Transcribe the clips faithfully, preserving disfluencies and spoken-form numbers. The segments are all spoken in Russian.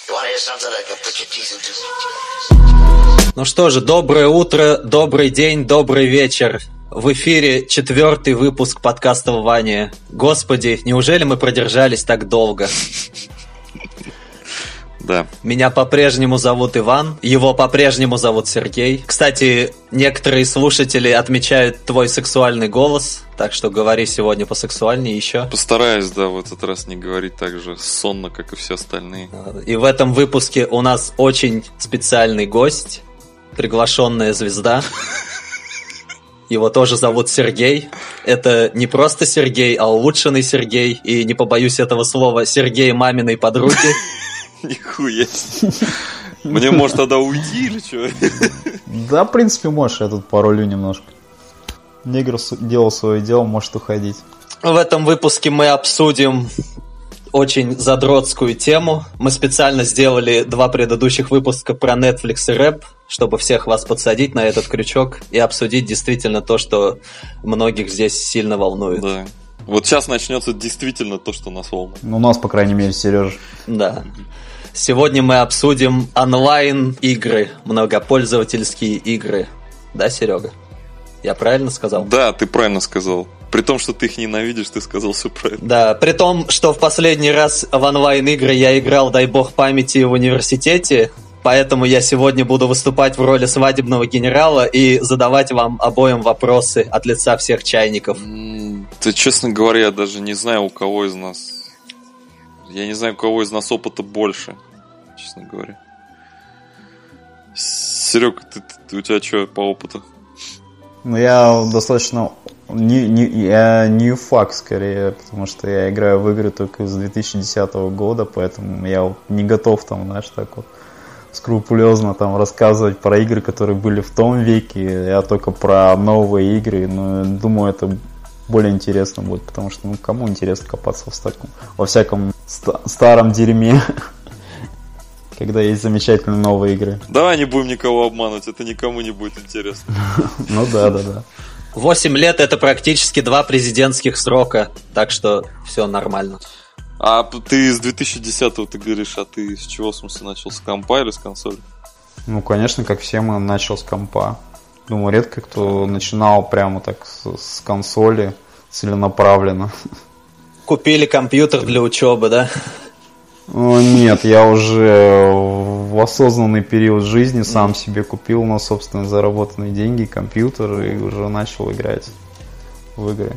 Ну что же, доброе утро, добрый день, добрый вечер. В эфире четвертый выпуск подкаста Вани. Господи, неужели мы продержались так долго? Да. Меня по-прежнему зовут Иван, его по-прежнему зовут Сергей. Кстати, некоторые слушатели отмечают твой сексуальный голос, так что говори сегодня посексуальнее еще. Постараюсь, да, в этот раз не говорить так же сонно, как и все остальные. И в этом выпуске у нас очень специальный гость, приглашенная звезда. Его тоже зовут Сергей. Это не просто Сергей, а улучшенный Сергей. И не побоюсь этого слова, Сергей маминой подруги. Нихуя. Мне, может, тогда уйти или что? Да, в принципе, можешь. Я тут порулю немножко. Негр делал свое дело, может уходить. В этом выпуске мы обсудим очень задротскую тему. Мы специально сделали два предыдущих выпуска про Netflix и рэп, чтобы всех вас подсадить на этот крючок и обсудить действительно то, что многих здесь сильно волнует. Да. Вот сейчас начнется действительно то, что нас волнует. Ну, у нас, по крайней мере, Сережа. Да. Сегодня мы обсудим онлайн-игры, многопользовательские игры. Да, Серега? Я правильно сказал? Да, ты правильно сказал. При том, что ты их ненавидишь, ты сказал все правильно. Да, при том, что в последний раз в онлайн-игры я играл, дай бог памяти, в университете, поэтому я сегодня буду выступать в роли свадебного генерала и задавать вам обоим вопросы от лица всех чайников. Ты, честно говоря, я даже не знаю, у кого из нас... Я не знаю, у кого из нас опыта больше, честно говоря. Серега, ты, ты, у тебя что по опыту? Ну, я достаточно... Не, не, я ньюфак, скорее, потому что я играю в игры только с две тысячи десятого года, поэтому я не готов там, знаешь, так вот скрупулезно там рассказывать про игры, которые были в том веке. Я только про новые игры, но думаю, это более интересно будет, потому что, ну, кому интересно копаться в таком, во всяком ст- старом дерьме, когда есть замечательные новые игры. Давай не будем никого обманывать, это никому не будет интересно. Ну да, да, да. Восемь лет это практически два президентских срока, так что все нормально. А ты с две тысячи десятого ты говоришь, а ты с чего, в смысле, начал? С компа или с консоли? Ну, конечно, как все, мы начал с компа. Думаю, редко кто начинал прямо так с, с консоли целенаправленно. Купили компьютер для учебы, да? О, нет, я уже в осознанный период жизни сам себе купил на собственные заработанные деньги компьютер и уже начал играть в игры.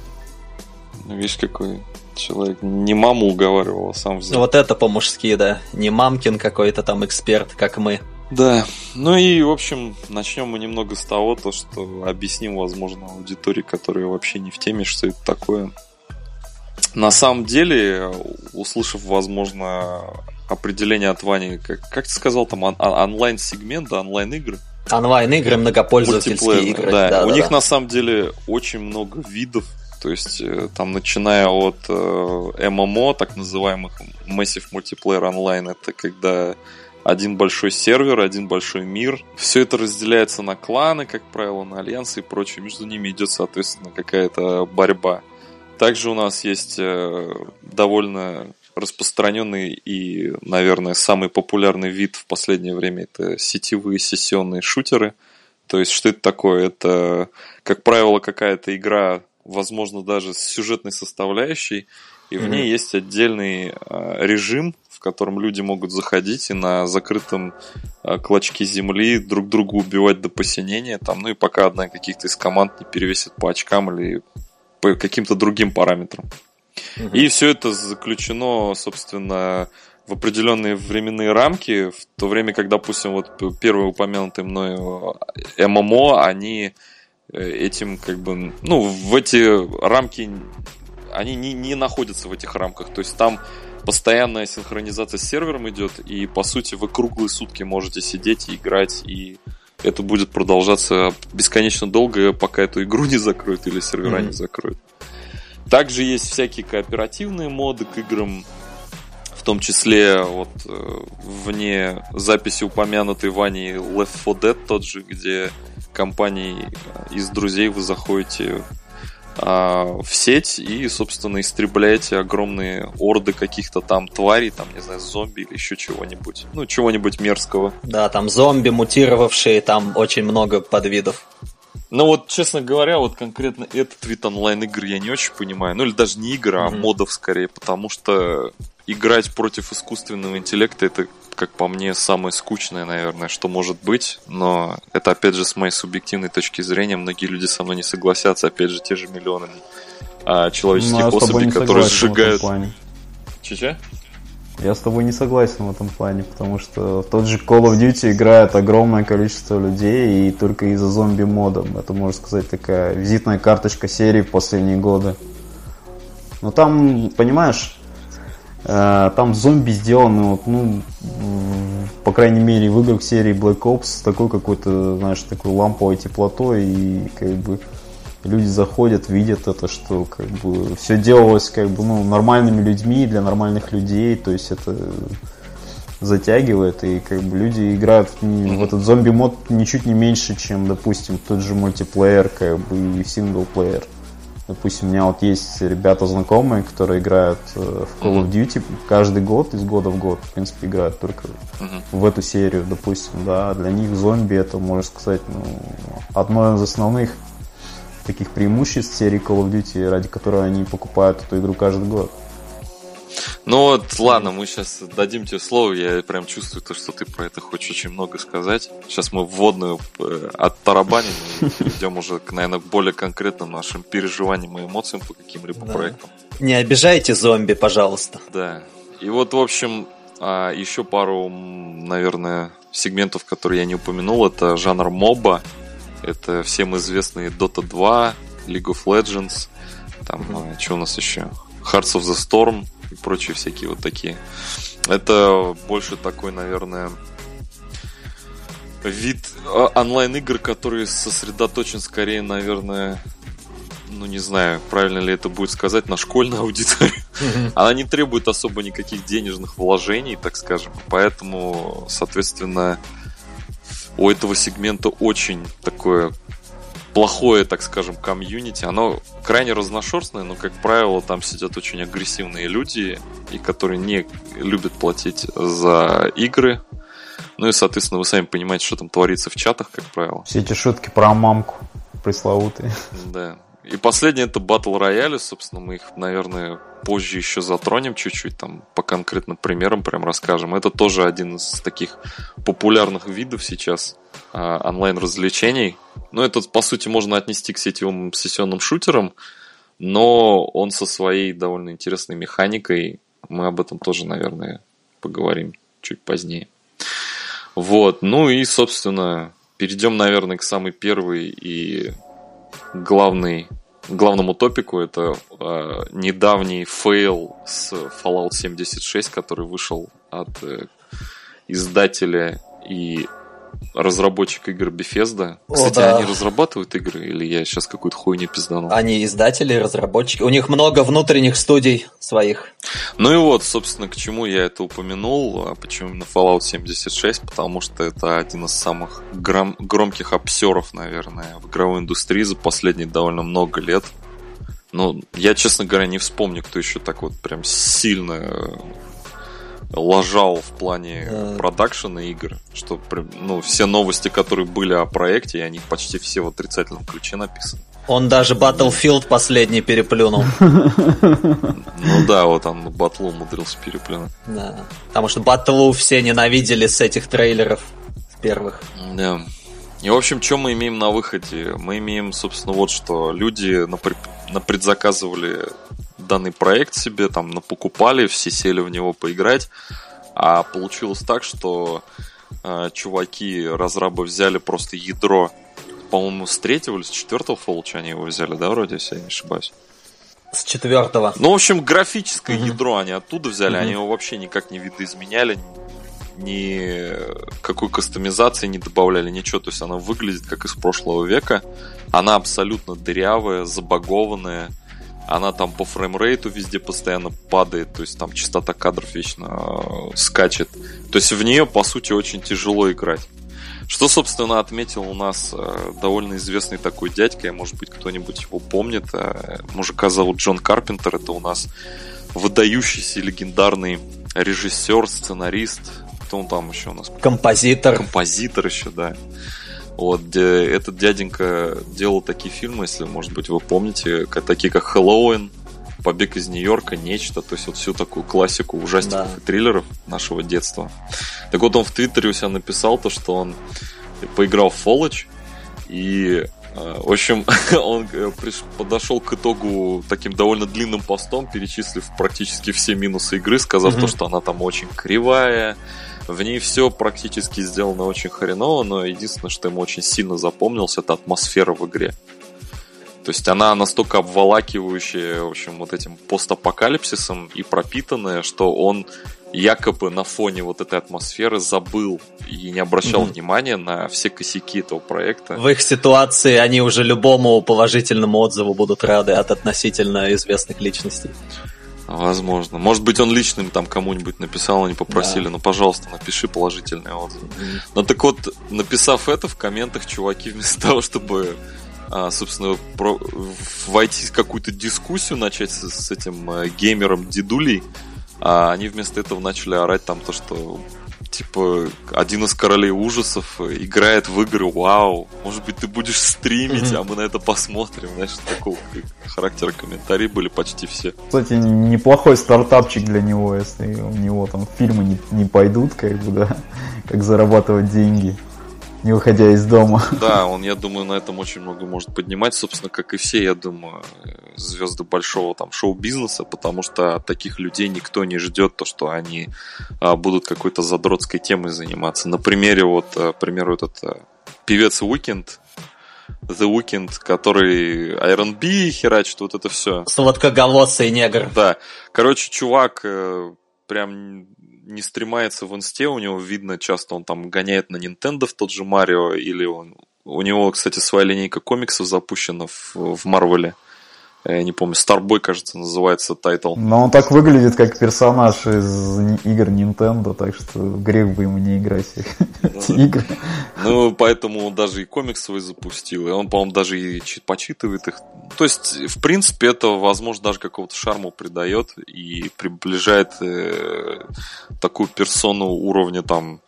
Ну, видишь, какой человек. Не маму уговаривал, а сам взял. Вот это по-мужски, да. Не мамкин какой-то там эксперт, как мы. Да, ну и, в общем, начнем мы немного с того, то, что объясним, возможно, аудитории, которая вообще не в теме, что это такое. На самом деле, услышав, возможно, определение от Вани, как, как ты сказал, там он, онлайн-сегмент, да, онлайн-игры? Онлайн-игры, многопользовательские игры. Да, да у да, них да. на самом деле очень много видов, то есть там начиная от э, эм эм о, так называемых Massive Multiplayer Online, это когда один большой сервер, один большой мир. Все это разделяется на кланы, как правило, на альянсы и прочее. Между ними идет, соответственно, какая-то борьба. Также у нас есть довольно распространенный и, наверное, самый популярный вид в последнее время – это сетевые сессионные шутеры. То есть, что это такое? Это, как правило, какая-то игра, возможно, даже с сюжетной составляющей, и в mm-hmm. ней есть отдельный режим, в котором люди могут заходить и на закрытом клочке земли друг друга убивать до посинения, там, ну и пока одна каких-то из команд не перевесит по очкам или по каким-то другим параметрам. Uh-huh. И все это заключено, собственно, в определенные временные рамки, в то время как, допустим, вот первые упомянутые мною эм эм о, они этим как бы, ну, в эти рамки, они не, не находятся в этих рамках, то есть там постоянная синхронизация с сервером идет, и, по сути, вы круглые сутки можете сидеть и играть, и это будет продолжаться бесконечно долго, пока эту игру не закроют или сервера mm-hmm. не закроют. Также есть всякие кооперативные моды к играм, в том числе вот вне записи упомянутой Ваней Left фор Dead тот же, где компанией из друзей вы заходите в сеть и, собственно, истребляете огромные орды каких-то там тварей, там, не знаю, зомби или еще чего-нибудь. Ну, чего-нибудь мерзкого. Да, там зомби, мутировавшие, там очень много подвидов. Ну вот, честно говоря, вот конкретно этот вид онлайн-игр я не очень понимаю. Ну или даже не игр, а mm-hmm. модов скорее, потому что играть против искусственного интеллекта — это, как по мне, самое скучное, наверное, что может быть. Но это, опять же, с моей субъективной точки зрения, многие люди со мной не согласятся. Опять же, те же миллионы а, человеческих ну, особей, которые сжигают... Че-че? Я с тобой не согласен в этом плане, потому что в тот же Call of Duty играет огромное количество людей, и только из-за зомби-мода. Это, можно сказать, такая визитная карточка серии в последние годы. Но там, понимаешь, там зомби сделаны, вот, ну, по крайней мере, в играх серии Black Ops с такой какой-то, знаешь, такой ламповой теплотой, и как бы люди заходят, видят это, что как бы все делалось как бы, ну, нормальными людьми для нормальных людей, то есть это затягивает, и как бы люди играют в, в этот зомби-мод ничуть не меньше, чем, допустим, тот же мультиплеер, как бы, и синглплеер. Допустим, у меня вот есть ребята знакомые, которые играют в Call of Duty каждый год, из года в год, в принципе, играют только uh-huh. в эту серию, допустим, да, для них зомби это, можно сказать, ну, одно из основных таких преимуществ серии Call of Duty, ради которой они покупают эту игру каждый год. Ну вот, ладно, мы сейчас дадим тебе слово, я прям чувствую то, что ты про это хочешь очень много сказать. Сейчас мы вводную оттарабаним и перейдем уже, к, наверное, более конкретным нашим переживаниям и эмоциям по каким-либо да. проектам. Не обижайте зомби, пожалуйста. Да, и вот, в общем, еще пару, наверное, сегментов, которые я не упомянул, это жанр моба. Это всем известные Дота два, League of Legends, там, mm-hmm. что у нас еще? Hearts of the Storm и прочие всякие вот такие. Это больше такой, наверное, вид онлайн-игр, который сосредоточен скорее, наверное, ну не знаю, правильно ли это будет сказать, на школьную аудиторию. Mm-hmm. Она не требует особо никаких денежных вложений, так скажем, поэтому, соответственно, у этого сегмента очень такое плохое, так скажем, комьюнити. Оно крайне разношерстное, но, как правило, там сидят очень агрессивные люди, и которые не любят платить за игры. Ну и, соответственно, вы сами понимаете, что там творится в чатах, как правило. Все эти шутки про мамку пресловутые. Да. И последнее — это Battle Royale, собственно, мы их, наверное, позже еще затронем чуть-чуть, там по конкретным примерам прям расскажем. Это тоже один из таких популярных видов сейчас а, онлайн-развлечений. Ну, это, по сути, можно отнести к сетевым сессионным шутерам, но он со своей довольно интересной механикой. Мы об этом тоже, наверное, поговорим чуть позднее. Вот, ну и, собственно, перейдем, наверное, к самой первой и главной главному топику. Это э, недавний фейл с Fallout семьдесят шесть, который вышел от э, издателя и разработчика игр Bethesda. О, Кстати, да. Они разрабатывают игры, или я сейчас какую-то хуйню пизданул? Они издатели, разработчики. У них много внутренних студий своих. Ну и вот, собственно, к чему я это упомянул. А почему именно Fallout семьдесят шесть? Потому что это один из самых гром- громких обсеров, наверное, в игровой индустрии за последние довольно много лет. Ну, я, честно говоря, не вспомню, кто еще так вот прям сильно лажал в плане yeah. продакшена игр, что, ну, все новости, которые были о проекте, они почти все в отрицательном ключе написаны. Он даже Battlefield последний переплюнул. Ну да, вот он Батлу умудрился переплюнуть. Да, потому что Батлу все ненавидели с этих трейлеров первых. Да. И, в общем, что мы имеем на выходе? Мы имеем, собственно, вот что. Люди напредзаказывали данный проект себе, там, напокупали, все сели в него поиграть, а получилось так, что э, чуваки, разрабы, взяли просто ядро, по-моему, с третьего или с четвертого фолча они его взяли, да, вроде, если я не ошибаюсь? С четвертого. Ну, в общем, графическое mm-hmm. ядро они оттуда взяли, mm-hmm. они его вообще никак не видоизменяли, ни какой кастомизации не добавляли, ничего, то есть она выглядит как из прошлого века, она абсолютно дырявая, забагованная. Она там по фреймрейту везде постоянно падает, то есть там частота кадров вечно э, скачет. То есть в нее, по сути, очень тяжело играть. Что, собственно, отметил у нас э, довольно известный такой дядька, может быть, кто-нибудь его помнит. Э, мужика зовут Джон Карпентер, это у нас выдающийся легендарный режиссер, сценарист. Кто он там еще у нас? Композитор. Композитор еще, да. Вот, где этот дяденька делал такие фильмы, если, может быть, вы помните, как, такие как «Хэллоуин», «Побег из Нью-Йорка», «Нечто», то есть вот всю такую классику ужастиков да. и триллеров нашего детства. Так вот, он в Твиттере у себя написал то, что он поиграл в Fallout, и, в общем, он подошел к итогу таким довольно длинным постом, перечислив практически все минусы игры, сказав mm-hmm. то, что она там очень кривая, в ней все практически сделано очень хреново, но единственное, что ему очень сильно запомнилось, это атмосфера в игре. То есть она настолько обволакивающая, в общем, вот этим постапокалипсисом и пропитанная, что он якобы на фоне вот этой атмосферы забыл и не обращал mm-hmm. внимания на все косяки этого проекта. В их ситуации они уже любому положительному отзыву будут рады от относительно известных личностей. Возможно. Может быть, он лично там кому-нибудь написал, они попросили, да. ну, пожалуйста, напиши положительный отзыв. Mm-hmm. Ну, так вот, написав это, в комментах чуваки вместо того, чтобы... А, собственно, про, войти в какую-то дискуссию, начать с, с этим э, геймером дедулей, а они вместо этого начали орать там то, что типа один из королей ужасов играет в игры, вау, может быть, ты будешь стримить, mm-hmm. а мы на это посмотрим. Знаешь, такого характера комментарии были почти все. Кстати, неплохой стартапчик для него, если у него там фильмы не, не пойдут, как бы, да, как зарабатывать деньги, не выходя из дома. Да, он, я думаю, на этом очень много может поднимать, собственно, как и все, я думаю, звезды большого там шоу-бизнеса, потому что от таких людей никто не ждет то, что они а, будут какой-то задротской темой заниматься. На примере, вот, к примеру, этот а, певец Weeknd, The Weeknd, который ар энд би херачит, вот это все. Сладкоголосый негр. Да, короче, чувак прям... не стримается в инсте, у него видно, часто он там гоняет на Nintendo в тот же Марио, или он... у него, кстати, своя линейка комиксов запущена в, в Марвеле. Я не помню, Starboy, кажется, называется тайтл. Но он так выглядит, как персонаж из игр Nintendo, так что грех бы ему не играть эти игры. Ну, поэтому он даже и комиксовый запустил, и он, по-моему, даже и почитывает их. То есть, в принципе, это, возможно, даже какого-то шарма придает и приближает э, такую персону уровня там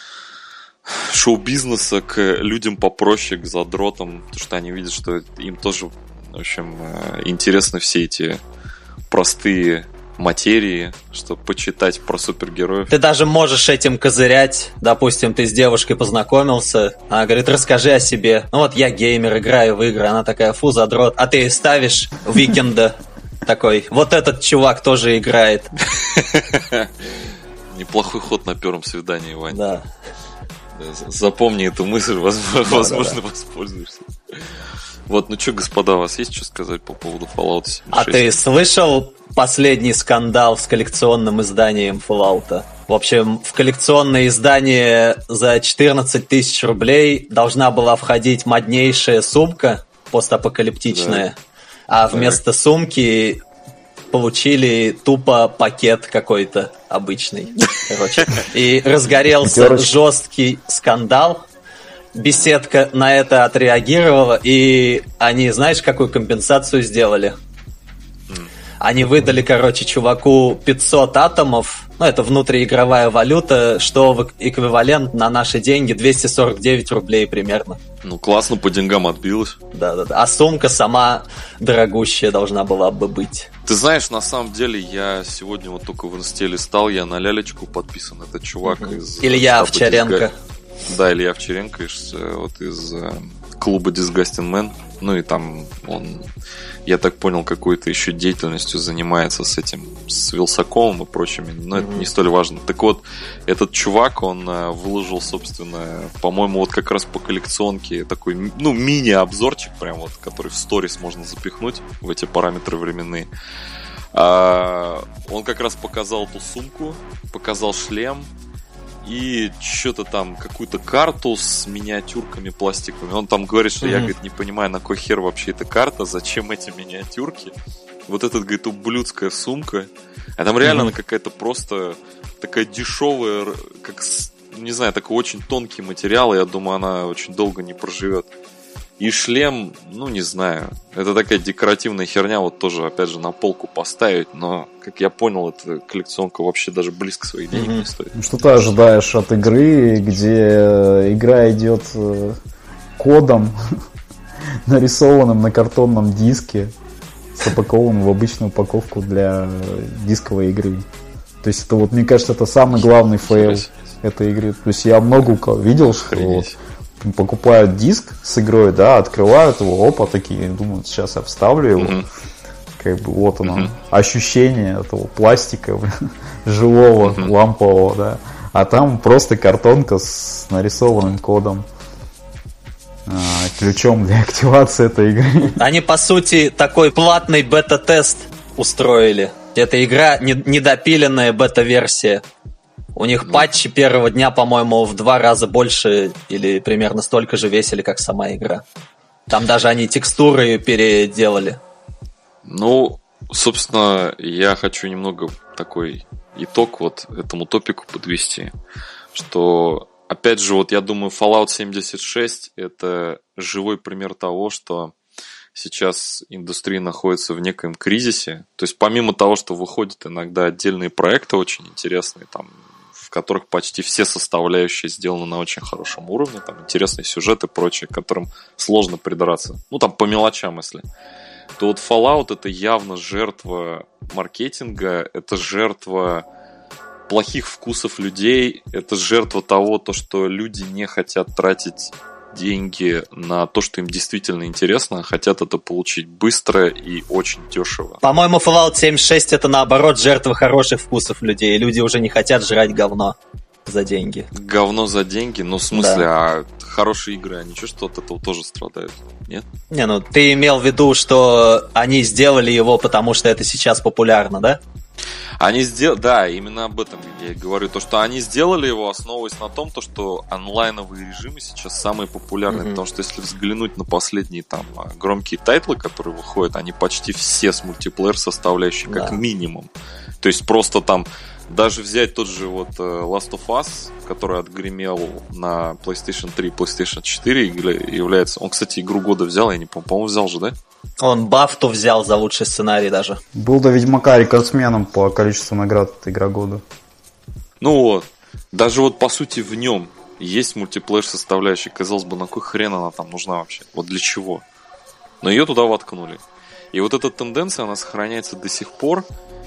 шоу-бизнеса к людям попроще, к задротам, потому что они видят, что им тоже, в общем, интересны все эти простые материи, чтобы почитать про супергероев. Ты даже можешь этим козырять. Допустим, ты с девушкой познакомился, она говорит, расскажи о себе. Ну вот я геймер, играю в игры. Она такая, фу, задрот. А ты ставишь Weeknd такой, вот этот чувак тоже играет. Неплохой ход на первом свидании, Вань. Да. Запомни эту мысль, возможно, да, возможно да, да. воспользуешься. Вот, ну что, господа, у вас есть что сказать по поводу Fallout семь шесть? А ты слышал последний скандал с коллекционным изданием Fallout? В общем, в коллекционное издание за четырнадцать тысяч рублей должна была входить моднейшая сумка постапокалиптичная, да. а вместо так. сумки получили тупо пакет какой-то обычный. Короче. И разгорелся жесткий скандал. Беседка на это отреагировала, и они, знаешь, какую компенсацию сделали? Они выдали, короче, чуваку пятьсот атомов, ну, это внутриигровая валюта, что в эквивалент на наши деньги двести сорок девять рублей примерно. Ну, классно, по деньгам отбилось. Да-да-да, а сумка сама дорогущая должна была бы быть. Ты знаешь, на самом деле, я сегодня вот только в инсте листал, я на лялечку подписан, это чувак угу. из... Илья Овчаренко. Да, Илья Овчаренко из, вот из э, клуба Disgusting Man. Ну и там он, я так понял, какой-то еще деятельностью занимается с этим, с Вилсаковым и прочими. Но mm-hmm. это не столь важно. Так вот, этот чувак, он э, выложил, собственно, по-моему, вот как раз по коллекционке такой, ну, мини-обзорчик, прям вот, который в сторис можно запихнуть в эти параметры временные. А, он как раз показал эту сумку, показал шлем, и что-то там, какую-то карту с миниатюрками пластиковыми. Он там говорит, что mm-hmm. я, говорит, не понимаю, на кой хер вообще эта карта, зачем эти миниатюрки. Вот этот, говорит, ублюдская сумка. А там реально mm-hmm. она какая-то просто такая дешевая, как не знаю, такой очень тонкий материал, и я думаю, она очень долго не проживет. И шлем, ну, не знаю. Это такая декоративная херня, вот тоже, опять же, на полку поставить. Но, как я понял, эта коллекционка вообще даже близко своих денег mm-hmm. не стоит. Что ты ожидаешь от игры, где игра идет кодом, нарисованным на картонном диске, запакованным в обычную упаковку для дисковой игры? То есть это вот, мне кажется, это самый главный фейл этой игры. То есть я много у кого видел, что покупают диск с игрой, да, открывают его, опа, такие, думают, сейчас я вставлю его. Mm-hmm. Как бы вот оно, mm-hmm. ощущение этого пластика живого, mm-hmm. лампового, да. А там просто картонка с нарисованным кодом, а, ключом для активации этой игры. Они, по сути, такой платный бета-тест устроили. Эта игра недопиленная бета-версия. У них патчи первого дня, по-моему, в два раза больше или примерно столько же весили, как сама игра. Там даже они текстуры переделали. Ну, собственно, я хочу немного такой итог вот этому топику подвести. Что, опять же, вот я думаю, Fallout семьдесят шесть это живой пример того, что сейчас индустрия находится в некоем кризисе. То есть, помимо того, что выходят иногда отдельные проекты очень интересные, там, в которых почти все составляющие сделаны на очень хорошем уровне, там интересный сюжет и прочее, к которым сложно придраться. Ну, там по мелочам, если. То вот Fallout это явно жертва маркетинга, это жертва плохих вкусов людей, это жертва того, то, что люди не хотят тратить деньги на то, что им действительно интересно, хотят это получить быстро и очень дешево. По-моему, Fallout семьдесят шесть это наоборот жертва хороших вкусов людей. Люди уже не хотят жрать говно за деньги. Говно за деньги? Ну, в смысле, да. А хорошие игры, они что, что от этого тоже страдают? Нет? Не, ну ты имел в виду, что они сделали его, потому что это сейчас популярно, да? Они сделали, да, именно об этом я и говорю. То, что они сделали его, основываясь на том, то, что онлайновые режимы сейчас самые популярные. Mm-hmm. Потому что если взглянуть на последние там громкие тайтлы, которые выходят, они почти все с мультиплеер составляющей, как да. минимум. То есть просто там даже взять тот же вот Last of Us, который отгремел на PlayStation три, PlayStation четыре, является... Он, кстати, игру года взял, я не помню, по-моему, взял же, да? Он Бафту взял за лучший сценарий даже. Был до Ведьмака рекордсменом по количеству наград от Игра года. Ну вот, даже вот по сути в нем есть мультиплеер составляющая. Казалось бы, на кой хрен она там нужна вообще? Вот для чего? Но ее туда воткнули. И вот эта тенденция, она сохраняется до сих пор.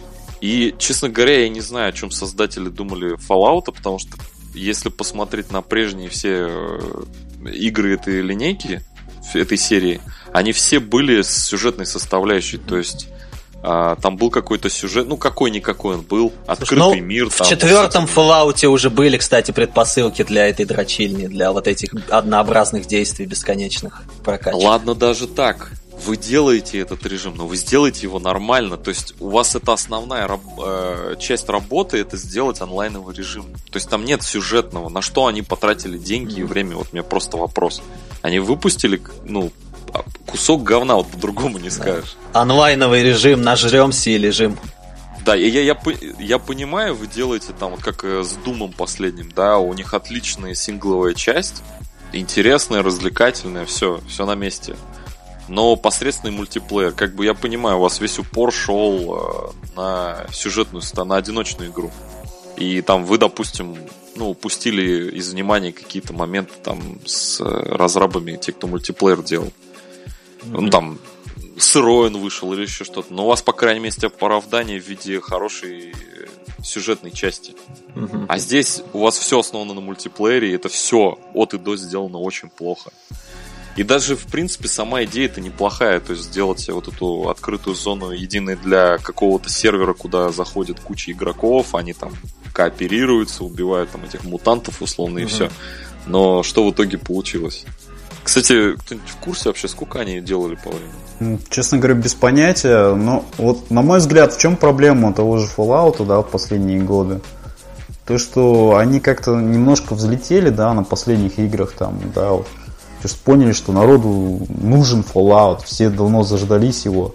И, честно говоря, я не знаю, о чем создатели думали Fallout, потому что если посмотреть на прежние все игры этой линейки, этой серии, они все были с сюжетной составляющей, то есть а, там был какой-то сюжет, ну какой-никакой он был, открытый Слушай, ну, мир. В там, четвертом вот, Fallout уже были, кстати, предпосылки для этой дрочильни, для вот этих однообразных действий бесконечных прокачек. Ладно, даже так. Вы делаете этот режим, но вы сделаете его нормально. То есть у вас это основная раб- э, часть работы, это сделать онлайновый режим. То есть там нет сюжетного. На что они потратили деньги mm-hmm. и время? Вот у меня просто вопрос. Они выпустили, ну, кусок говна, вот по-другому не скажешь. Да. Онлайновый режим, нажремся и лежим. Да, я, я, я, я понимаю, вы делаете там, вот как с Думом последним, да, у них отличная сингловая часть, интересная, развлекательная, все, все на месте. Но посредственный мультиплеер, как бы я понимаю, у вас весь упор шел э, на сюжетную, на одиночную игру. И там вы, допустим, ну, упустили из внимания какие-то моменты там с разрабами, те, кто мультиплеер делал. Mm-hmm. Ну, там, сырой он вышел или еще что-то. Но у вас, по крайней мере, оправдание в виде хорошей сюжетной части. Mm-hmm. А здесь у вас все основано на мультиплеере, и это все от и до сделано очень плохо. И даже, в принципе, сама идея-то неплохая. То есть сделать вот эту открытую зону единой для какого-то сервера, куда заходит куча игроков, они там кооперируются, убивают там этих мутантов условно и mm-hmm. все. Но что в итоге получилось? Кстати, кто-нибудь в курсе вообще, сколько они делали по времени? Честно говоря, без понятия. Но вот, на мой взгляд, в чем проблема того же Fallout, да, в последние годы? То, что они как-то немножко взлетели, да, на последних играх там, да, вот. То есть поняли, что народу нужен Fallout, все давно заждались его.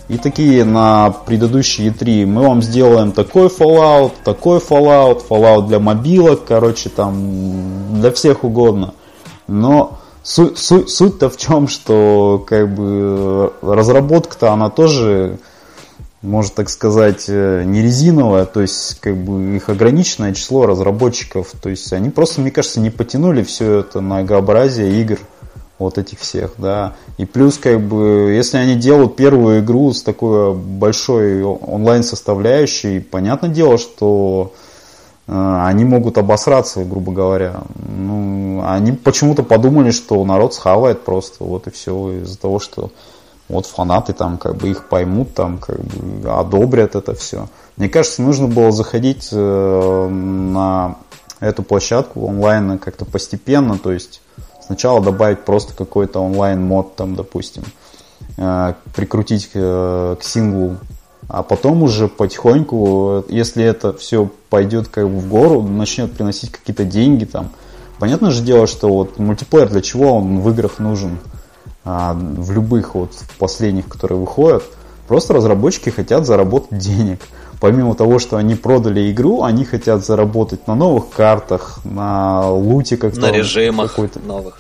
и такие на предыдущие и три. Мы вам сделаем такой Fallout, такой Fallout, Fallout для мобилок, короче, там для всех угодно. Но суть, суть, суть-то в чем, что как бы разработка-то она тоже, можно так сказать, не резиновая, то есть как бы их ограниченное число разработчиков, то есть они просто, мне кажется, не потянули все это многообразие игр вот этих всех, да, и плюс как бы, если они делают первую игру с такой большой онлайн составляющей, понятное дело, что э, они могут обосраться, грубо говоря. Ну, они почему-то подумали, что народ схавает просто, вот и все, из-за того, что вот фанаты там как бы их поймут, там как бы одобрят это все. Мне кажется, нужно было заходить э, на эту площадку онлайн как-то постепенно, то есть сначала добавить просто какой-то онлайн-мод, там, допустим, э, прикрутить э, к синглу, а потом уже потихоньку, если это все пойдет как бы в гору, начнет приносить какие-то деньги там. Понятно же дело, что вот мультиплеер, для чего он в играх нужен, а, в любых вот в последних, которые выходят, просто разработчики хотят заработать денег. Помимо того, что они продали игру, они хотят заработать на новых картах, на луте как-то. На режимах какой-то новых.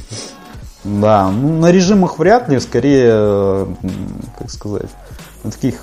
Да, ну на режимах вряд ли, скорее, как сказать, на таких,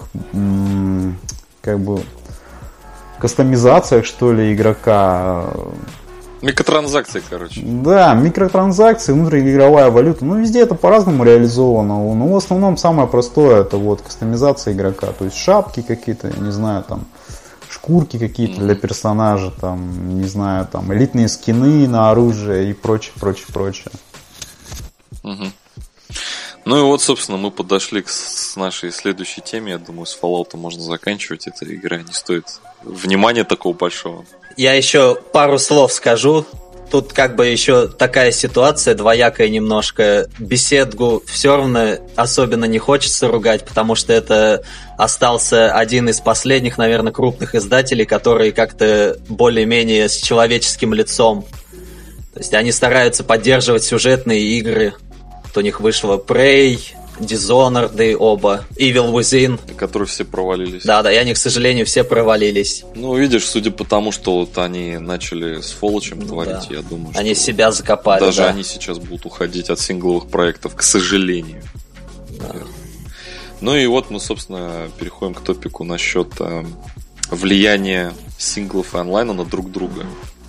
как бы, кастомизациях, что ли, игрока. Микротранзакции, короче. Да, микротранзакции, внутриигровая валюта. Ну, везде это по-разному реализовано. Но в основном самое простое это вот кастомизация игрока. То есть шапки какие-то, не знаю, там, шкурки какие-то для персонажа, там, не знаю, там, элитные скины на оружие и прочее, прочее, прочее. Угу. Ну и вот, собственно, мы подошли к с нашей следующей теме. Я думаю, с Fallout можно заканчивать. Эта игра не стоит внимания такого большого. Я еще пару слов скажу. Тут как бы еще такая ситуация двоякая немножко. Беседку все равно особенно не хочется ругать, потому что это остался один из последних, наверное, крупных издателей, которые как-то более-менее с человеческим лицом. То есть они стараются поддерживать сюжетные игры. Вот у них вышло Prey, Dishonored оба, Evil Within. Которые все провалились. Да, да, и они, к сожалению, все провалились. Ну, видишь, судя по тому, что вот они начали с Фолочем ну, творить, да. я думаю, они что себя закопали. Даже да. они сейчас будут уходить от сингловых проектов, к сожалению. Да. Ну и вот мы, собственно, переходим к топику насчет э, влияния синглов и онлайна на друг друга.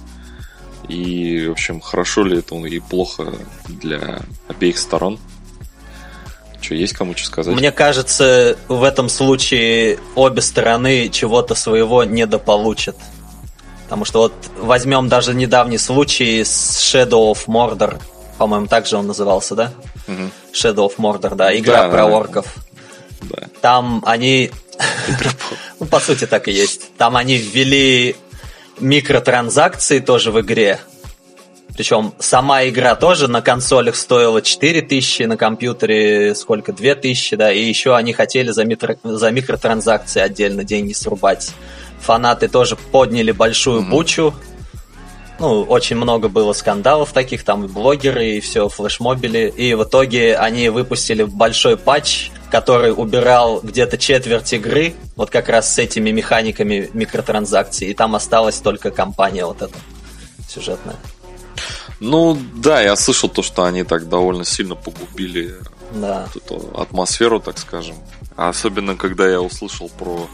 И, в общем, хорошо ли это и плохо для обеих сторон. Что, есть кому что сказать? Мне кажется, в этом случае обе стороны чего-то своего недополучат. Потому что вот возьмем даже недавний случай с Shadow of Mordor. По-моему, так же он назывался, да? Угу. Shadow of Mordor, да. Игра да, про да, орков. Да. Там они... ну, по сути, так и есть. Там они ввели микротранзакции тоже в игре. Причем сама игра тоже на консолях стоила четыре тысячи, на компьютере сколько? две тысячи, да, и еще они хотели за, микро... за микротранзакции отдельно деньги срубать. Фанаты тоже подняли большую mm-hmm. бучу. Ну, очень много было скандалов таких, там и блогеры, и все, флешмобили. И в итоге они выпустили большой патч, который убирал где-то четверть игры, вот как раз с этими механиками микротранзакций, и там осталась только кампания вот эта сюжетная. Ну, да, я слышал то, что они так довольно сильно погубили да. вот эту атмосферу, так скажем. А особенно, когда я услышал про...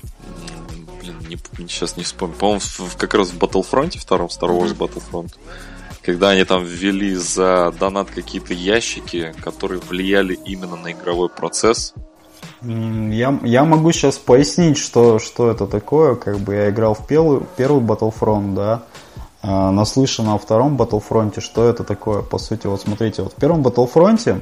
Блин, не, сейчас не вспомню. По-моему, в, как раз в Battlefront, втором Star Wars Battlefront, когда они там ввели за донат какие-то ящики, которые влияли именно на игровой процесс. Я, я могу сейчас пояснить, что, что это такое. Как бы я играл в первый, первый Battlefront, да, наслышан о втором Battlefront, что это такое. По сути, вот смотрите, вот в первом Battlefront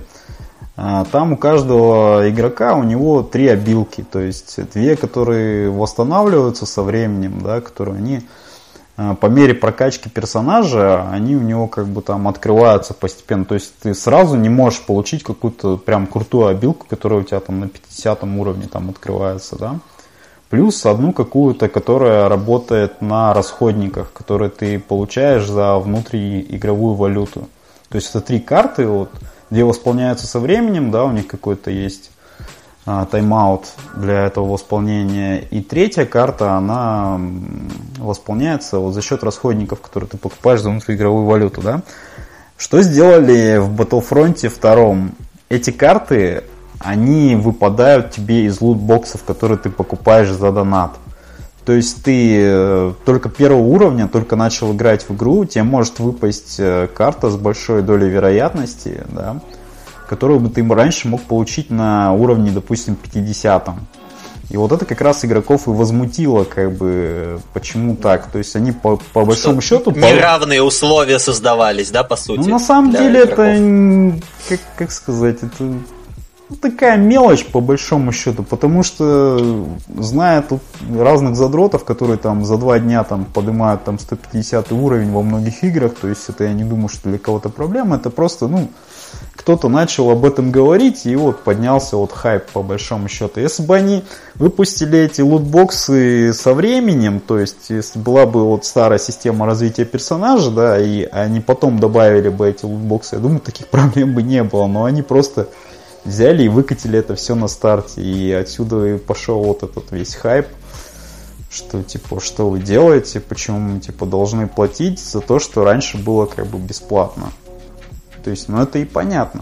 там у каждого игрока у него три обилки, то есть две, которые восстанавливаются со временем, да, которые они по мере прокачки персонажа, они у него как бы там открываются постепенно. То есть ты сразу не можешь получить какую-то прям крутую обилку, которая у тебя там на пятидесятом уровне там открывается, да. Плюс одну какую-то, которая работает на расходниках, которые ты получаешь за внутриигровую валюту. То есть это три карты, вот, где восполняются со временем, да, у них какой-то есть тайм-аут для этого восполнения. И третья карта, она восполняется вот за счет расходников, которые ты покупаешь за внутриигровую валюту, да? Что сделали в Battlefront два? Эти карты, они выпадают тебе из лутбоксов, которые ты покупаешь за донат. То есть ты только первого уровня, только начал играть в игру, тебе может выпасть карта с большой долей вероятности, да, которую бы ты раньше мог получить на уровне, допустим, пятидесятом. И вот это как раз игроков и возмутило, как бы, почему так. То есть они по, по большому что счету... неравные по... условия создавались, да, по сути? Ну, на самом деле, игроков. это, как, как сказать, это... такая мелочь по большому счету, потому что, зная тут разных задротов, которые там за два дня там поднимают там сто пятидесятый уровень во многих играх, то есть это я не думаю, что для кого-то проблема, это просто, ну, кто-то начал об этом говорить, и вот поднялся вот хайп по большому счету. Если бы они выпустили эти лутбоксы со временем, то есть если была бы вот старая система развития персонажа, да, и они потом добавили бы эти лутбоксы, я думаю, таких проблем бы не было, но они просто взяли и выкатили это все на старте, и отсюда и пошел вот этот весь хайп, что типа, что вы делаете, почему мы типа должны платить за то, что раньше было как бы бесплатно. То есть, ну это и понятно.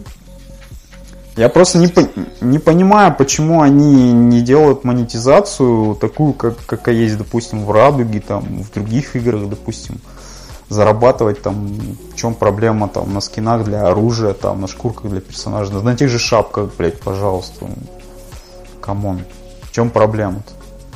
Я просто не, по- не понимаю, почему они не делают монетизацию такую, как, какая есть, допустим, в Радуге, там, в других играх, допустим. Зарабатывать там, в чем проблема там на скинах для оружия, там, на шкурках для персонажей, на тех же шапках, блять, пожалуйста. Камон. В чем проблема-то?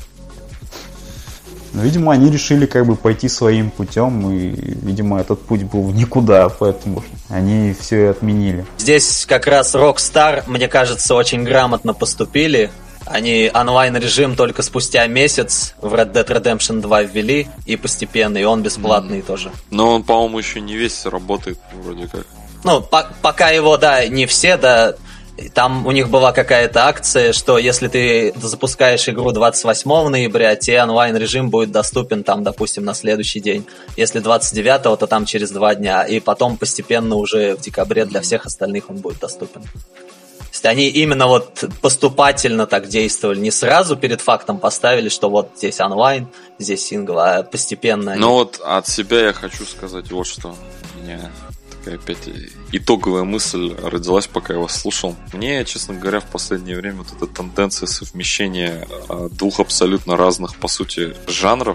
Ну, видимо, они решили как бы пойти своим путем, и, видимо, этот путь был в никуда, поэтому они все и отменили. Здесь как раз Rockstar, мне кажется, очень грамотно поступили. Они онлайн-режим только спустя месяц в Red Dead Redemption два ввели, и постепенно, и он бесплатный mm. тоже. Но он, по-моему, еще не весь работает, вроде как. Ну, по- пока его, да, не все, да. Там у них была какая-то акция, что если ты запускаешь игру двадцать восьмого ноября, тебе онлайн-режим будет доступен там, допустим, на следующий день. Если двадцать девятого, то там через два дня. И потом постепенно уже в декабре для всех остальных он будет доступен. То есть они именно вот поступательно так действовали. Не сразу перед фактом поставили, что вот здесь онлайн, здесь сингл, а постепенно... Ну они... вот от себя я хочу сказать вот что. У меня такая опять итоговая мысль родилась, пока я вас слушал. Мне, честно говоря, в последнее время вот эта тенденция совмещения двух абсолютно разных, по сути, жанров,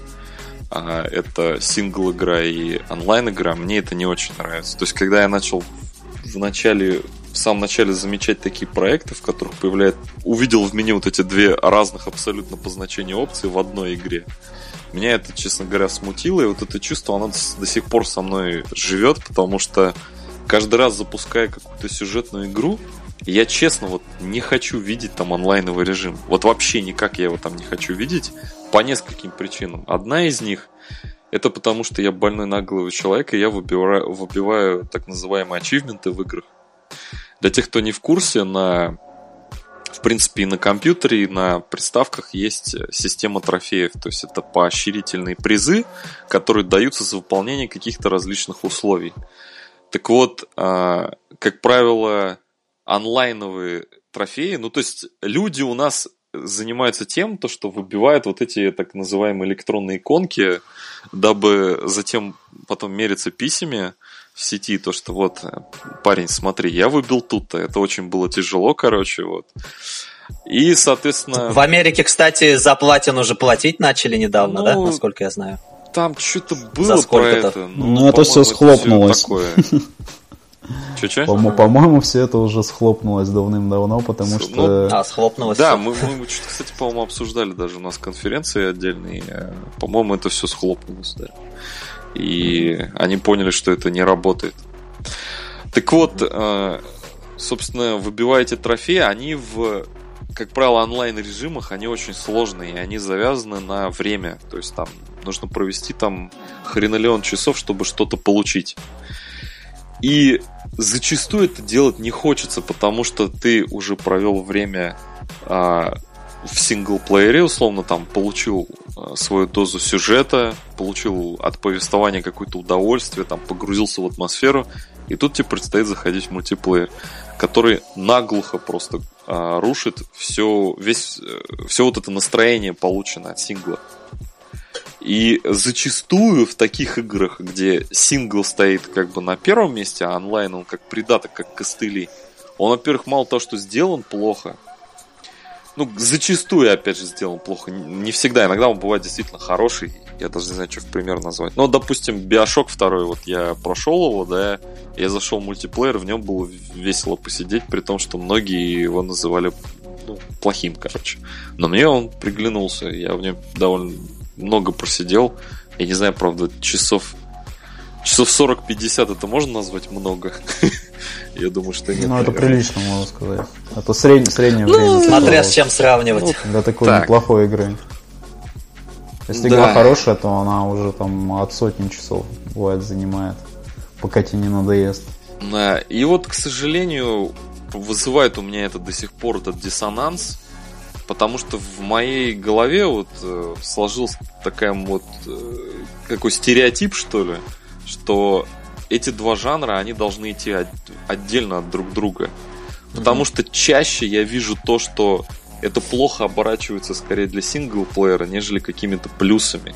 это сингл-игра и онлайн-игра, мне это не очень нравится. То есть, когда я начал в начале... в самом начале замечать такие проекты, в которых появляет, увидел в меню вот эти две разных абсолютно по значению опции в одной игре. Меня это, честно говоря, смутило, и вот это чувство, оно до сих пор со мной живет, потому что каждый раз, запуская какую-то сюжетную игру, я, честно, вот не хочу видеть там онлайновый режим. Вот вообще никак я его там не хочу видеть по нескольким причинам. Одна из них — это потому, что я больной на голову человек, и я выбиваю, выбиваю так называемые ачивменты в играх. Для тех, кто не в курсе, на, в принципе, и на компьютере, и на приставках есть система трофеев. То есть это поощрительные призы, которые даются за выполнение каких-то различных условий. Так вот, как правило, онлайновые трофеи, ну то есть люди у нас занимаются тем, то, что выбивают вот эти так называемые электронные иконки, дабы затем потом мериться писями в сети, то, что вот, парень, смотри, я выбил тут-то, это очень было тяжело, короче, вот. И, соответственно... В Америке, кстати, за платину уже платить начали недавно, ну, да, насколько я знаю? Там что-то было про это. Ну, ну это все схлопнулось. Че-че? По- по-моему, все это уже схлопнулось давным-давно, потому С- что... ну, а, схлопнулось. Да, мы, мы что-то, кстати, по-моему, обсуждали даже у нас конференции отдельные. По-моему, это все схлопнулось, да. И они поняли, что это не работает. Так вот, собственно, выбиваете трофеи, они в, как правило, онлайн-режимах, они очень сложные, и они завязаны на время. То есть там нужно провести там хренолеон часов, чтобы что-то получить. И зачастую это делать не хочется, потому что ты уже провел время а, в синглплеере, условно, там, получил а, свою дозу сюжета, получил от повествования какое-то удовольствие, там, погрузился в атмосферу, и тут тебе предстоит заходить в мультиплеер, который наглухо просто а, рушит все, весь, все вот это настроение, полученное от сингла. И зачастую в таких играх, где сингл стоит как бы на первом месте, а онлайн он как придаток, как костыли, он, во-первых, мало того, что сделан плохо, ну, зачастую, опять же, сделан плохо. Не всегда, иногда он бывает действительно хороший. Я даже не знаю, что в пример назвать. Но, допустим, Биошок два, вот я прошел его, да, я зашел в мультиплеер, в нем было весело посидеть, при том, что многие его называли, ну, плохим, короче. Но мне он приглянулся, я в нем довольно много просидел. Я не знаю, правда, часов часов сорок-пятьдесят это можно назвать много? Я думаю, что нет. Ну, это прилично, можно сказать. Это сред... среднее ну, время. Смотря с чем сравнивать. Для такой так. неплохой игры. Если да. игра хорошая, то она уже там от сотни часов бывает занимает, пока тебе не надоест. Да, и вот, к сожалению, вызывает у меня это до сих пор этот диссонанс, потому что в моей голове вот э, сложился такая вот э, какой стереотип, что ли, что эти два жанра, они должны идти от, отдельно от друг друга. Потому mm-hmm. что чаще я вижу то, что это плохо оборачивается скорее для синглплеера, нежели какими-то плюсами.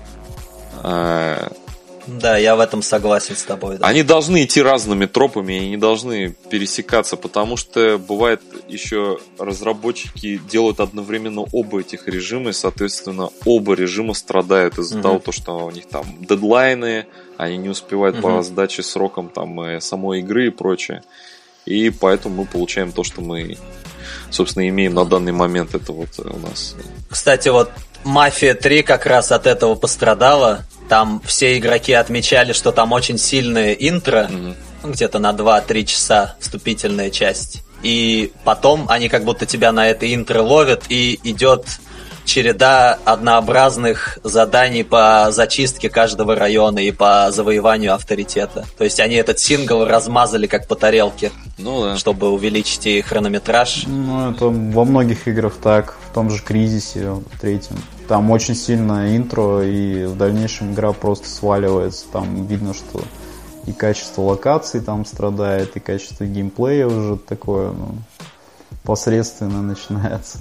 А... Да, я в этом согласен с тобой. Да. Они должны идти разными тропами и не должны пересекаться, потому что бывает еще разработчики делают одновременно оба этих режима, и, соответственно, оба режима страдают из-за угу. того, что у них там дедлайны, они не успевают угу. по сдаче срокам там, самой игры и прочее. И поэтому мы получаем то, что мы, собственно, имеем на данный момент. Это вот у нас. Кстати, вот Мафия три как раз от этого пострадала. Там все игроки отмечали, что там очень сильное интро, mm-hmm. ну, где-то на два-три часа вступительная часть. И потом они как будто тебя на это интро ловят, и идет череда однообразных заданий по зачистке каждого района и по завоеванию авторитета. То есть они этот сингл размазали как по тарелке, ну, да. чтобы увеличить и хронометраж. Ну, это во многих играх так, в том же Кризисе, в третьем. Там очень сильное интро, и в дальнейшем игра просто сваливается. Там видно, что и качество локаций там страдает, и качество геймплея уже такое, ну, посредственно начинается.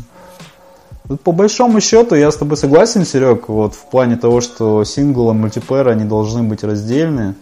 По большому счету, я с тобой согласен, Серег, вот в плане того, что сингл и мультиплеер, они должны быть раздельны.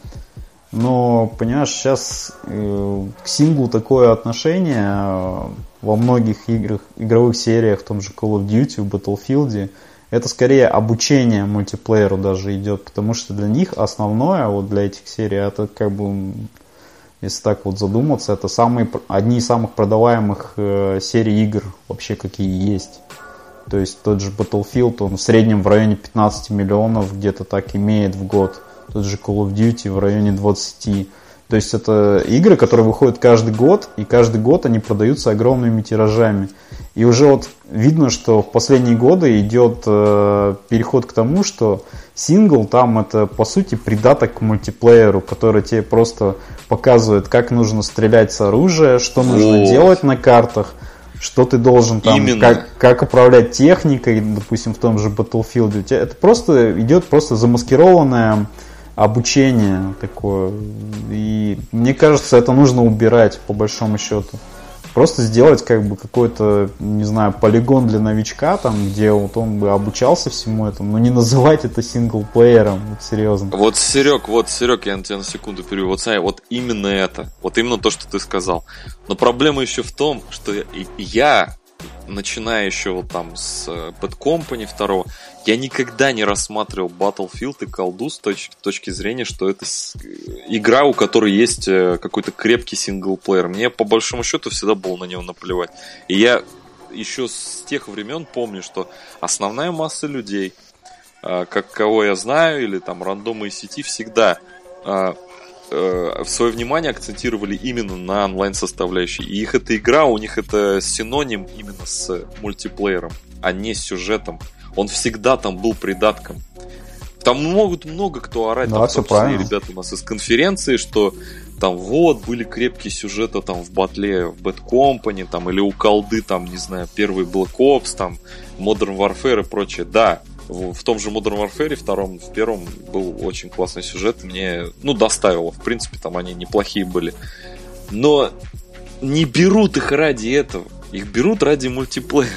Но, понимаешь, сейчас э, к синглу такое отношение э, во многих играх, игровых сериях, в том же Call of Duty, в Battlefield, это скорее обучение мультиплееру даже идет, потому что для них основное, вот для этих серий, это как бы, если так вот задуматься, это самые, одни из самых продаваемых э, серий игр вообще какие есть. То есть тот же Battlefield, он в среднем в районе пятнадцать миллионов где-то так имеет в год. Тот же Call of Duty в районе двадцать. То есть это игры, которые выходят каждый год, и каждый год они продаются огромными тиражами. И уже вот видно, что в последние годы идет э, переход к тому, что сингл там это по сути придаток к мультиплееру, который тебе просто показывает, как нужно стрелять с оружия, что нужно О. делать на картах, что ты должен там, как, как управлять техникой, допустим, в том же Battlefield. Это просто идет просто замаскированное обучение такое. И мне кажется, это нужно убирать, по большому счету. Просто сделать как бы какой-то, не знаю, полигон для новичка, там, где вот он бы обучался всему этому, но не называть это синглплеером, вот серьезно. Вот, Серег, вот, Серег, я на тебя на секунду перейду. Вот, смотри, вот именно это, вот именно то, что ты сказал. Но проблема еще в том, что я, начиная еще вот там с Bad Company два, я никогда не рассматривал Battlefield и колду с точки, точки зрения, что это игра, у которой есть какой-то крепкий синглплеер. Мне по большому счету всегда было на него наплевать. И я еще с тех времен помню, что основная масса людей, как кого я знаю, или там рандомы из сети, всегда свое внимание акцентировали именно на онлайн-составляющей. И их эта игра, у них это синоним именно с мультиплеером, а не с сюжетом. Он всегда там был придатком. Там могут много кто орать, да, там, в том числе ребята у нас из конференции, что там вот были крепкие сюжеты там в батле в Bad Company, там, или у колды, там, не знаю, первый Black Ops, там, Modern Warfare и прочее. Да, в, в том же Modern Warfare втором, в первом был очень классный сюжет, мне, ну, доставило, в принципе, там они неплохие были. Но не берут их ради этого. Их берут ради мультиплеера.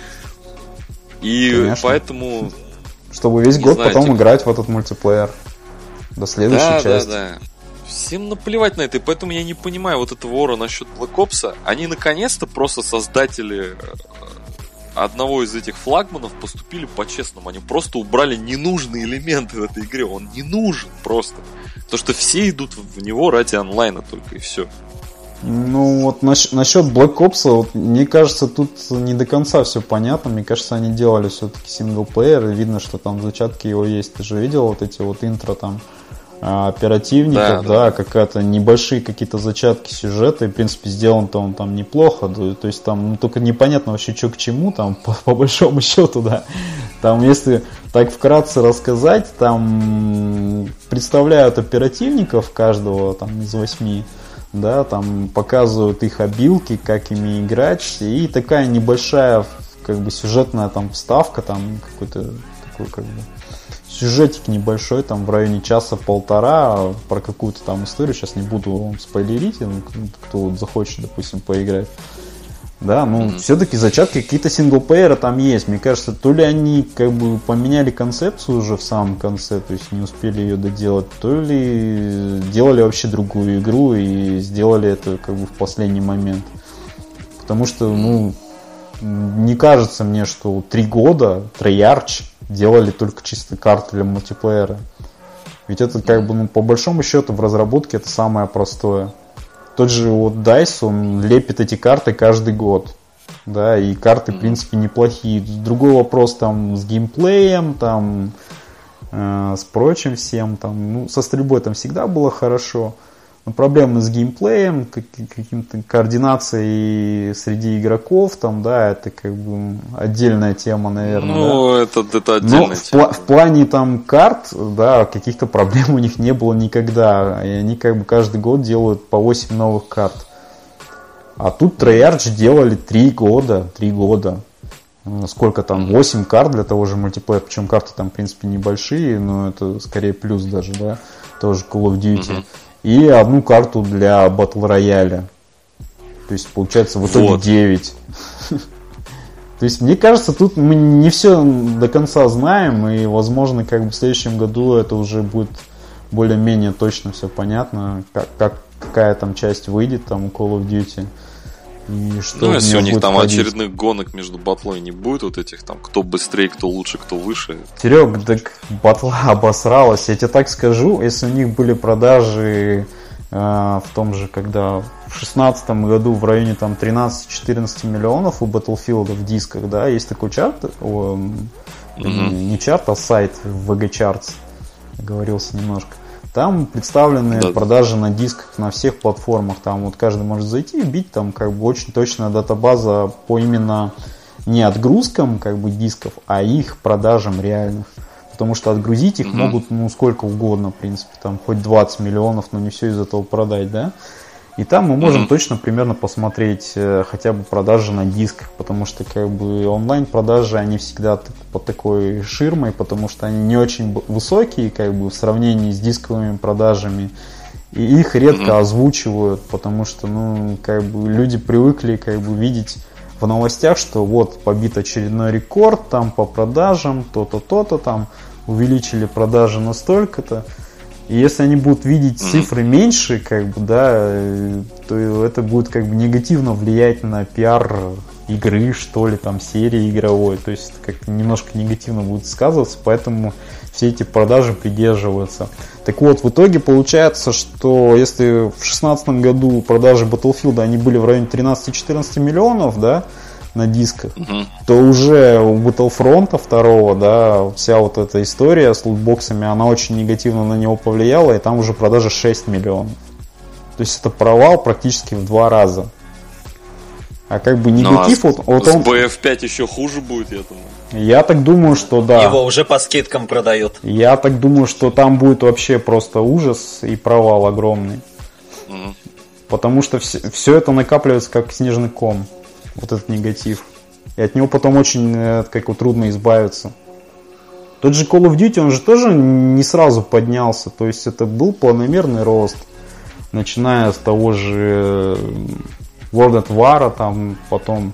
И Конечно. Поэтому... Чтобы весь год знаю, потом типа... играть в этот мультиплеер. До следующей да, части. Да, да. Всем наплевать на это, и поэтому я не понимаю вот этого ора насчет Black Ops. Они наконец-то просто создатели одного из этих флагманов поступили по-честному. Они просто убрали ненужные элементы в этой игре. Он не нужен просто. Потому что все идут в него ради онлайна только, и все. Ну вот насчет Black Ops, вот, мне кажется, тут не до конца все понятно. Мне кажется, они делали все-таки синглплеер, и видно, что там зачатки его есть. Ты же видел вот эти вот интро там оперативников, да, да, да, какая-то небольшие какие-то зачатки сюжета, и в принципе сделан-то он там неплохо, то есть там ну, только непонятно вообще что к чему, там по, по большому счету, да, там если так вкратце рассказать, там представляют оперативников каждого там из восьми, да, там показывают их обилки, как ими играть, и такая небольшая как бы сюжетная там вставка, там какой-то такой как бы сюжетик небольшой, там в районе часа-полтора про какую-то там историю, сейчас не буду вам спойлерить, кто вот захочет, допустим, поиграть. Да, ну, mm-hmm. все-таки зачатки какие-то синглплеера там есть. Мне кажется, то ли они как бы поменяли концепцию уже в самом конце, то есть не успели ее доделать, то ли делали вообще другую игру и сделали это как бы в последний момент. Потому что, ну, не кажется мне, что три года Treyarch делали только чисто карты для мультиплеера. Ведь это как бы, ну, по большому счету в разработке это самое простое. Тот же вот DICE, он лепит эти карты каждый год. Да, и карты, в принципе, неплохие. Другой вопрос там с геймплеем, там э, с прочим всем. Там, ну, со стрельбой там всегда было хорошо. Но проблемы с геймплеем, как, каким-то координацией среди игроков, там, да, это как бы отдельная тема, наверное. Ну, да. это, это отдельная Но тема. В, в плане там карт, да, каких-то проблем у них не было никогда. И они как бы каждый год делают по восемь новых карт. А тут Treyarch делали три года, три года. Сколько там, восемь карт для того же мультиплеера, причем карты там, в принципе, небольшие, но это скорее плюс даже, да, тоже Call of Duty. Mm-hmm. И одну карту для Battle Royale. То есть, получается, в итоге вот. девять. То есть, мне кажется, тут мы не все до конца знаем, и, возможно, как бы в следующем году это уже будет более-менее точно все понятно, как, как, какая там часть выйдет там у Call of Duty. И что ну, если у них там входить. Очередных гонок между батлой не будет, вот этих там, кто быстрее, кто лучше, кто выше. Серег, так батла обосралась. Я тебе так скажу, если у них были продажи э, в том же, когда в шестнадцатом году в районе там тринадцать-четырнадцать миллионов у Battlefield в дисках, да, есть такой чарт, о, mm-hmm. не, не чарт, а сайт ви джи Charts, оговорился немножко. Там представлены да. продажи на дисках на всех платформах. Там вот каждый может зайти и бить, там как бы очень точная датабаза по именно не отгрузкам как бы дисков, а их продажам реальных. Потому что отгрузить их mm-hmm. могут ну сколько угодно, в принципе, там хоть двадцать миллионов, но не все из этого продать, да. И там мы можем mm-hmm. точно примерно посмотреть э, хотя бы продажи на дисках, потому что как бы онлайн-продажи, они всегда под такой ширмой, потому что они не очень высокие как бы в сравнении с дисковыми продажами, и их редко mm-hmm. озвучивают, потому что ну как бы люди привыкли как бы видеть в новостях, что вот побит очередной рекорд там по продажам, то-то, то-то там увеличили продажи настолько-то. И если они будут видеть цифры меньше, как бы, да, то это будет как бы негативно влиять на пиар игры, что ли, там, серии игровой. То есть как-то немножко негативно будет сказываться, поэтому все эти продажи придерживаются. Так вот, в итоге получается, что если в шестнадцатом году продажи Battlefield, они были в районе тринадцать-четырнадцать миллионов, да, на дисках, uh-huh. то уже у Battlefront второго, да, вся вот эта история с лутбоксами, она очень негативно на него повлияла, и там уже продажи шесть миллионов. То есть это провал практически в два раза. А как бы негатив... Ну, а вот, вот с он... би эф пять еще хуже будет, я думаю. Я так думаю, что да. Его уже по скидкам продают. Я так думаю, что там будет вообще просто ужас и провал огромный. Uh-huh. Потому что все, все это накапливается как снежный ком. Вот этот негатив. И от него потом очень как вот, трудно избавиться. Тот же Call of Duty, он же тоже не сразу поднялся. То есть это был планомерный рост. Начиная с того же World at War, там, потом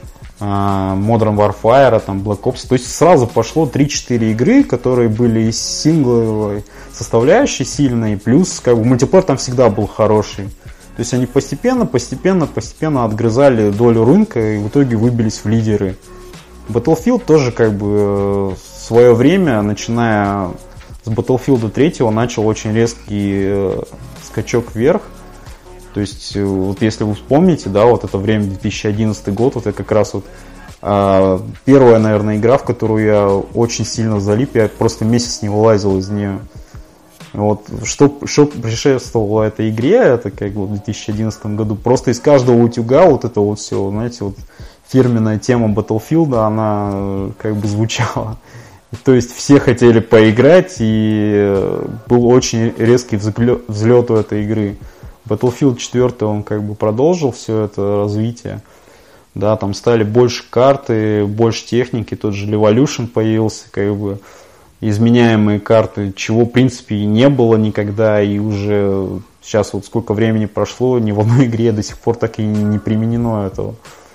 Modern Warfare, там, Black Ops. То есть сразу пошло три-четыре игры, которые были из сингловой составляющей сильной, плюс как бы мультиплеер там всегда был хороший. То есть они постепенно, постепенно, постепенно отгрызали долю рынка и в итоге выбились в лидеры. Battlefield тоже как бы в свое время, начиная с Battlefield три, начал очень резкий скачок вверх. То есть, вот если вы вспомните, да, вот это время две тысячи одиннадцатый год, вот это как раз вот э, первая, наверное, игра, в которую я очень сильно залип, я просто месяц не вылазил из нее. Вот, что, что предшествовало этой игре, это как бы в две тысячи одиннадцатом году, просто из каждого утюга вот это вот все, знаете, вот фирменная тема Battlefield, она как бы звучала. То есть все хотели поиграть, и был очень резкий взлет, взлет у этой игры. Battlefield четыре, он как бы продолжил все это развитие. Да, там стали больше карты, больше техники, тот же Revolution появился, как бы изменяемые карты, чего в принципе и не было никогда, и уже сейчас вот сколько времени прошло, ни в одной игре до сих пор так и не применено этого.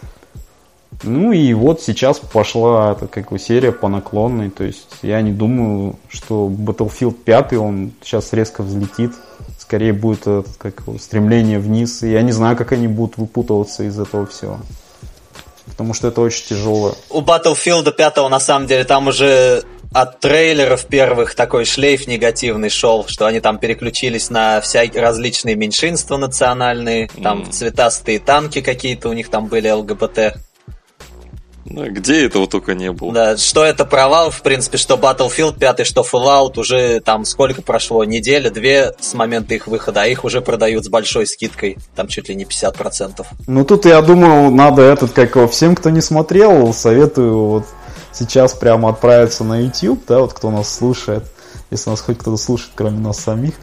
Ну и вот сейчас пошла эта как бы серия по наклонной, то есть я не думаю, что Battlefield пять, он сейчас резко взлетит. Скорее будет это, как, стремление вниз. И я не знаю, как они будут выпутываться из этого всего. Потому что это очень тяжело. У Battlefield пять на самом деле там уже от трейлеров первых такой шлейф негативный шел, что они там переключились на всякие различные меньшинства национальные. Там mm. цветастые танки какие-то у них там были, ЛГБТ. Да, где этого только не было. Да, что это провал, в принципе, что Battlefield пять, что Fallout, уже там сколько прошло, неделя, две с момента их выхода, а их уже продают с большой скидкой, там чуть ли не пятьдесят процентов. Ну тут, я думаю, надо этот, как его, всем, кто не смотрел, советую вот сейчас прямо отправиться на YouTube, да, вот кто нас слушает, если нас хоть кто-то слушает, кроме нас самих,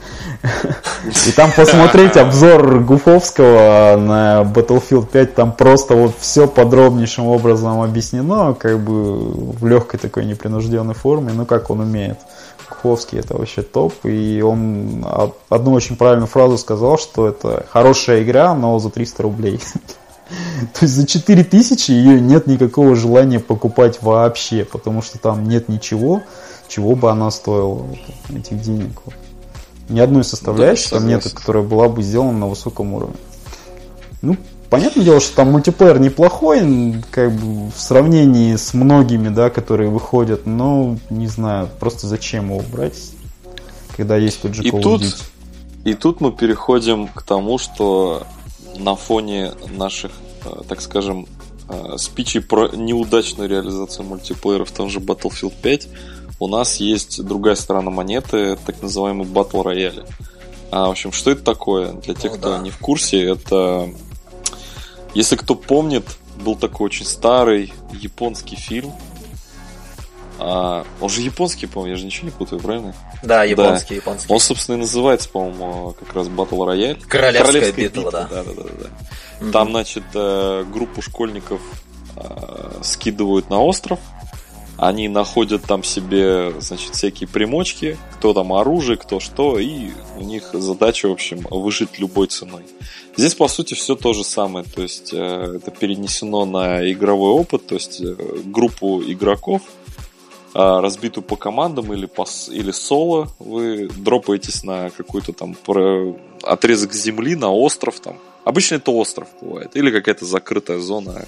и там посмотреть обзор Гуфовского на Battlefield пять, там просто вот все подробнейшим образом объяснено, как бы в легкой такой непринужденной форме, ну как он умеет. Гуфовский это вообще топ, и он одну очень правильную фразу сказал, что это хорошая игра, но за триста рублей. То есть за четыре тысячи ее нет никакого желания покупать вообще, потому что там нет ничего, чего бы она стоила этих денег. Ни одной составляющей да, там нет, которая была бы сделана на высоком уровне. Ну, понятное дело, что там мультиплеер неплохой, как бы в сравнении с многими, да, которые выходят, но не знаю, просто зачем его брать, когда есть тот же Call of Duty. И тут мы переходим к тому, что на фоне наших, так скажем, спичей про неудачную реализацию мультиплеера в том же Battlefield пять, у нас есть другая сторона монеты, так называемый Battle Royale. А, в общем, что это такое? Для тех, О, кто да. не в курсе, это... Если кто помнит, был такой очень старый японский фильм. А, он же японский, по-моему, я же ничего не путаю, правильно? Да, японский, да. японский. Он, собственно, и называется, по-моему, как раз Battle Royale. Королевская, Королевская битва, битва, да. да, да, да, да. Mm-hmm. Там, значит, группу школьников скидывают на остров. Они находят там себе, значит, всякие примочки, кто там оружие, кто что, и у них задача, в общем, выжить любой ценой. Здесь, по сути, все то же самое, то есть э, это перенесено на игровой опыт, то есть э, группу игроков, э, разбитую по командам или, по, или соло, вы дропаетесь на какой-то там отрезок земли, на остров там. Обычно это остров бывает, или какая-то закрытая зона.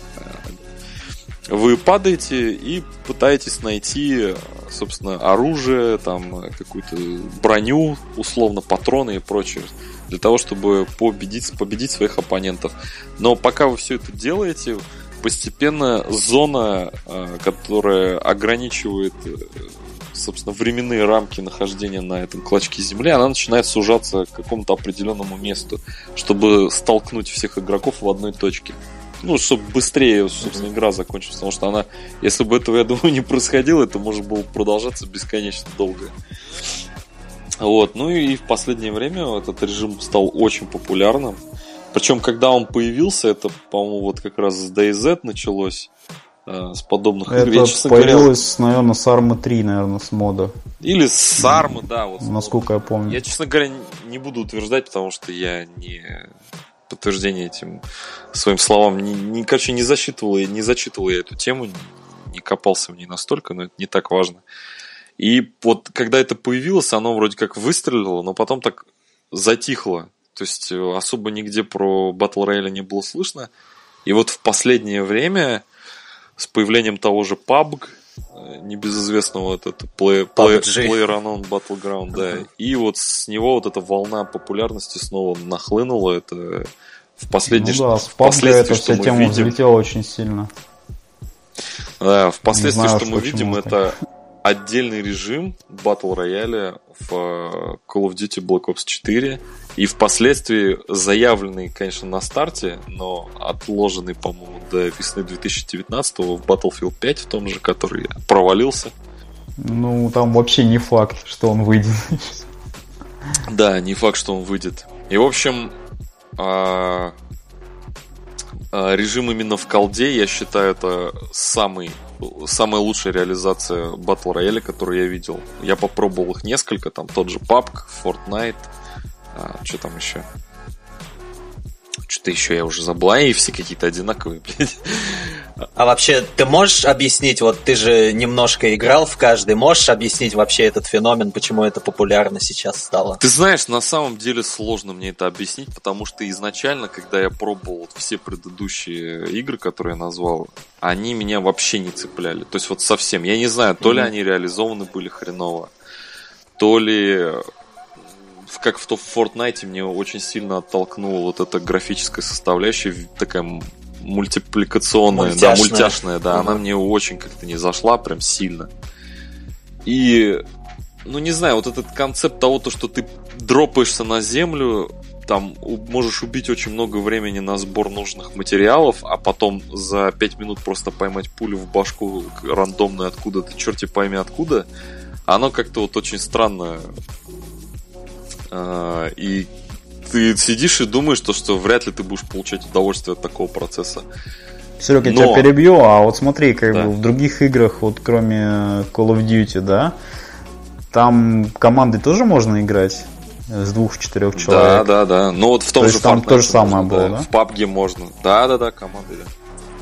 Вы падаете и пытаетесь найти, собственно, оружие, там, какую-то броню, условно, патроны и прочее, для того, чтобы победить, победить своих оппонентов. Но пока вы все это делаете, постепенно зона, которая ограничивает, собственно, временные рамки нахождения на этом клочке земли, она начинает сужаться к какому-то определенному месту, чтобы столкнуть всех игроков в одной точке. Ну, чтобы быстрее, собственно, игра закончилась. Потому что она, если бы этого, я думаю, не происходило, это может было продолжаться бесконечно долго. Вот. Ну и в последнее время этот режим стал очень популярным. Причем, когда он появился, это, по-моему, вот как раз с ди зет началось. Э, с подобных игр. Это я, появилось, говоря, наверное, с Армы три, наверное, с мода. Или с Армы, да. Вот, насколько я помню. Я, честно говоря, не буду утверждать, потому что я не... подтверждение этим своим словам. Не, не, короче, не зачитывал, не зачитывал я эту тему, не, не копался в ней настолько, но это не так важно. И вот когда это появилось, оно вроде как выстрелило, но потом так затихло. То есть особо нигде про Battle Royale не было слышно. И вот в последнее время с появлением того же пабг, небезызвестного вот это Play, Play, PlayerUnknown Battleground, да, и вот с него вот эта волна популярности снова нахлынула. Это в последние ну да, в пабг эта вся тема видим... взлетела очень сильно. Да, впоследствии, что мы видим, так. это отдельный режим Battle Royale в Call of Duty Black Ops четыре. И впоследствии заявленный, конечно, на старте, но отложенный, по-моему, до весны две тысячи девятнадцатого в Battlefield пять, в том же, который провалился. Ну, там вообще не факт, что он выйдет. Да, не факт, что он выйдет. И, в общем, режим именно в колде, я считаю, это самый, самая лучшая реализация Battle Royale, которую я видел. Я попробовал их несколько, там тот же пабг, Fortnite. А, что там еще? Что-то еще я уже забыл. И все какие-то одинаковые, блядь. А вообще, ты можешь объяснить, вот ты же немножко играл в каждый, можешь объяснить вообще этот феномен, почему это популярно сейчас стало? Ты знаешь, на самом деле сложно мне это объяснить, потому что изначально, когда я пробовал вот все предыдущие игры, которые я назвал, они меня вообще не цепляли. То есть вот совсем. Я не знаю, то ли mm-hmm. они реализованы были хреново, то ли... Как в, в Fortnite мне очень сильно оттолкнула вот эта графическая составляющая, такая мультипликационная, мультяшная. да, мультяшная, да, угу. Она мне очень как-то не зашла, прям сильно. И, ну не знаю, вот этот концепт того, то, что ты дропаешься на землю, там можешь убить очень много времени на сбор нужных материалов, а потом за пять минут просто поймать пулю в башку рандомную откуда-то, черти пойми откуда, оно как-то вот очень странно. И ты сидишь и думаешь, что, что вряд ли ты будешь получать удовольствие от такого процесса. Серега, я Но... тебя перебью, а вот смотри, как да. бы в других играх, вот кроме Call of Duty, да, там команды тоже можно играть с двух-четырех человек. Да, да, да. Ну вот в том то же есть там то же самое можно, было, да? да? В пабг можно. Да, да, да, команды, да.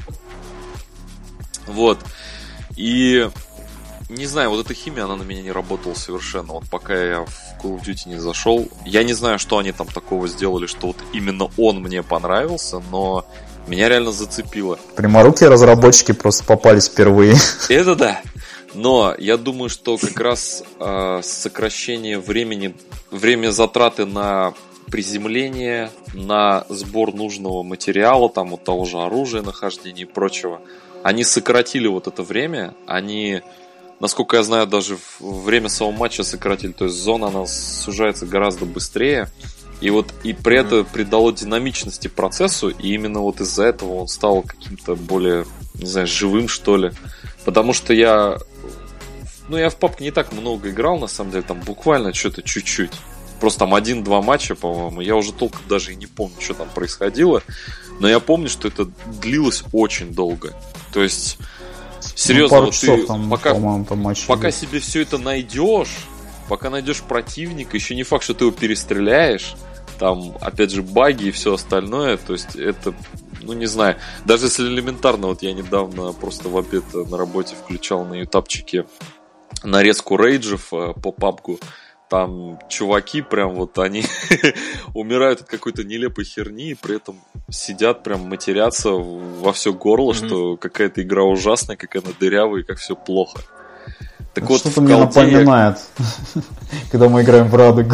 Вот. И не знаю, вот эта химия, она на меня не работала совершенно. Вот пока я в Call of Duty не зашел. Я не знаю, что они там такого сделали, что вот именно он мне понравился, но меня реально зацепило. Пряморукие разработчики просто попались впервые. Это да. Но я думаю, что как раз э, сокращение времени, время затраты на приземление, на сбор нужного материала, там вот того же оружия, нахождения и прочего, они сократили вот это время, они... Насколько я знаю, даже время самого матча сократили. То есть зона, она сужается гораздо быстрее. И вот и при mm-hmm. этом придало динамичности процессу. И именно вот из-за этого он стал каким-то более, не знаю, живым, что ли. Потому что я... Ну, я в пабг не так много играл, на самом деле. Там буквально что-то чуть-чуть. Просто там один-два матча, по-моему. Я уже толком даже и не помню, что там происходило. Но я помню, что это длилось очень долго. То есть... Серьезно, ну, вот ты там, пока, там пока себе все это найдешь, пока найдешь противника, еще не факт, что ты его перестреляешь, там, опять же, баги и все остальное, то есть это, ну, не знаю, даже если элементарно, вот я недавно просто в обед на работе включал на ютубчике нарезку рейджев по пабгу, там чуваки прям вот они умирают от какой-то нелепой херни и при этом сидят прям матерятся во все горло, mm-hmm. что какая-то игра ужасная, как она дырявая и как все плохо. Так вот, что-то мне напоминает, я... когда мы играем в Радугу.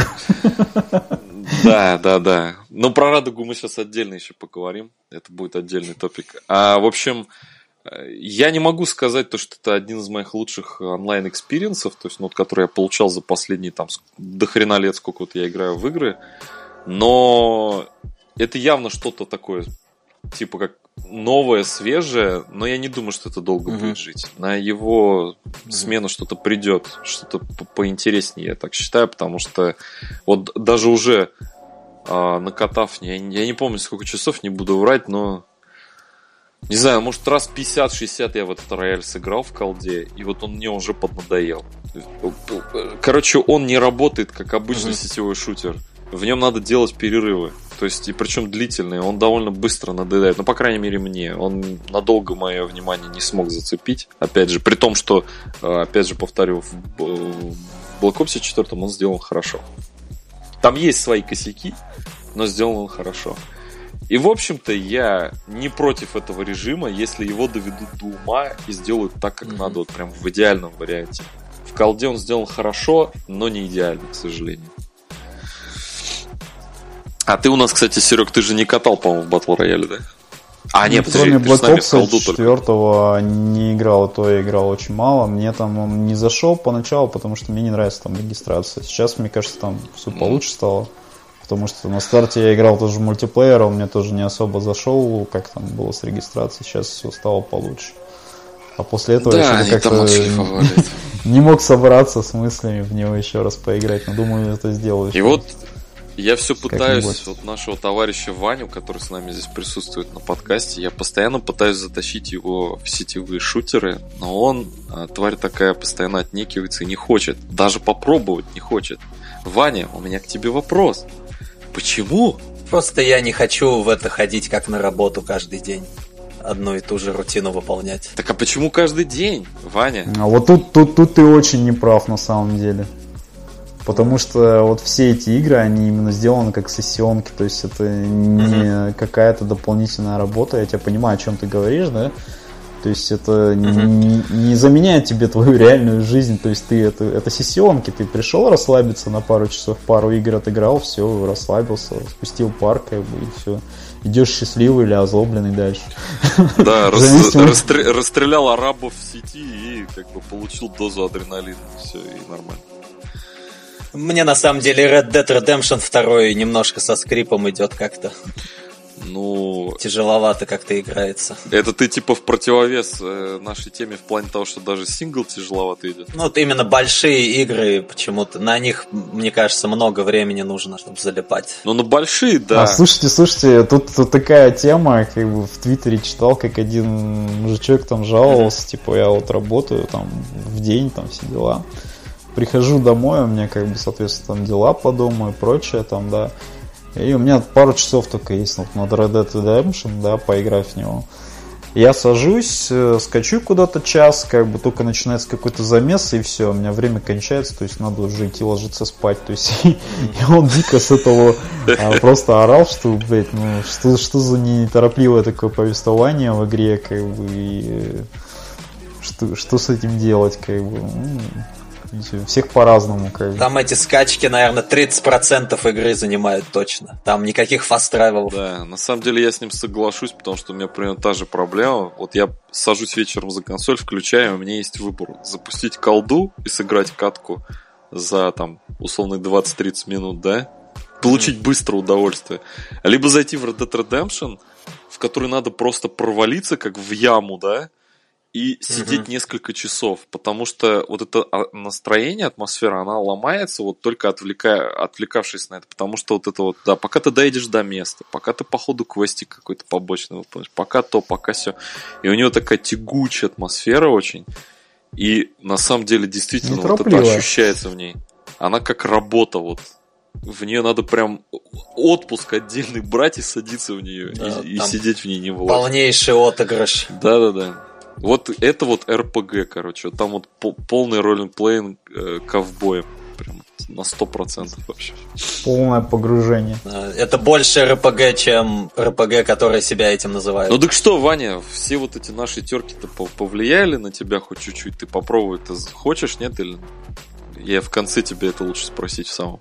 Да, да, да. Но про Радугу мы сейчас отдельно еще поговорим. Это будет отдельный топик. А, в общем... Я не могу сказать, то, что это один из моих лучших онлайн-экспириенсов, то есть, ну, который я получал за последние там до хрена лет, сколько вот я играю в игры, но это явно что-то такое, типа как новое, свежее, но я не думаю, что это долго mm-hmm. будет жить. На его смену что-то придет, что-то поинтереснее, я так считаю, потому что вот даже уже а, накатав, я, я не помню, сколько часов, не буду врать, но не знаю, может раз пятьдесят-шестьдесят я в этот рояль сыграл в колде, и вот он мне уже поднадоел. Короче, он не работает как обычный mm-hmm. сетевой шутер. В нем надо делать перерывы. То есть, и причем длительный, он довольно быстро надоедает. Ну, по крайней мере, мне. Он надолго мое внимание не смог зацепить. Опять же, при том, что, опять же, повторю, в Black Ops четыре он сделан хорошо. Там есть свои косяки, но сделан он хорошо. И, в общем-то, я не против этого режима, если его доведут до ума и сделают так, как mm-hmm. надо, вот прям в идеальном варианте. В колде он сделан хорошо, но не идеально, к сожалению. А ты у нас, кстати, Серег, ты же не катал, по-моему, в Battle Royale, да? А, нет, подожди, кроме Black Ops четвертого не играл, то я играл очень мало. Мне там он не зашел поначалу, потому что мне не нравится там регистрация. Сейчас, мне кажется, там все mm. получше стало. Потому что на старте я играл тоже в мультиплеер, он мне тоже не особо зашел, как там было с регистрацией. Сейчас все стало получше. А после этого да, я что-то как-то не мог собраться с мыслями в него еще раз поиграть. Но думаю, это сделаю. И вот я все пытаюсь, вот нашего товарища Ваню, который с нами здесь присутствует на подкасте, я постоянно пытаюсь затащить его в сетевые шутеры, но он, тварь такая, постоянно отнекивается и не хочет. Даже попробовать не хочет. Ваня, у меня к тебе вопрос. Почему? Просто я не хочу в это ходить как на работу каждый день. Одну и ту же рутину выполнять. Так а почему каждый день, Ваня? А вот тут, тут, тут ты очень неправ на самом деле. Потому что вот все эти игры, они именно сделаны как сессионки. То есть это не uh-huh. какая-то дополнительная работа. Я тебя понимаю, о чем ты говоришь, да? То есть это uh-huh. не, не заменяет тебе твою реальную жизнь. То есть ты это, это сессионки. Ты пришел расслабиться на пару часов, пару игр отыграл, все, расслабился, спустил пар, как бы, и все. Идешь счастливый или озлобленный дальше. Да, расстрелял арабов в сети и как бы получил дозу адреналина. Все, и нормально. Мне на самом деле Red Dead Redemption два немножко со скрипом идет как-то. Ну... Тяжеловато как-то играется. Это ты типа в противовес э, нашей теме в плане того, что даже сингл тяжеловато идет? Ну, вот именно большие игры почему-то. На них, мне кажется, много времени нужно, чтобы залипать. Ну, на большие, да. А, слушайте, слушайте, тут, тут такая тема, как бы в Твиттере читал, как один мужичок там жаловался, mm-hmm. типа, я вот работаю там в день, там все дела. Прихожу домой, у меня, как бы, соответственно, там дела по дому и прочее, там, да. И у меня пару часов только есть вот, над Red Dead Redemption, да, поиграть в него. Я сажусь, э, скачу куда-то час, как бы только начинается какой-то замес, и все, у меня время кончается, то есть надо уже идти ложиться спать. То есть и он дико с этого просто орал, что, блядь, ну, что, что за неторопливое такое повествование в игре, как бы, и что, что с этим делать, как бы, ну, всех по-разному. Как бы. Там эти скачки, наверное, тридцать процентов игры занимают точно. Там никаких фаст-тревелов. Да, на самом деле я с ним соглашусь, потому что у меня примерно та же проблема. Вот я сажусь вечером за консоль, включаю, у меня есть выбор. Запустить колду и сыграть катку за, там, условно, двадцать-тридцать минут, да? Получить mm-hmm. быстро удовольствие. Либо зайти в Red Dead Redemption, в который надо просто провалиться, как в яму, да? И сидеть uh-huh. несколько часов, потому что вот это настроение, атмосфера, она ломается, вот только отвлекая, отвлекавшись на это, потому что вот это вот, да, пока ты доедешь до места, пока ты по ходу квестик какой-то побочный выполняешь, пока то, пока все. И у него такая тягучая атмосфера очень, и на самом деле действительно вот это ощущается в ней. Она как работа, вот. В нее надо прям отпуск отдельный брать и садиться в нее, да, и, и сидеть в ней не влазить. Полнейший отыгрыш. Да-да-да. Вот это вот эр пи джи, короче. Там вот полный роллинг-плейн э, ковбоем. Прям на сто процентов вообще. Полное погружение. Это больше эр пи джи, чем эр пи джи, которые себя этим называют. Ну так что, Ваня, все вот эти наши терки-то повлияли на тебя хоть чуть-чуть? Ты попробовать ты хочешь, нет? Или... Я в конце тебе это лучше спросить в самом.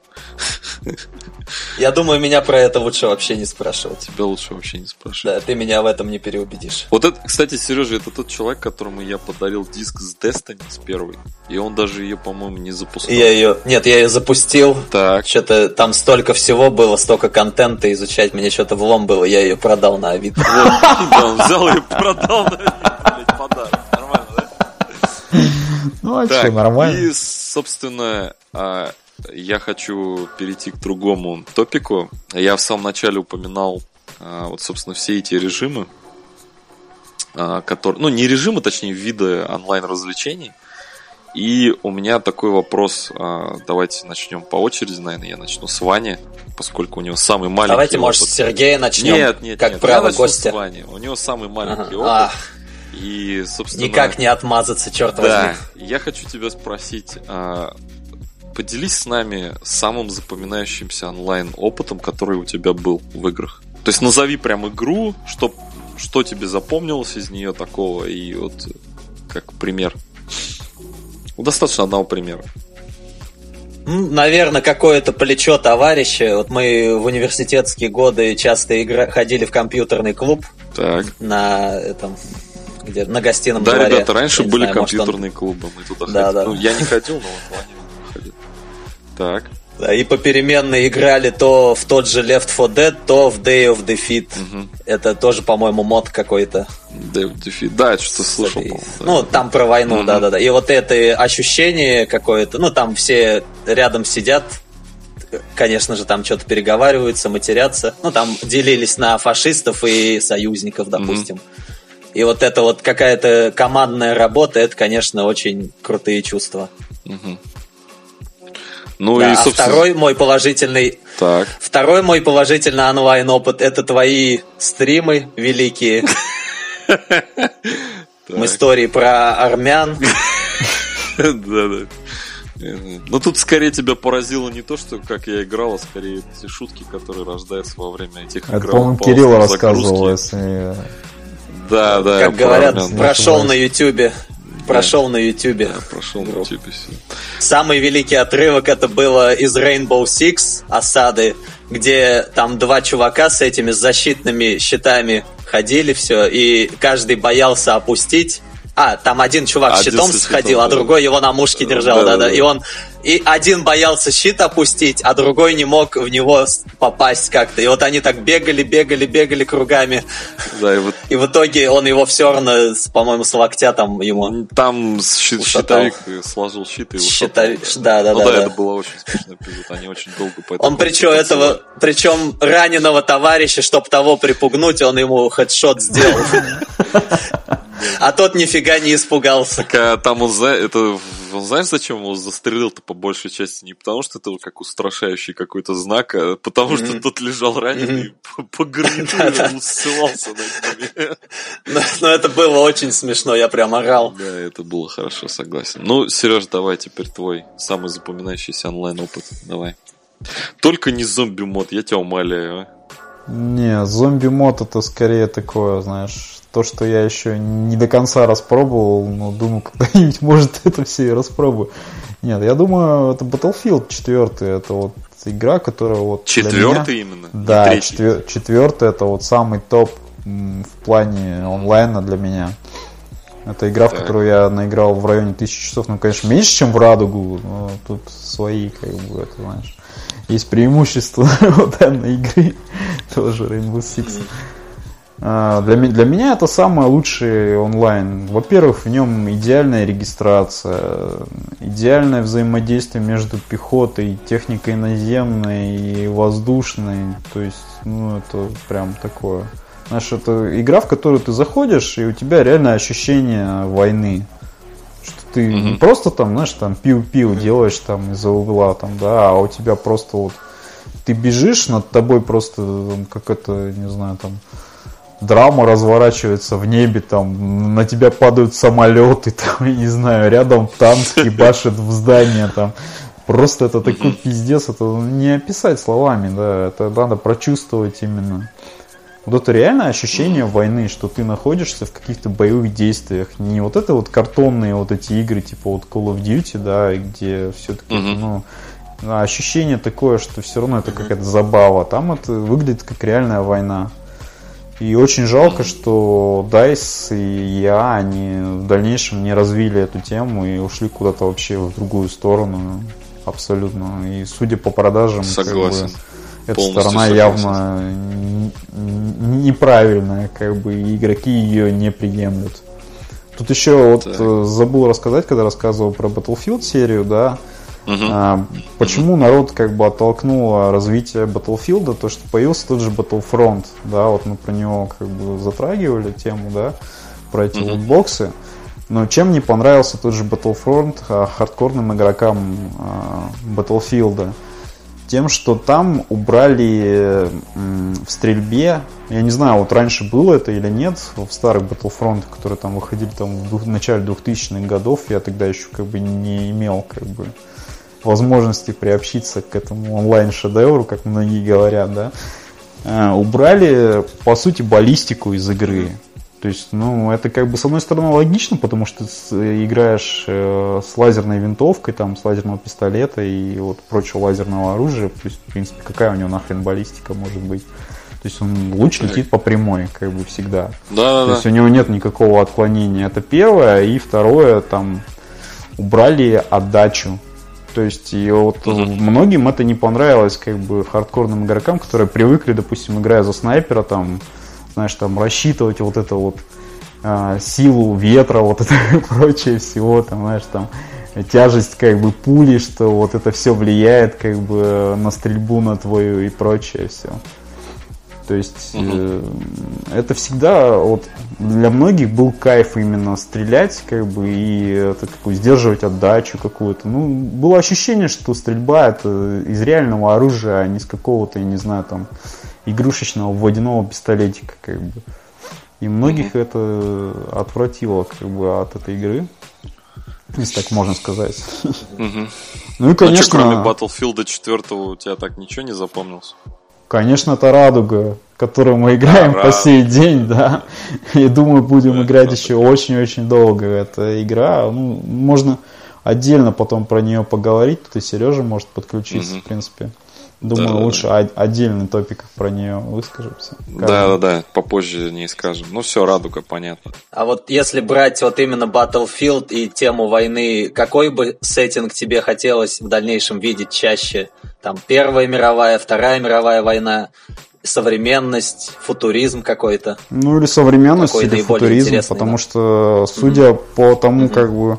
Я думаю, меня про это лучше вообще не спрашивать. Тебя лучше вообще не спрашивать. Да, ты меня в этом не переубедишь. Вот это, кстати, Сережа, это тот человек, которому я подарил диск с Destiny, с первой. И он даже ее, по-моему, не запускал. Я ее... Нет, я ее запустил. Так. Что-то там столько всего было, столько контента изучать. Мне что-то влом было, я ее продал на Авито. Вот, да, он взял и продал на Авито, блядь, подарок. Нормально, да? Ну, а что, нормально. И, собственно, я хочу перейти к другому топику. Я в самом начале упоминал, вот, собственно, все эти режимы, которые... Ну, не режимы, точнее, виды онлайн-развлечений. И у меня такой вопрос. Давайте начнем по очереди, наверное. Я начну с Вани, поскольку у него самый маленький Давайте, опыт. может, с Сергея начнем. Нет, нет, как нет. право Я начну гостя. с Вани. У него самый маленький Ага. опыт. Ах. И, собственно... Никак не отмазаться, черт Да, возьми. я хочу тебя спросить. А, поделись с нами самым запоминающимся онлайн-опытом, который у тебя был в играх. То есть назови прям игру, что, что тебе запомнилось из нее такого, и вот как пример. Достаточно одного примера. Наверное, какое-то плечо товарища. Вот мы в университетские годы часто игра... ходили в компьютерный клуб. Так. На этом... Где, на гостином да, дворе. ребята, раньше Я были знаю, компьютерные может, клубы. Мы туда да, ходили. да. Ну, я не ходил, но вот Ваня ходил. Так. Да, и попеременно играли то в тот же Left фор Dead, то в Day of Defeat. Угу. Это тоже, по-моему, мод какой-то. Day of Defeat. Да, я что-то слышал, этой... по-моему. Да. Ну, там про войну, Угу. да-да-да. И вот это ощущение какое-то, ну, там все рядом сидят, конечно же, там что-то переговариваются, матерятся. Ну, там делились на фашистов и союзников, допустим. Mm-hmm. И вот это вот какая-то командная работа, это, конечно, очень крутые чувства. Mm-hmm. Ну да, и, а собственно... второй мой положительный... Так. Второй мой положительный онлайн-опыт — это твои стримы великие. Истории про армян. Да-да. Ну, тут скорее тебя поразило не то, что как я играл, а скорее эти шутки, которые рождаются во время этих игр. Это, по-моему, Кирилл рассказывал, если... Да, да. Как говорят, прошел на Ютубе. Прошел на Ютубе. Да, прошел на Ютубе все. Самый великий отрывок это было из Rainbow Six осады, где там два чувака с этими защитными щитами ходили, все, и каждый боялся опустить. А, там один чувак один щитом щитом, сходил, да. а другой его на мушке держал, да-да. Да, да. И он и один боялся щит опустить, а другой не мог в него попасть как-то. И вот они так бегали, бегали, бегали кругами. Да, и, вот... и в итоге он его все равно, по-моему, с локтя там ему. Там щит, щитовик сложил щит и ушел. Щитовик, да, да, ну, да. да, да. это было очень смешной эпизод. Они очень долго по этому. Он причем этого, причем раненого товарища, чтобы того припугнуть, он ему хедшот сделал. А тот нифига не испугался. Так, а там он, это, он знаешь, зачем его застрелил-то по большей части? Не потому, что это как устрашающий какой-то знак, а потому, mm-hmm. что тот лежал раненый mm-hmm. и по граниту ссылался над ними. Но это было очень смешно, я прям орал. Да, это было хорошо, согласен. Ну, Сереж, давай теперь твой самый запоминающийся онлайн-опыт. Давай. Только не зомби-мод, я тебя умоляю. Не, зомби-мод это скорее такое, знаешь... То, что я еще не до конца распробовал, но думаю, когда-нибудь, может, это все и распробую. Нет, я думаю, это Battlefield четыре. Это вот игра, которая вот... Четвертый именно? Да, четвер... четвертый это вот самый топ в плане онлайна для меня. Это игра, так. в которую я наиграл в районе тысячи часов. Ну, конечно, меньше, чем в Радугу, но тут свои, как бы, это, знаешь... Есть преимущество у данной игры. Тоже Rainbow Six. Для, для меня это самый лучший онлайн. Во-первых, в нем идеальная регистрация, идеальное взаимодействие между пехотой, техникой наземной и воздушной. То есть, ну, это прям такое. Знаешь, это игра, в которую ты заходишь, и у тебя реальное ощущение войны. Что ты mm-hmm. не просто там, знаешь, там пиу-пиу делаешь там из-за угла, там, да, а у тебя просто вот ты бежишь, над тобой просто как это, не знаю, там драма разворачивается в небе, там на тебя падают самолеты, там, я не знаю, рядом танк ебашит в здание, там. Просто это такой пиздец, это не описать словами, да, это надо прочувствовать именно. Вот это реальное ощущение войны, что ты находишься в каких-то боевых действиях. Не вот это вот картонные вот эти игры, типа вот Call of Duty, да, где все-таки, mm-hmm. ну, ощущение такое, что все равно это какая-то забава. Там это выглядит как реальная война. И очень жалко, что дайс и я, они в дальнейшем не развили эту тему и ушли куда-то вообще в другую сторону. Абсолютно. И судя по продажам, согласен. Как бы, эта сторона согласен. Явно неправильная, как бы, и игроки ее не приемлют. Тут еще вот так. забыл рассказать, когда рассказывал про Battlefield серию, да, Uh-huh. А, почему uh-huh. народ как бы оттолкнуло развитие Battlefield, то что появился тот же Battlefront, да, вот мы про него как бы затрагивали тему, да, про эти uh-huh. лутбоксы. Но чем не понравился тот же Battlefront хардкорным игрокам Battlefield? Тем, что там убрали в стрельбе, я не знаю, вот раньше было это или нет, в старых Battlefront, которые там выходили там в начале двухтысячных годов, я тогда еще как бы не имел как бы возможности приобщиться к этому онлайн-шедевру, как многие говорят, да, убрали, по сути, баллистику из игры. То есть, ну, это как бы с одной стороны логично, потому что ты играешь э, с лазерной винтовкой, там, с лазерного пистолета и вот прочего лазерного оружия. То есть, в принципе, какая у него нахрен баллистика может быть? То есть, он луч летит по прямой, как бы всегда. Да, То да. есть, у него нет никакого отклонения. Это первое. И второе, там, убрали отдачу. То есть, и вот uh-huh. многим это не понравилось, как бы, хардкорным игрокам, которые привыкли, допустим, играя за снайпера, там, знаешь, там, рассчитывать вот это вот э, силу ветра, вот это и прочее всего, там, знаешь, там, тяжесть, как бы, пули, что вот это все влияет, как бы, на стрельбу на твою и прочее все. То есть, э, это всегда, вот, для многих был кайф именно стрелять, как бы, и это, как бы, сдерживать отдачу какую-то. Ну, было ощущение, что стрельба это из реального оружия, а не с какого-то, я не знаю, там, игрушечного водяного пистолетика, как бы. И многих mm-hmm. это отвратило, как бы, от этой игры, если так можно сказать. Mm-hmm. Ну и, конечно... А что, кроме Battlefield четыре у тебя так ничего не запомнилось? Конечно, это Радуга, которую мы играем а, по сей день, да. И думаю, будем да, играть еще очень-очень долго. Эта игра, ну, можно отдельно потом про нее поговорить. Тут и Сережа может подключиться, mm-hmm. в принципе. Думаю, да, лучше да. отдельный топик про нее выскажемся. Да, да, да, попозже не скажем. Ну все, Радуга, понятно. А вот если брать вот именно Battlefield и тему войны, какой бы сеттинг тебе хотелось в дальнейшем видеть чаще? Там Первая мировая, Вторая мировая война, современность, футуризм какой-то? Ну или современность, какой или футуризм, потому да? что, судя mm-hmm. по тому, mm-hmm. как бы,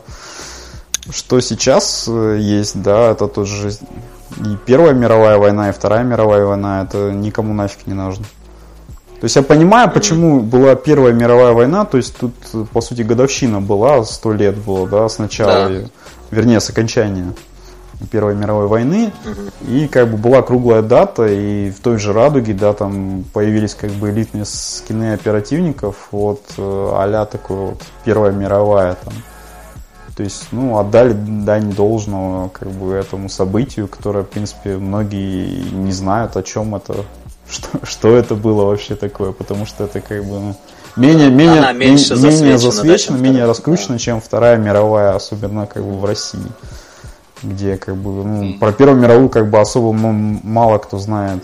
что сейчас есть, да, это тоже... И Первая мировая война, и Вторая мировая война, это никому нафиг не нужно. То есть я понимаю, почему была Первая мировая война, то есть тут, по сути, годовщина была, сто лет было, да, с начала, да. вернее, с окончания Первой мировой войны, угу. и как бы была круглая дата, и в той же Радуге, да, там появились как бы элитные скины оперативников, вот а-ля такой вот Первая мировая там. То есть, ну, отдали дань должного, как бы, этому событию, которое, в принципе, многие не знают, о чем это, что, что это было вообще такое, потому что это, как бы, ну, менее, менее, Она меньше менее засвечена, засвечено, да, менее раскручено, да. чем Вторая мировая, особенно, как бы, в России, где, как бы, ну, про Первую мировую, как бы, особо мало кто знает.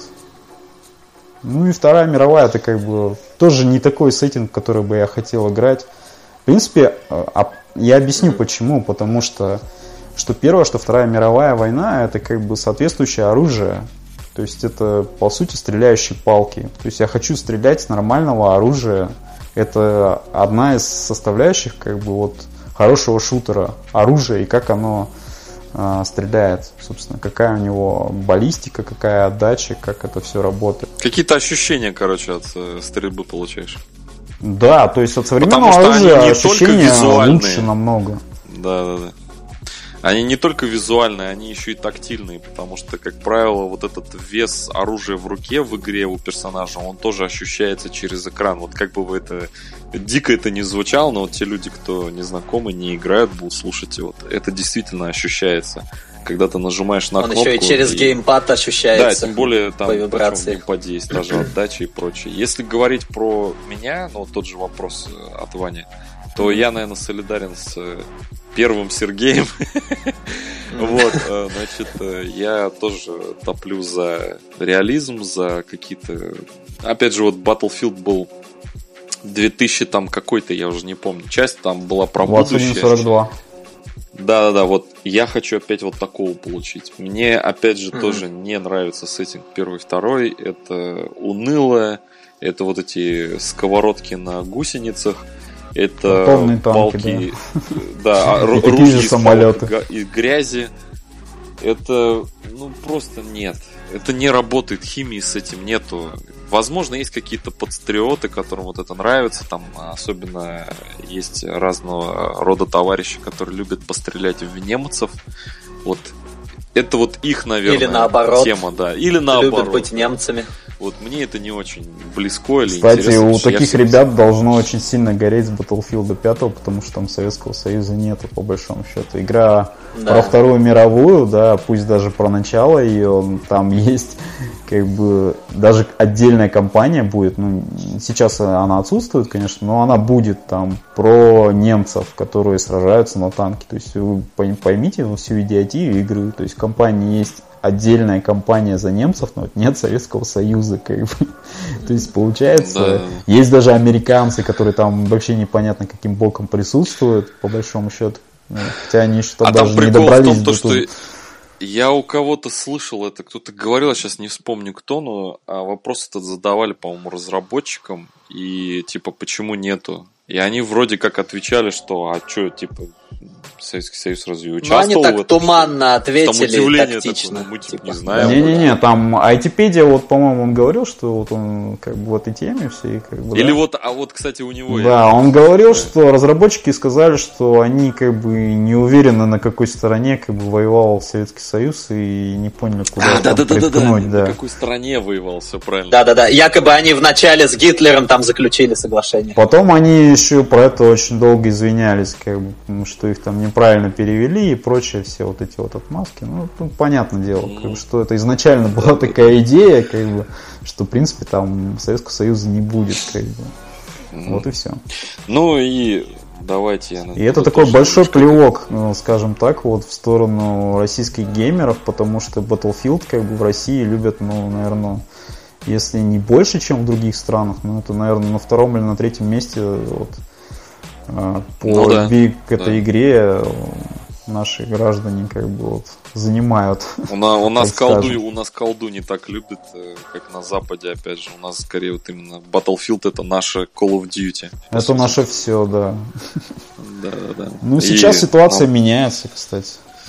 Ну, и Вторая мировая, это, как бы, тоже не такой сеттинг, в который бы я хотел играть. В принципе, я объясню mm-hmm. почему. Потому что, что Первая, что Вторая мировая война, это как бы соответствующее оружие. То есть это, по сути, стреляющие палки. То есть я хочу стрелять с нормального оружия. Это одна из составляющих, как бы, вот, хорошего шутера. Оружие и как оно э, стреляет. Собственно, какая у него баллистика, какая отдача, как это все работает. Какие-то ощущения, короче, от стрельбы получаешь. Да, то есть от современного оружия ощущения лучше намного. Да, да, да. Они не только визуальные, они еще и тактильные, потому что, как правило, вот этот вес оружия в руке в игре у персонажа, он тоже ощущается через экран. Вот как бы вы это дико это не звучало, но вот те люди, кто не знакомы, не играют, будут слушать, вот это действительно ощущается. Когда ты нажимаешь на он кнопку... Он еще и через и... геймпад ощущается. Да, тем более там по вибрации. В геймпаде есть даже отдача и прочее. Если говорить про меня, ну тот же вопрос от Вани, то я, наверное, солидарен с первым Сергеем. Вот, значит, я тоже топлю за реализм, за какие-то... Опять же, вот Battlefield был две тысячи там какой-то, я уже не помню, часть там была про будущее. сорок два. Да-да-да, вот я хочу опять вот такого получить. Мне, опять же, mm-hmm. тоже не нравится сеттинг первый и второй. Это уныло, это вот эти сковородки на гусеницах, это полные палки, да, да ружья из, из грязи. Это, ну, просто нет. Это не работает, химии с этим нету. Возможно, есть какие-то подстриоты, которым вот это нравится. Там особенно есть разного рода товарищи, которые любят пострелять в немцев. Вот это вот их, наверное, или наоборот, тема, да. Или наоборот. Любят быть немцами. Вот мне это не очень близко или Кстати, интересно. у таких все... ребят должно очень сильно гореть с Battlefield пять, потому что там Советского Союза нету, по большому счету. Игра да. про Вторую мировую, да, пусть даже про начало ее, там есть как бы даже отдельная кампания будет, ну, сейчас она отсутствует, конечно, но она будет там про немцев, которые сражаются на танке. То есть вы поймите всю идиотию игры, то есть кампания есть, отдельная кампания за немцев, но вот нет Советского Союза, как бы. То есть, получается, да. есть даже американцы, которые там вообще непонятно каким боком присутствуют, по большому счету. Хотя они что-то а даже там не добрались в том, до то, что я у кого-то слышал это, кто-то говорил, я сейчас не вспомню кто, но вопрос этот задавали, по-моему, разработчикам, и типа, почему нету? И они вроде как отвечали, что, а что, типа, Советский Союз разве участвовал? Ну, они так в этом, туманно ответили, тактично. Такое, ну, мы типа, типа. не знаем. Не-не-не, там Айтипедия, вот, по-моему, он говорил, что вот он как бы в этой теме все. Как бы, Или да? вот, а вот, кстати, у него... Да, он говорил, что разработчики сказали, что они как бы не уверены, на какой стороне как бы воевал Советский Союз и не поняли, куда а, да, да, да, да, да. да. На какой стороне воевал, все правильно. Да-да-да, якобы они вначале с Гитлером там заключили соглашение. Потом они еще про это очень долго извинялись, как бы, потому что их там неправильно перевели и прочее, все вот эти вот отмазки. Ну, ну понятное дело, как бы, что это изначально была такая идея, как бы, что в принципе там Советского Союза не будет, как бы. Вот и все. Ну и давайте я... И это такой большой плевок, скажем так, вот в сторону российских геймеров, потому что Battlefield как бы в России любят, ну, наверное, если не больше, чем в других странах, ну, это, наверное, на втором или на третьем месте вот, по ну, да, любви к этой да. игре наши граждане как бы вот занимают. У, на, у, нас колду, у нас колду не так любят, как на Западе, опять же. У нас скорее вот именно Battlefield это наше Call of Duty. Это наше все, да. Да, да, да. Ну, сейчас И, ситуация ну, меняется, кстати.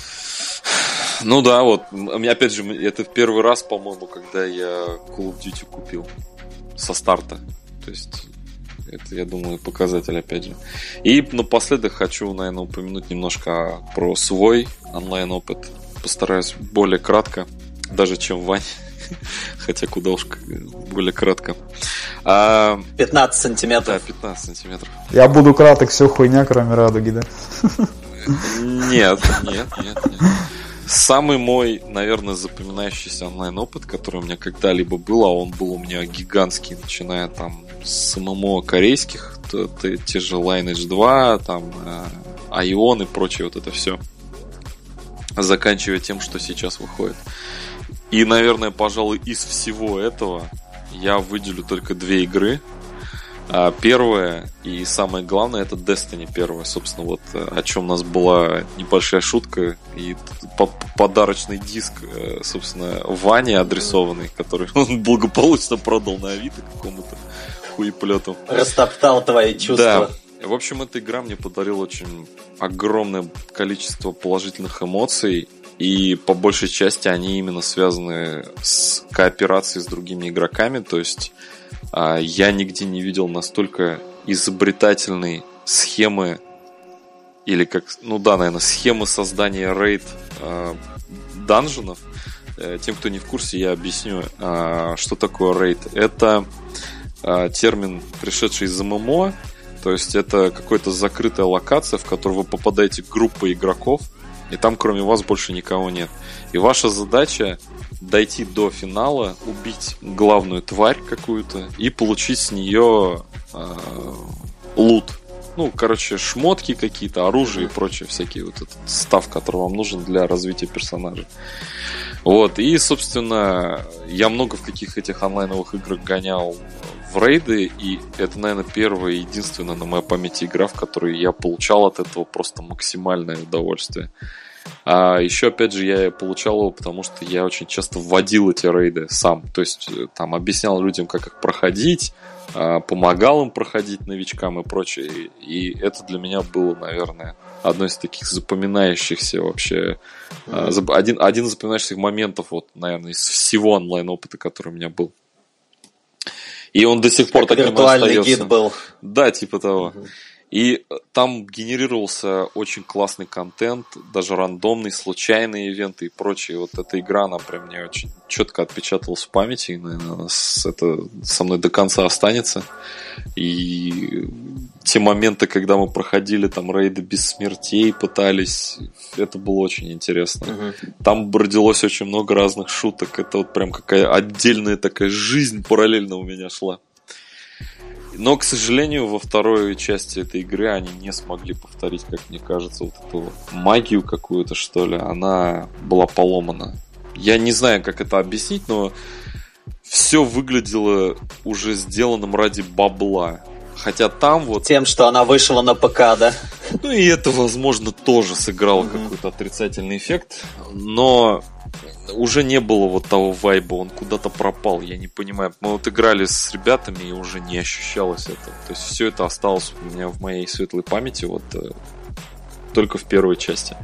Ну да, вот. Опять же, это в первый раз, по-моему, когда я Call of Duty купил со старта. То есть... Это, я думаю, показатель, опять же. И напоследок хочу, наверное, упомянуть немножко про свой онлайн-опыт. Постараюсь более кратко, даже чем Вань. Хотя куда уж более кратко. А... пятнадцать сантиметров. Да, пятнадцать сантиметров. Я буду краток, все хуйня, кроме радуги, да? Нет, нет, нет, нет. Самый мой, наверное, запоминающийся онлайн-опыт, который у меня когда-либо был, а он был у меня гигантский, начиная там с ММО корейских, то, то, те же Lineage два, там, Ion и прочее вот это все, заканчивая тем, что сейчас выходит. И, наверное, пожалуй, из всего этого я выделю только две игры. Первое и самое главное это Destiny первое, собственно, вот о чем у нас была небольшая шутка и подарочный диск, собственно, Ване адресованный, который он благополучно продал на Авито какому-то хуеплету. Растоптал твои чувства. Да. В общем, эта игра мне подарила очень огромное количество положительных эмоций, и по большей части они именно связаны с кооперацией с другими игроками, то есть я нигде не видел настолько изобретательной схемы или как, ну да, наверное, схемы создания рейд э, данженов. Э, тем, кто не в курсе, я объясню, э, что такое рейд. Это э, термин, пришедший из ММО, то есть это какая-то закрытая локация, в которую вы попадаете в группу игроков, и там кроме вас больше никого нет. И ваша задача дойти до финала, убить главную тварь какую-то и получить с нее э, лут. Ну, короче, шмотки какие-то, оружие и прочее, всякие вот этот став, который вам нужен для развития персонажа. Вот, и, собственно, я много в каких этих онлайновых играх гонял в рейды, и это, наверное, первая и единственная на моей памяти игра, в которой я получал от этого просто максимальное удовольствие. А еще, опять же, я получал его, потому что я очень часто вводил эти рейды сам. То есть, там, объяснял людям, как их проходить, помогал им проходить новичкам и прочее. И это для меня было, наверное, одно из таких запоминающихся вообще... Mm-hmm. Один, один из запоминающихся моментов, вот, наверное, из всего онлайн-опыта, который у меня был. И он до сих пор таким остается. Виртуальный гид был. Да, типа того. Mm-hmm. И там генерировался очень классный контент, даже рандомный, случайные ивенты и прочее. Вот эта игра, она прям мне очень четко отпечаталась в памяти, и, наверное, это со мной до конца останется. И те моменты, когда мы проходили там рейды без смертей, пытались, это было очень интересно. Uh-huh. Там родилось очень много разных шуток. Это вот прям какая отдельная такая жизнь параллельно у меня шла. Но, к сожалению, во второй части этой игры они не смогли повторить, как мне кажется, вот эту магию какую-то, что ли. Она была поломана. Я не знаю, как это объяснить, но все выглядело уже сделанным ради бабла. Хотя там вот... Тем, что она вышла на ПК, да? Ну и это, возможно, тоже сыграло mm-hmm. какой-то отрицательный эффект. Но... уже не было вот того вайба, он куда-то пропал, я не понимаю. Мы вот играли с ребятами, и уже не ощущалось это. То есть все это осталось у меня в моей светлой памяти вот э, только в первой части.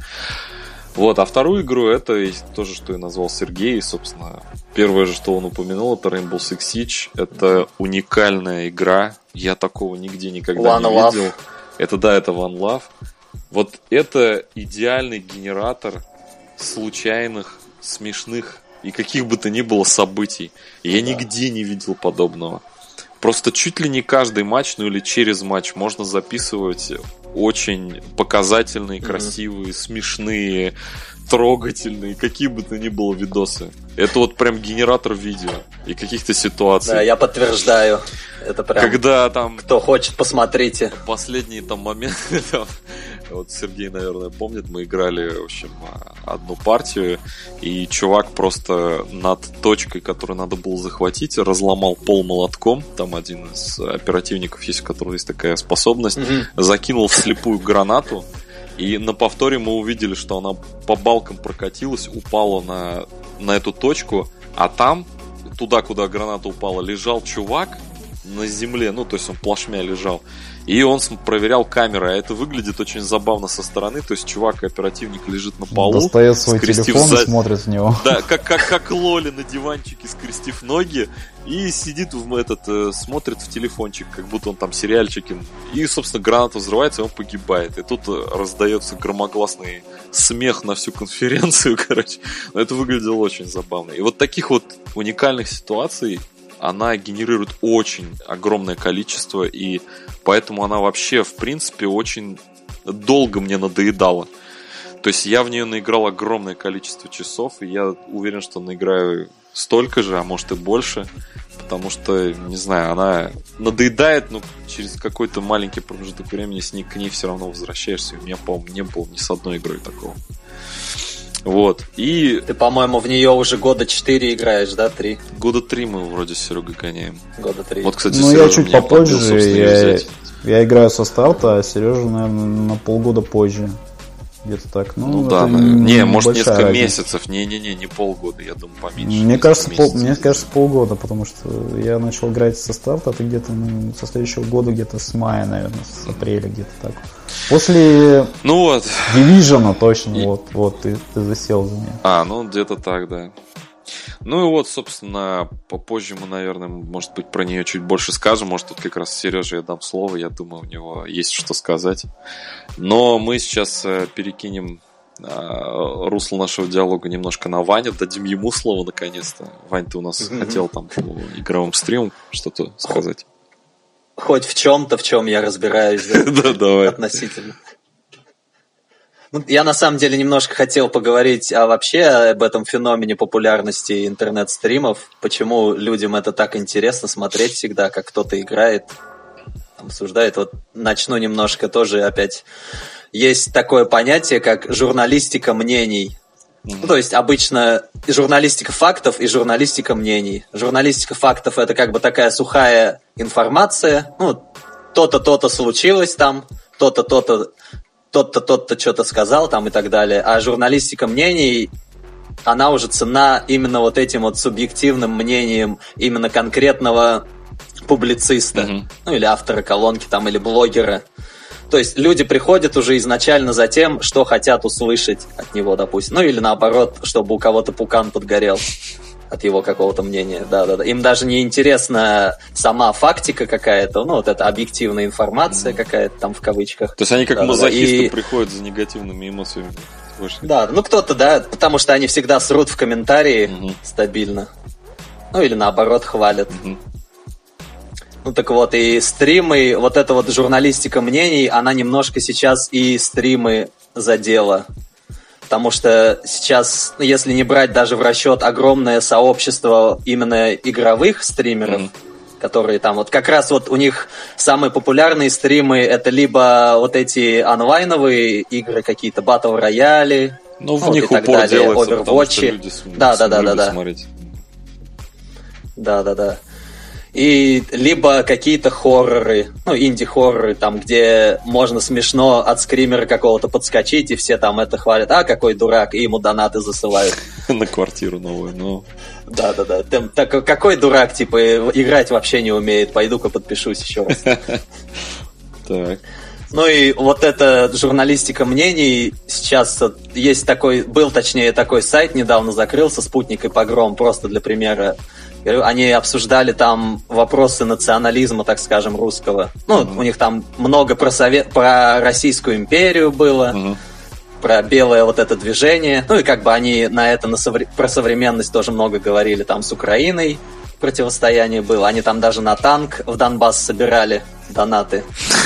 Вот, а вторую игру это то же, что и назвал Сергей, и, собственно, первое же, что он упомянул, это Rainbow Six Siege. Это уникальная игра, я такого нигде никогда One не Love. видел. Это, да, это One Love. Вот это идеальный генератор случайных, смешных и каких бы то ни было событий. И я да. нигде не видел подобного. Просто чуть ли не каждый матч, ну или через матч можно записывать очень показательные, mm-hmm. красивые, смешные, трогательные, какие бы то ни было видосы. Это вот прям генератор видео и каких-то ситуаций. Да, я подтверждаю. Это прям... Когда там... Кто хочет, посмотрите. Последние там моменты... Там, вот Сергей, наверное, помнит, мы играли, в общем, одну партию, и чувак просто над точкой, которую надо было захватить, разломал пол молотком. Там один из оперативников есть, у которого есть такая способность. Mm-hmm. Закинул вслепую гранату. И на повторе мы увидели, что она по балкам прокатилась, упала на, на эту точку, а там, туда, куда граната упала, лежал чувак на земле, ну, то есть он плашмя лежал, и он проверял камеры, а это выглядит очень забавно со стороны, то есть чувак, оперативник, лежит на полу, достает свой телефон зад... и смотрит в него. Да, как, как, как Лоли на диванчике, скрестив ноги, и сидит в этот, э, смотрит в телефончик, как будто он там сериальчики, и, собственно, граната взрывается, и он погибает, и тут раздается громогласный смех на всю конференцию, короче, но это выглядело очень забавно. И вот таких вот уникальных ситуаций она генерирует очень огромное количество, и поэтому она вообще, в принципе, очень долго мне надоедала. То есть я в нее наиграл огромное количество часов, и я уверен, что наиграю столько же, а может и больше, потому что, не знаю, она надоедает, но через какой-то маленький промежуток времени с ней, к ней все равно возвращаешься. У меня, по-моему, не было ни с одной игрой такого. Вот, и... Ты, по-моему, в нее уже года четыре играешь, да? Три? Года три мы вроде с Серегой гоняем. Года три. Вот, кстати, ну, Сережа я чуть попозже, я, я играю со старта, а Сережа, наверное, на полгода позже. Где-то так. Ну, ну да, не, не может несколько разница. месяцев, не-не-не, не полгода, я думаю, поменьше. Мне кажется, пол, мне кажется, полгода, потому что я начал играть со старта, а ты где-то ну, со следующего года, где-то с мая, наверное, с апреля, где-то так. После ну вот. Division точно, и... вот, вот, ты, ты засел за меня. А, ну где-то так, да. Ну и вот, собственно, попозже мы, наверное, может быть, про нее чуть больше скажем. Может, тут как раз Сереже я дам слово. Я думаю, у него есть что сказать. Но мы сейчас перекинем русло нашего диалога немножко на Ваню. Дадим ему слово наконец-то. Вань, ты у нас mm-hmm. хотел там по игровым стримам что-то сказать. Хоть в чем-то, в чем я разбираюсь. Да, давай. Относительно. Ну, я на самом деле немножко хотел поговорить а вообще об этом феномене популярности интернет-стримов. Почему людям это так интересно смотреть всегда, как кто-то играет, обсуждает. Вот начну немножко тоже опять. Есть такое понятие, как журналистика мнений. Mm-hmm. Ну, то есть обычно журналистика фактов и журналистика мнений. Журналистика фактов — это как бы такая сухая информация. Ну, то-то, то-то случилось там, то-то, то-то тот-то, тот-то что-то сказал там и так далее. А журналистика мнений, она уже ценна именно вот этим вот субъективным мнением именно конкретного публициста, mm-hmm. ну или автора колонки там, или блогера. То есть люди приходят уже изначально за тем, что хотят услышать от него, допустим. Ну или наоборот, чтобы у кого-то пукан подгорел от его какого-то мнения. Да-да-да. Им даже не интересна сама фактика какая-то, ну вот эта объективная информация mm-hmm. какая-то там в кавычках. То есть они как да, мазохисты и... приходят за негативными эмоциями. Да, ну кто-то, да, потому что они всегда срут в комментарии mm-hmm. стабильно. Ну или наоборот хвалят. Mm-hmm. Ну так вот, и стримы, вот эта вот журналистика мнений, она немножко сейчас и стримы задела. Потому что сейчас, если не брать даже в расчет огромное сообщество именно игровых стримеров, mm-hmm. которые там вот как раз вот у них самые популярные стримы это либо вот эти онлайновые игры, какие-то батл рояли, ну, в вот них и так упор далее, делается, Overwatch. Да, да, да, да, да. Да, да, да. И либо какие-то хорроры, ну, инди-хорроры, там, где можно смешно от скримера какого-то подскочить, и все там это хвалят, а, какой дурак, и ему донаты засылают. На квартиру новую, ну... Да-да-да, так какой дурак, типа, играть вообще не умеет, пойду-ка подпишусь еще раз. Так. Ну и вот эта журналистика мнений, сейчас есть такой, был точнее такой сайт, недавно закрылся, «Спутник и погром», просто для примера. Они обсуждали там вопросы национализма, так скажем, русского. Ну, uh-huh. у них там много про, совет... про Российскую империю было, uh-huh. про белое вот это движение. Ну и как бы они на это, на совре... про современность тоже много говорили. Там с Украиной противостояние было. Они там даже на танк в Донбасс собирали донаты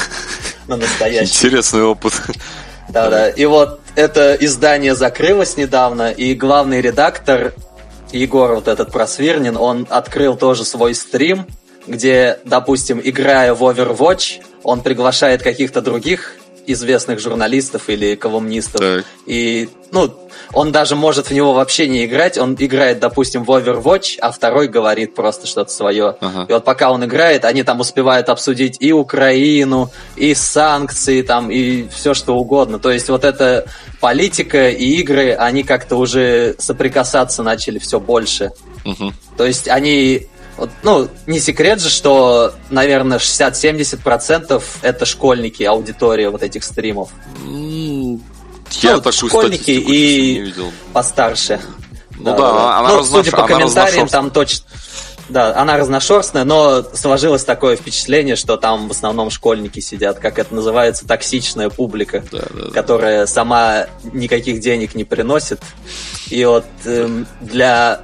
на настоящий. Интересный опыт. Да-да. И вот это издание закрылось недавно, и главный редактор... Егор, вот этот Просвирнин, он открыл тоже свой стрим, где, допустим, играя в Overwatch, он приглашает каких-то других известных журналистов или колумнистов. Так. И, ну, он даже может в него вообще не играть. Он играет, допустим, в Overwatch, а второй говорит просто что-то свое. Ага. И вот пока он играет, они там успевают обсудить и Украину, и санкции, там, и все что угодно. То есть вот эта политика и игры, они как-то уже соприкасаться начали все больше. Угу. То есть они... Вот, ну, не секрет же, что, наверное, шестьдесят-семьдесят процентов это школьники, аудитория вот этих стримов. Mm, я ну, такую школьники и не видел. Постарше. Ну да, да, да. Она ну, разнош... судя по комментариям, там точно... Да, она разношерстная, но сложилось такое впечатление, что там в основном школьники сидят, как это называется, токсичная публика, да, да, которая да. сама никаких денег не приносит. И вот эм, для...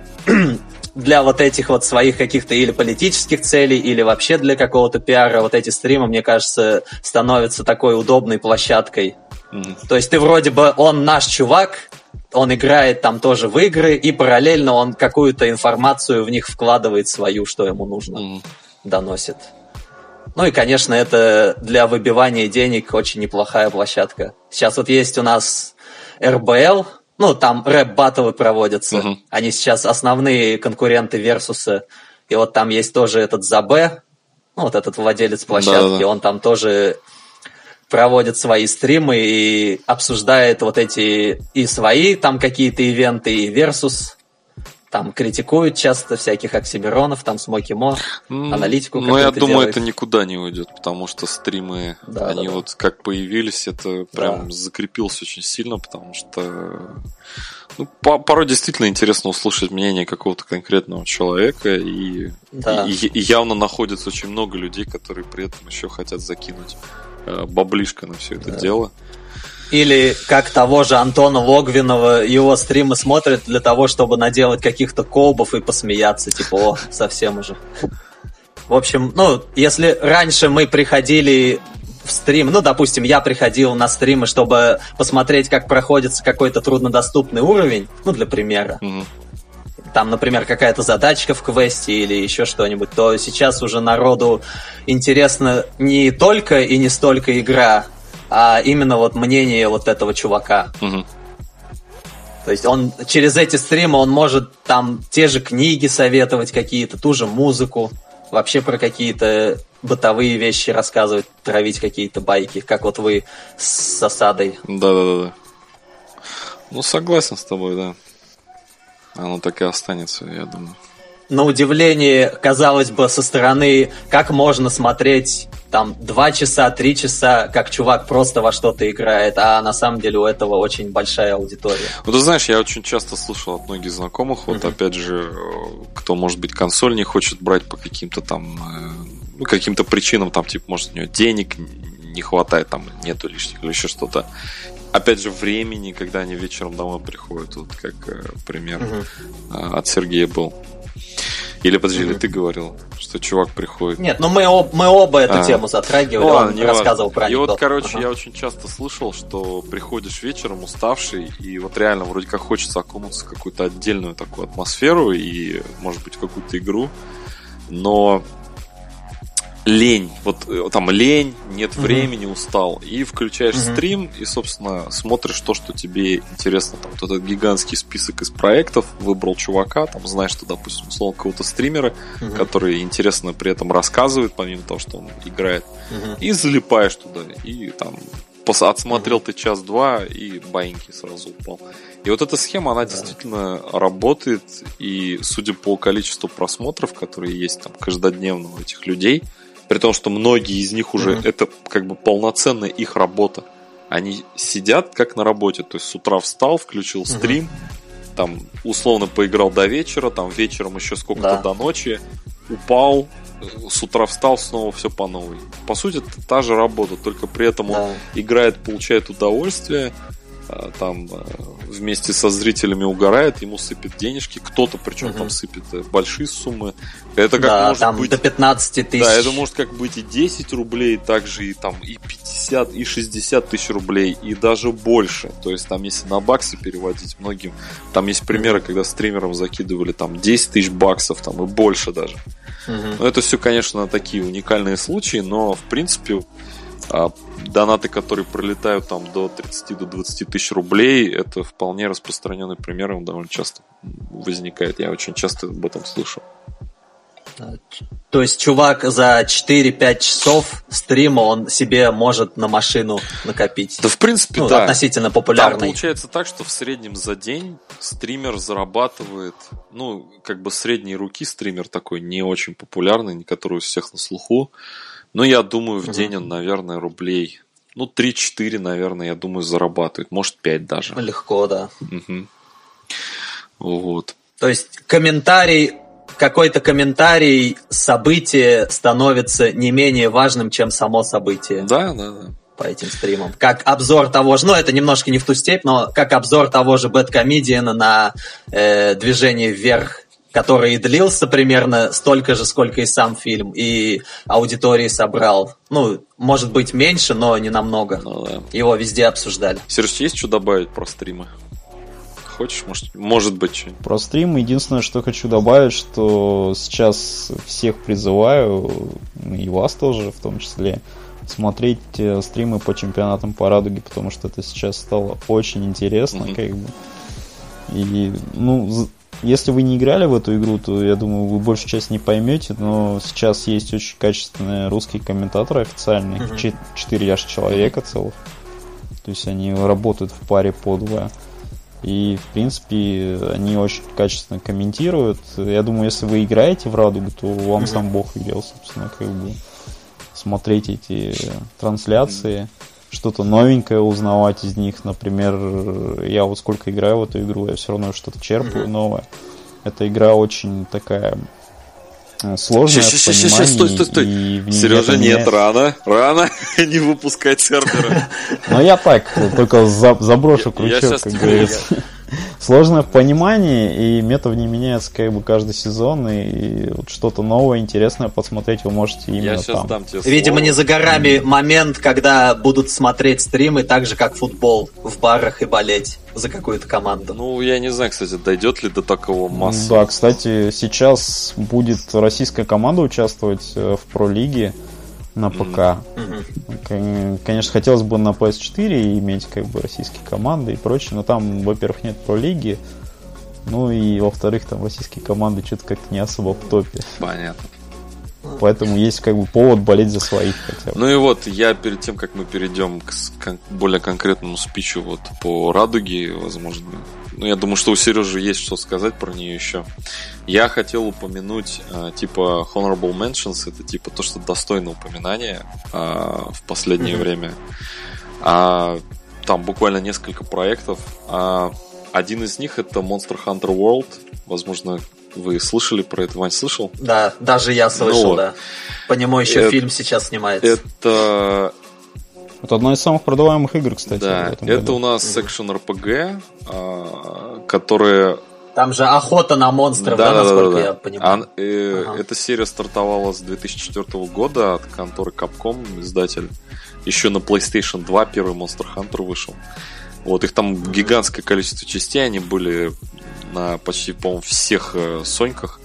для вот этих вот своих каких-то или политических целей, или вообще для какого-то пиара, вот эти стримы, мне кажется, становятся такой удобной площадкой. Mm-hmm. То есть ты вроде бы, он наш чувак, он играет там тоже в игры, и параллельно он какую-то информацию в них вкладывает свою, что ему нужно, mm-hmm. доносит. Ну и, конечно, это для выбивания денег очень неплохая площадка. Сейчас вот есть у нас эр бэ эл, ну, там рэп-баттлы проводятся. Uh-huh. Они сейчас основные конкуренты Версуса. И вот там есть тоже этот Забе, ну, вот этот владелец площадки. Да-да. Он там тоже проводит свои стримы и обсуждает вот эти и свои там какие-то ивенты, и Версус. Там критикуют часто всяких оксимиронов, там Смоки Мо, mm, аналитику какую-то. Ну, я думаю, делает. Это никуда не уйдет, потому что стримы, да, они да, вот да. как появились, это прям да. закрепилось очень сильно, потому что ну, порой действительно интересно услышать мнение какого-то конкретного человека, и, да. и, и явно находится очень много людей, которые при этом еще хотят закинуть э, баблишко на все это да. дело. Или как того же Антона Логвинова, его стримы смотрят для того, чтобы наделать каких-то колбов и посмеяться, типа, о, совсем уже. В общем, ну, если раньше мы приходили в стрим, ну, допустим, я приходил на стримы, чтобы посмотреть, как проходится какой-то труднодоступный уровень, ну, для примера. Mm-hmm. Там, например, какая-то задачка в квесте или еще что-нибудь, то сейчас уже народу интересно не только и не столько игра, а именно вот мнение вот этого чувака. Угу. То есть он через эти стримы он может там те же книги советовать какие-то, ту же музыку, вообще про какие-то бытовые вещи рассказывать, травить какие-то байки, как вот вы с осадой. Да-да-да. Ну, согласен с тобой, да. Оно так и останется, я думаю. На удивление, казалось бы, со стороны, как можно смотреть там два часа, три часа, как чувак просто во что-то играет, а на самом деле у этого очень большая аудитория. Вот ты знаешь, я очень часто слышал от многих знакомых, вот mm-hmm. опять же, кто, может быть, консоль не хочет брать по каким-то там, ну, каким-то причинам, там, типа, может, у него денег не хватает, там, нету лишних или еще что-то. Опять же, времени, когда они вечером домой приходят, вот как пример mm-hmm. от Сергея был. Или, подожди, или ты говорил, что чувак приходит... Нет, ну мы, об, мы оба эту а. тему затрагивали, ну, он рассказывал важно. про анекдот. И вот, короче, ага. я очень часто слышал, что приходишь вечером уставший, и вот реально вроде как хочется окунуться в какую-то отдельную такую атмосферу и, может быть, в какую-то игру, но лень, вот там лень, нет mm-hmm. времени, устал, и включаешь mm-hmm. стрим, и, собственно, смотришь то, что тебе интересно. Там вот этот гигантский список из проектов, выбрал чувака, там знаешь, что, допустим, условно, какого-то стримера, mm-hmm. который интересно при этом рассказывает, помимо того, что он играет, mm-hmm. и залипаешь туда, и там отсмотрел mm-hmm. ты час-два, и баиньки сразу упал. И вот эта схема, она yeah. действительно работает, и судя по количеству просмотров, которые есть там каждодневно у этих людей, при том, что многие из них уже mm-hmm. это как бы полноценная их работа. Они сидят как на работе, то есть с утра встал, включил mm-hmm. стрим, там условно поиграл до вечера, там вечером еще сколько-то да. до ночи, упал, с утра встал, снова все по новой. По сути, это та же работа, только при этом да. он играет, получает удовольствие, там вместе со зрителями угорает, ему сыпят денежки, кто-то причем uh-huh. там сыпет большие суммы. Это как да, может там быть до пятнадцать тысяч. Да, это может как быть и десять рублей, также и там и пятьдесят, и шестьдесят тысяч рублей, и даже больше. То есть там если на баксы переводить многим, там есть примеры, uh-huh. когда стримерам закидывали там десять тысяч баксов, там и больше даже. Uh-huh. Но это все, конечно, такие уникальные случаи, но в принципе донаты, которые пролетают там до тридцать-двадцать тысяч рублей, это вполне распространенный пример, он довольно часто возникает. Я очень часто об этом слышу. То есть чувак за четыре-пять часов стрима он себе может на машину накопить. Да, в принципе, ну, да. Относительно популярный. Там получается так, что в среднем за день стример зарабатывает, ну, как бы средней руки стример такой, не очень популярный, который у всех на слуху. Ну, я думаю, в угу. день он, наверное, рублей, ну, три-четыре, наверное, я думаю, зарабатывает. Может, пять даже. Легко, да. Угу. Вот. То есть комментарий, какой-то комментарий, событие становится не менее важным, чем само событие. Да, да, да. По этим стримам. Как обзор того же, ну, это немножко не в ту степь, но как обзор того же Бэдкомедиана на э, движение вверх, который и длился примерно столько же, сколько и сам фильм, и аудитории собрал. Ну, может быть, меньше, но не намного. Ну, да. Его везде обсуждали. Сереж, есть что добавить про стримы? Хочешь, может, может быть, что-нибудь? Про стримы единственное, что хочу добавить, что сейчас всех призываю, и вас тоже в том числе, смотреть стримы по чемпионатам по радуге, потому что это сейчас стало очень интересно, mm-hmm. как бы. И, ну, если вы не играли в эту игру, то, я думаю, вы большую часть не поймете, но сейчас есть очень качественные русские комментаторы официальные, mm-hmm. четыре аж человека целых. То есть они работают в паре по двое. И, в принципе, они очень качественно комментируют. Я думаю, если вы играете в радугу, то вам mm-hmm. сам Бог велел, собственно, как бы смотреть эти трансляции, что-то новенькое узнавать из них. Например, я вот сколько играю в эту игру, я все равно что-то черпаю mm-hmm. новое. Эта игра очень такая сложная в понимании. Стой, стой, стой. Сережа, нет, рано, рано не выпускать сервера. Ну я так, только заброшу крючок, как говорится. Сложно в понимании, и метод не меняется как бы каждый сезон, и вот что-то новое, интересное подсмотреть вы можете именно Я там. Дам тебе Видимо, слово. Не за горами mm. момент, когда будут смотреть стримы так же, как футбол в барах и болеть за какую-то команду. Ну, я не знаю, кстати, дойдет ли до такого массы. Да, кстати, сейчас будет российская команда участвовать в Про-лиге на ПК. Mm-hmm. Конечно, хотелось бы на пи эс четыре иметь как бы российские команды и прочее, но там, во-первых, нет Про-лиги, ну и, во-вторых, там российские команды что-то как-то не особо в топе. Понятно. Поэтому есть как бы повод болеть за своих хотя бы. Ну и вот, я перед тем, как мы перейдем к кон- более конкретному спичу вот по Радуге, возможно, ну я думаю, что у Сережи есть что сказать про нее еще. Я хотел упомянуть э, типа Honorable Mentions, это типа то, что достойно упоминания э, в последнее mm-hmm. время. А, там буквально несколько проектов. А, один из них это Monster Hunter World. Возможно, вы слышали про это? Вань, слышал? Да, даже я слышал, ну, да. По нему еще это, фильм сейчас снимается. Это... Это одна из самых продаваемых игр, кстати. Да, это году. У нас Section эр пи джи, которая... Там же охота на монстров, да, да, насколько да, да, да. я понимаю. А, э, ага. Эта серия стартовала с две тысячи четвёртого года от конторы Capcom, издатель. Еще на PlayStation два первый Monster Hunter вышел. Вот, их там mm-hmm. гигантское количество частей, они были на почти, по-моему, всех э, соньках.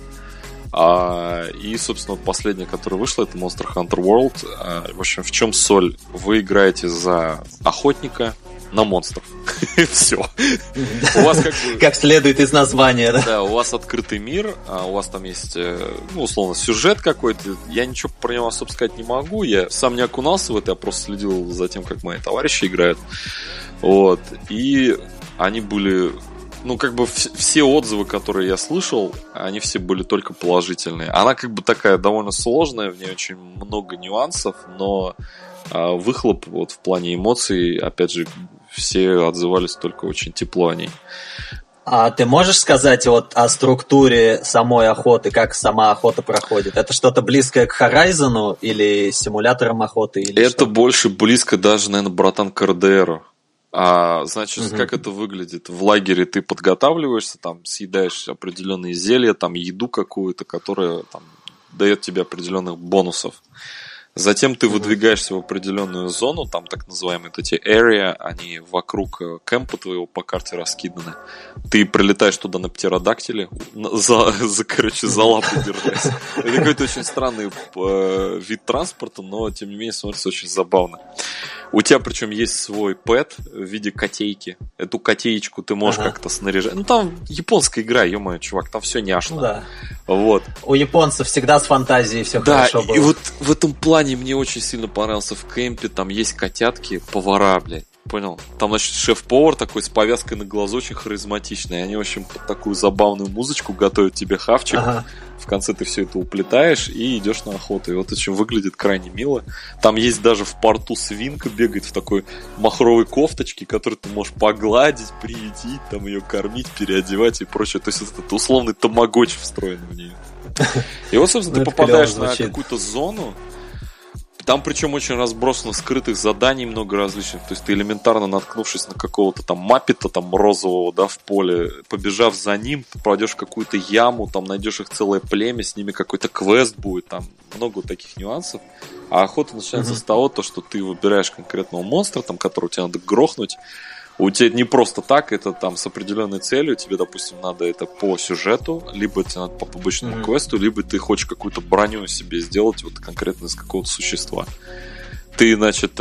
А, и, собственно, вот последняя, которая вышла, это Monster Hunter World. А, в общем, в чем соль? Вы играете за охотника на монстров. Все. У вас как бы... Как следует из названия, да? Да, у вас открытый мир, у вас там есть, ну, условно, сюжет какой-то. Я ничего про него особо сказать не могу. Я сам не окунался в это, я просто следил за тем, как мои товарищи играют. Вот. И они были... Ну, как бы все отзывы, которые я слышал, они все были только положительные. Она как бы такая довольно сложная, в ней очень много нюансов, но а, выхлоп вот в плане эмоций, опять же, все отзывались только очень тепло о ней. А ты можешь сказать вот о структуре самой охоты, как сама охота проходит? Это что-то близкое к Horizon или симуляторам охоты? Или это что? Больше близко даже, наверное, братан, к эр ди эр. А, значит, угу. как это выглядит? В лагере ты подготавливаешься, там съедаешь определенные зелья, там еду какую-то, которая там дает тебе определенных бонусов. Затем ты угу. выдвигаешься в определенную зону, там так называемые вот эти area, они вокруг кемпа твоего по карте раскиданы. Ты прилетаешь туда на птеродактиле, за, за, короче, за лапу держась. Это какой-то очень странный э, вид транспорта, но тем не менее смотрится очень забавно. У тебя причем есть свой пэт в виде котейки. Эту котеечку ты можешь ага. как-то снаряжать. Ну там японская игра, ё-моё, чувак, там все няшно. Ну, да. Вот. У японцев всегда с фантазией все да, хорошо было. И вот в этом плане мне очень сильно понравился в кемпе. Там есть котятки, повара, блядь. Понял? Там, значит, шеф-повар такой с повязкой на глазу, очень харизматичный. И они, в общем, под такую забавную музычку готовят тебе хавчик. Ага. В конце ты все это уплетаешь и идешь на охоту. И вот очень выглядит крайне мило. Там есть даже в порту свинка бегает в такой махровой кофточке, которую ты можешь погладить, приютить, там ее кормить, переодевать и прочее. То есть это условный тамагочи встроен в нее. И вот, собственно, ты попадаешь на какую-то зону. Там причем очень разбросано скрытых заданий много различных. То есть ты элементарно наткнувшись на какого-то там маппета там розового, да, в поле, побежав за ним, попадешь в какую-то яму, там найдешь их целое племя, с ними какой-то квест будет, там много таких нюансов. А охота начинается mm-hmm. с того, то, что ты выбираешь конкретного монстра, там, которого тебе надо грохнуть. У тебя не просто так, это там с определенной целью, тебе, допустим, надо это по сюжету, либо тебе надо по побочному mm-hmm. квесту, либо ты хочешь какую-то броню себе сделать вот конкретно из какого-то существа. Ты, значит,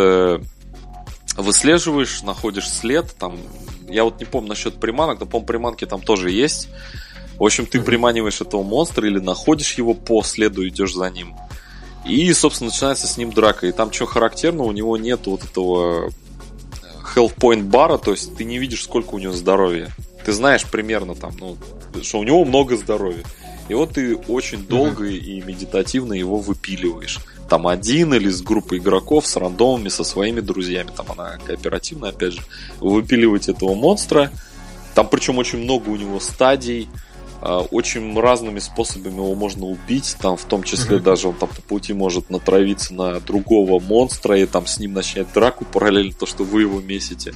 выслеживаешь, находишь след, там, я вот не помню насчет приманок, но, по-моему, приманки там тоже есть. В общем, ты mm-hmm. приманиваешь этого монстра или находишь его по следу, идешь за ним. И, собственно, начинается с ним драка. И там что характерно, у него нет вот этого health point бара, то есть ты не видишь, сколько у него здоровья. Ты знаешь примерно там, ну, что у него много здоровья. И вот ты очень долго mm-hmm. и медитативно его выпиливаешь. Там один или с группой игроков, с рандомами, со своими друзьями. Там она кооперативная, опять же. Вы выпиливаете этого монстра. Там причем очень много у него стадий. Очень разными способами его можно убить. Там в том числе mm-hmm. даже он там по пути может натравиться на другого монстра и там с ним начать драку параллельно то, что вы его месите.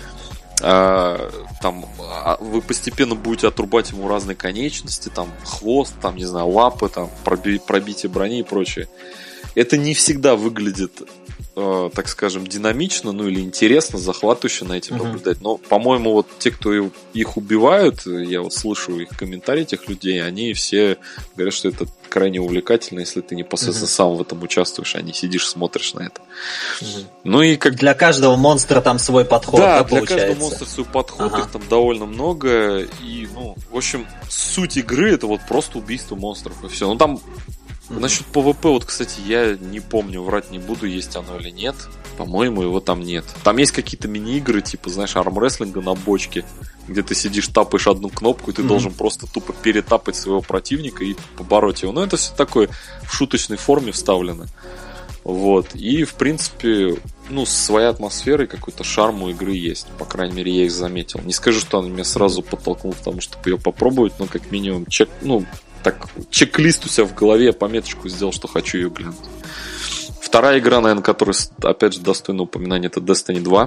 А, там вы постепенно будете отрубать ему разные конечности, там хвост, там, не знаю, лапы, там проби- пробитие брони и прочее. Это не всегда выглядит, э, так скажем, динамично, ну или интересно, захватывающе на этим mm-hmm. наблюдать. Но, по-моему, вот те, кто их убивают, я вот слышу их комментарии этих людей, они все говорят, что это крайне увлекательно, если ты непосредственно mm-hmm. сам в этом участвуешь, а не сидишь, смотришь на это. Mm-hmm. Ну и как... Для каждого монстра там свой подход, да, да, для получается? каждого монстра свой подход, ага. их там довольно много. И, ну, в общем, суть игры — это вот просто убийство монстров, и все. Ну, там Mm-hmm. Насчет пэ вэ пэ, вот, кстати, я не помню, врать не буду, есть оно или нет. По-моему, его там нет. Там есть какие-то мини-игры, типа, знаешь, армрестлинга на бочке, где ты сидишь, тапаешь одну кнопку, и ты mm-hmm. должен просто тупо перетапать своего противника и побороть его. Но это все такое в шуточной форме вставлено. Вот. И, в принципе, ну, своя атмосфера и какой-то шарм у игры есть. По крайней мере, я их заметил. Не скажу, что она меня сразу подтолкнула к тому, чтобы ее попробовать, но как минимум чек, ну, так, чек-лист у себя в голове, пометочку сделал, что хочу ее глянуть. Вторая игра, наверное, которая, опять же, достойна упоминания, это Destiny два.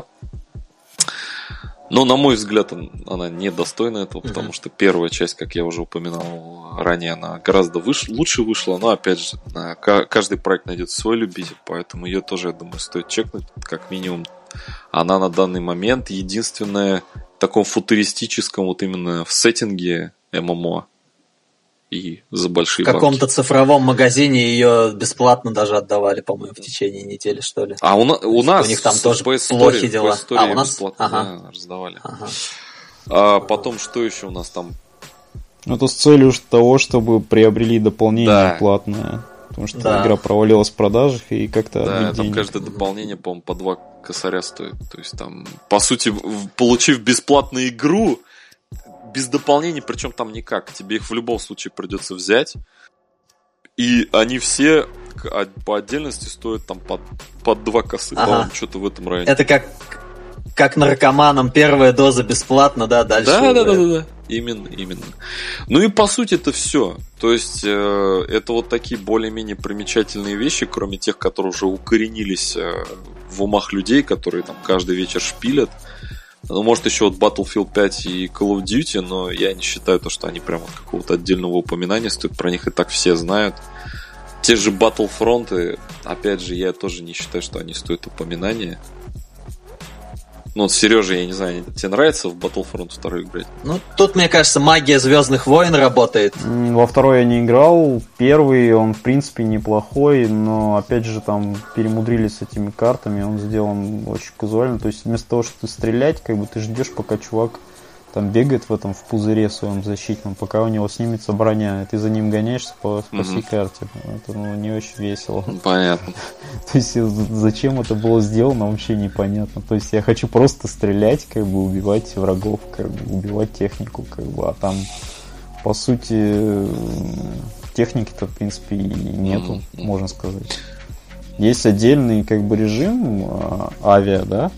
Но, на мой взгляд, она не достойна этого, mm-hmm. потому что первая часть, как я уже упоминал ранее, она гораздо выше, лучше вышла. Но, опять же, каждый проект найдет свой любитель, поэтому ее тоже, я думаю, стоит чекнуть. Как минимум, она на данный момент единственная в таком футуристическом, вот именно в сеттинге эм эм о. И за большие бабки. В каком-то цифровом магазине ее бесплатно даже отдавали, по-моему, в течение недели, что ли. А у, на, у нас у них там тоже плохие дела. А, у нас бесплатно ага. да, раздавали. Ага. А потом, что еще у нас там? Ну, это с целью того, чтобы приобрели дополнение да. платное. Потому что да. игра провалилась в продажах и как-то... Да, там каждое дополнение, по-моему, по два косаря стоит. То есть там, по сути, получив бесплатную игру... Без дополнений, причем там никак. Тебе их в любом случае придется взять. И они все по отдельности стоят там под, под два косы. Ага. По-моему, что-то в этом районе. Это как, как наркоманам первая доза бесплатно, да, дальше. Да, да, да, да, да. Именно, именно. Ну и по сути это все. То есть э, это вот такие более-менее примечательные вещи, кроме тех, которые уже укоренились э, в умах людей, которые там каждый вечер шпилят. Ну, может, еще вот Battlefield пять и Call of Duty, но я не считаю то, что они прям от какого-то отдельного упоминания стоят. Про них и так все знают. Те же Battlefront, опять же, я тоже не считаю, что они стоят упоминания. Ну, вот, Сережа, я не знаю, тебе нравится в Battlefront два играть? Ну, тут, мне кажется, магия Звездных войн работает. Во второй я не играл. Первый, он, в принципе, неплохой, но, опять же, там перемудрили с этими картами. Он сделан очень казуально. То есть, вместо того, чтобы стрелять, как бы ты ждешь, пока чувак там бегает в этом, в пузыре своем защитном, пока у него снимется броня, и ты за ним гоняешься по, по всей mm-hmm. карте. Это ну, не очень весело. Понятно. То есть зачем это было сделано, вообще непонятно. То есть я хочу просто стрелять, как бы убивать врагов, как бы убивать технику, как бы, а там по сути техники-то в принципе и нету, mm-hmm. можно сказать. Есть отдельный как бы режим авиа, да,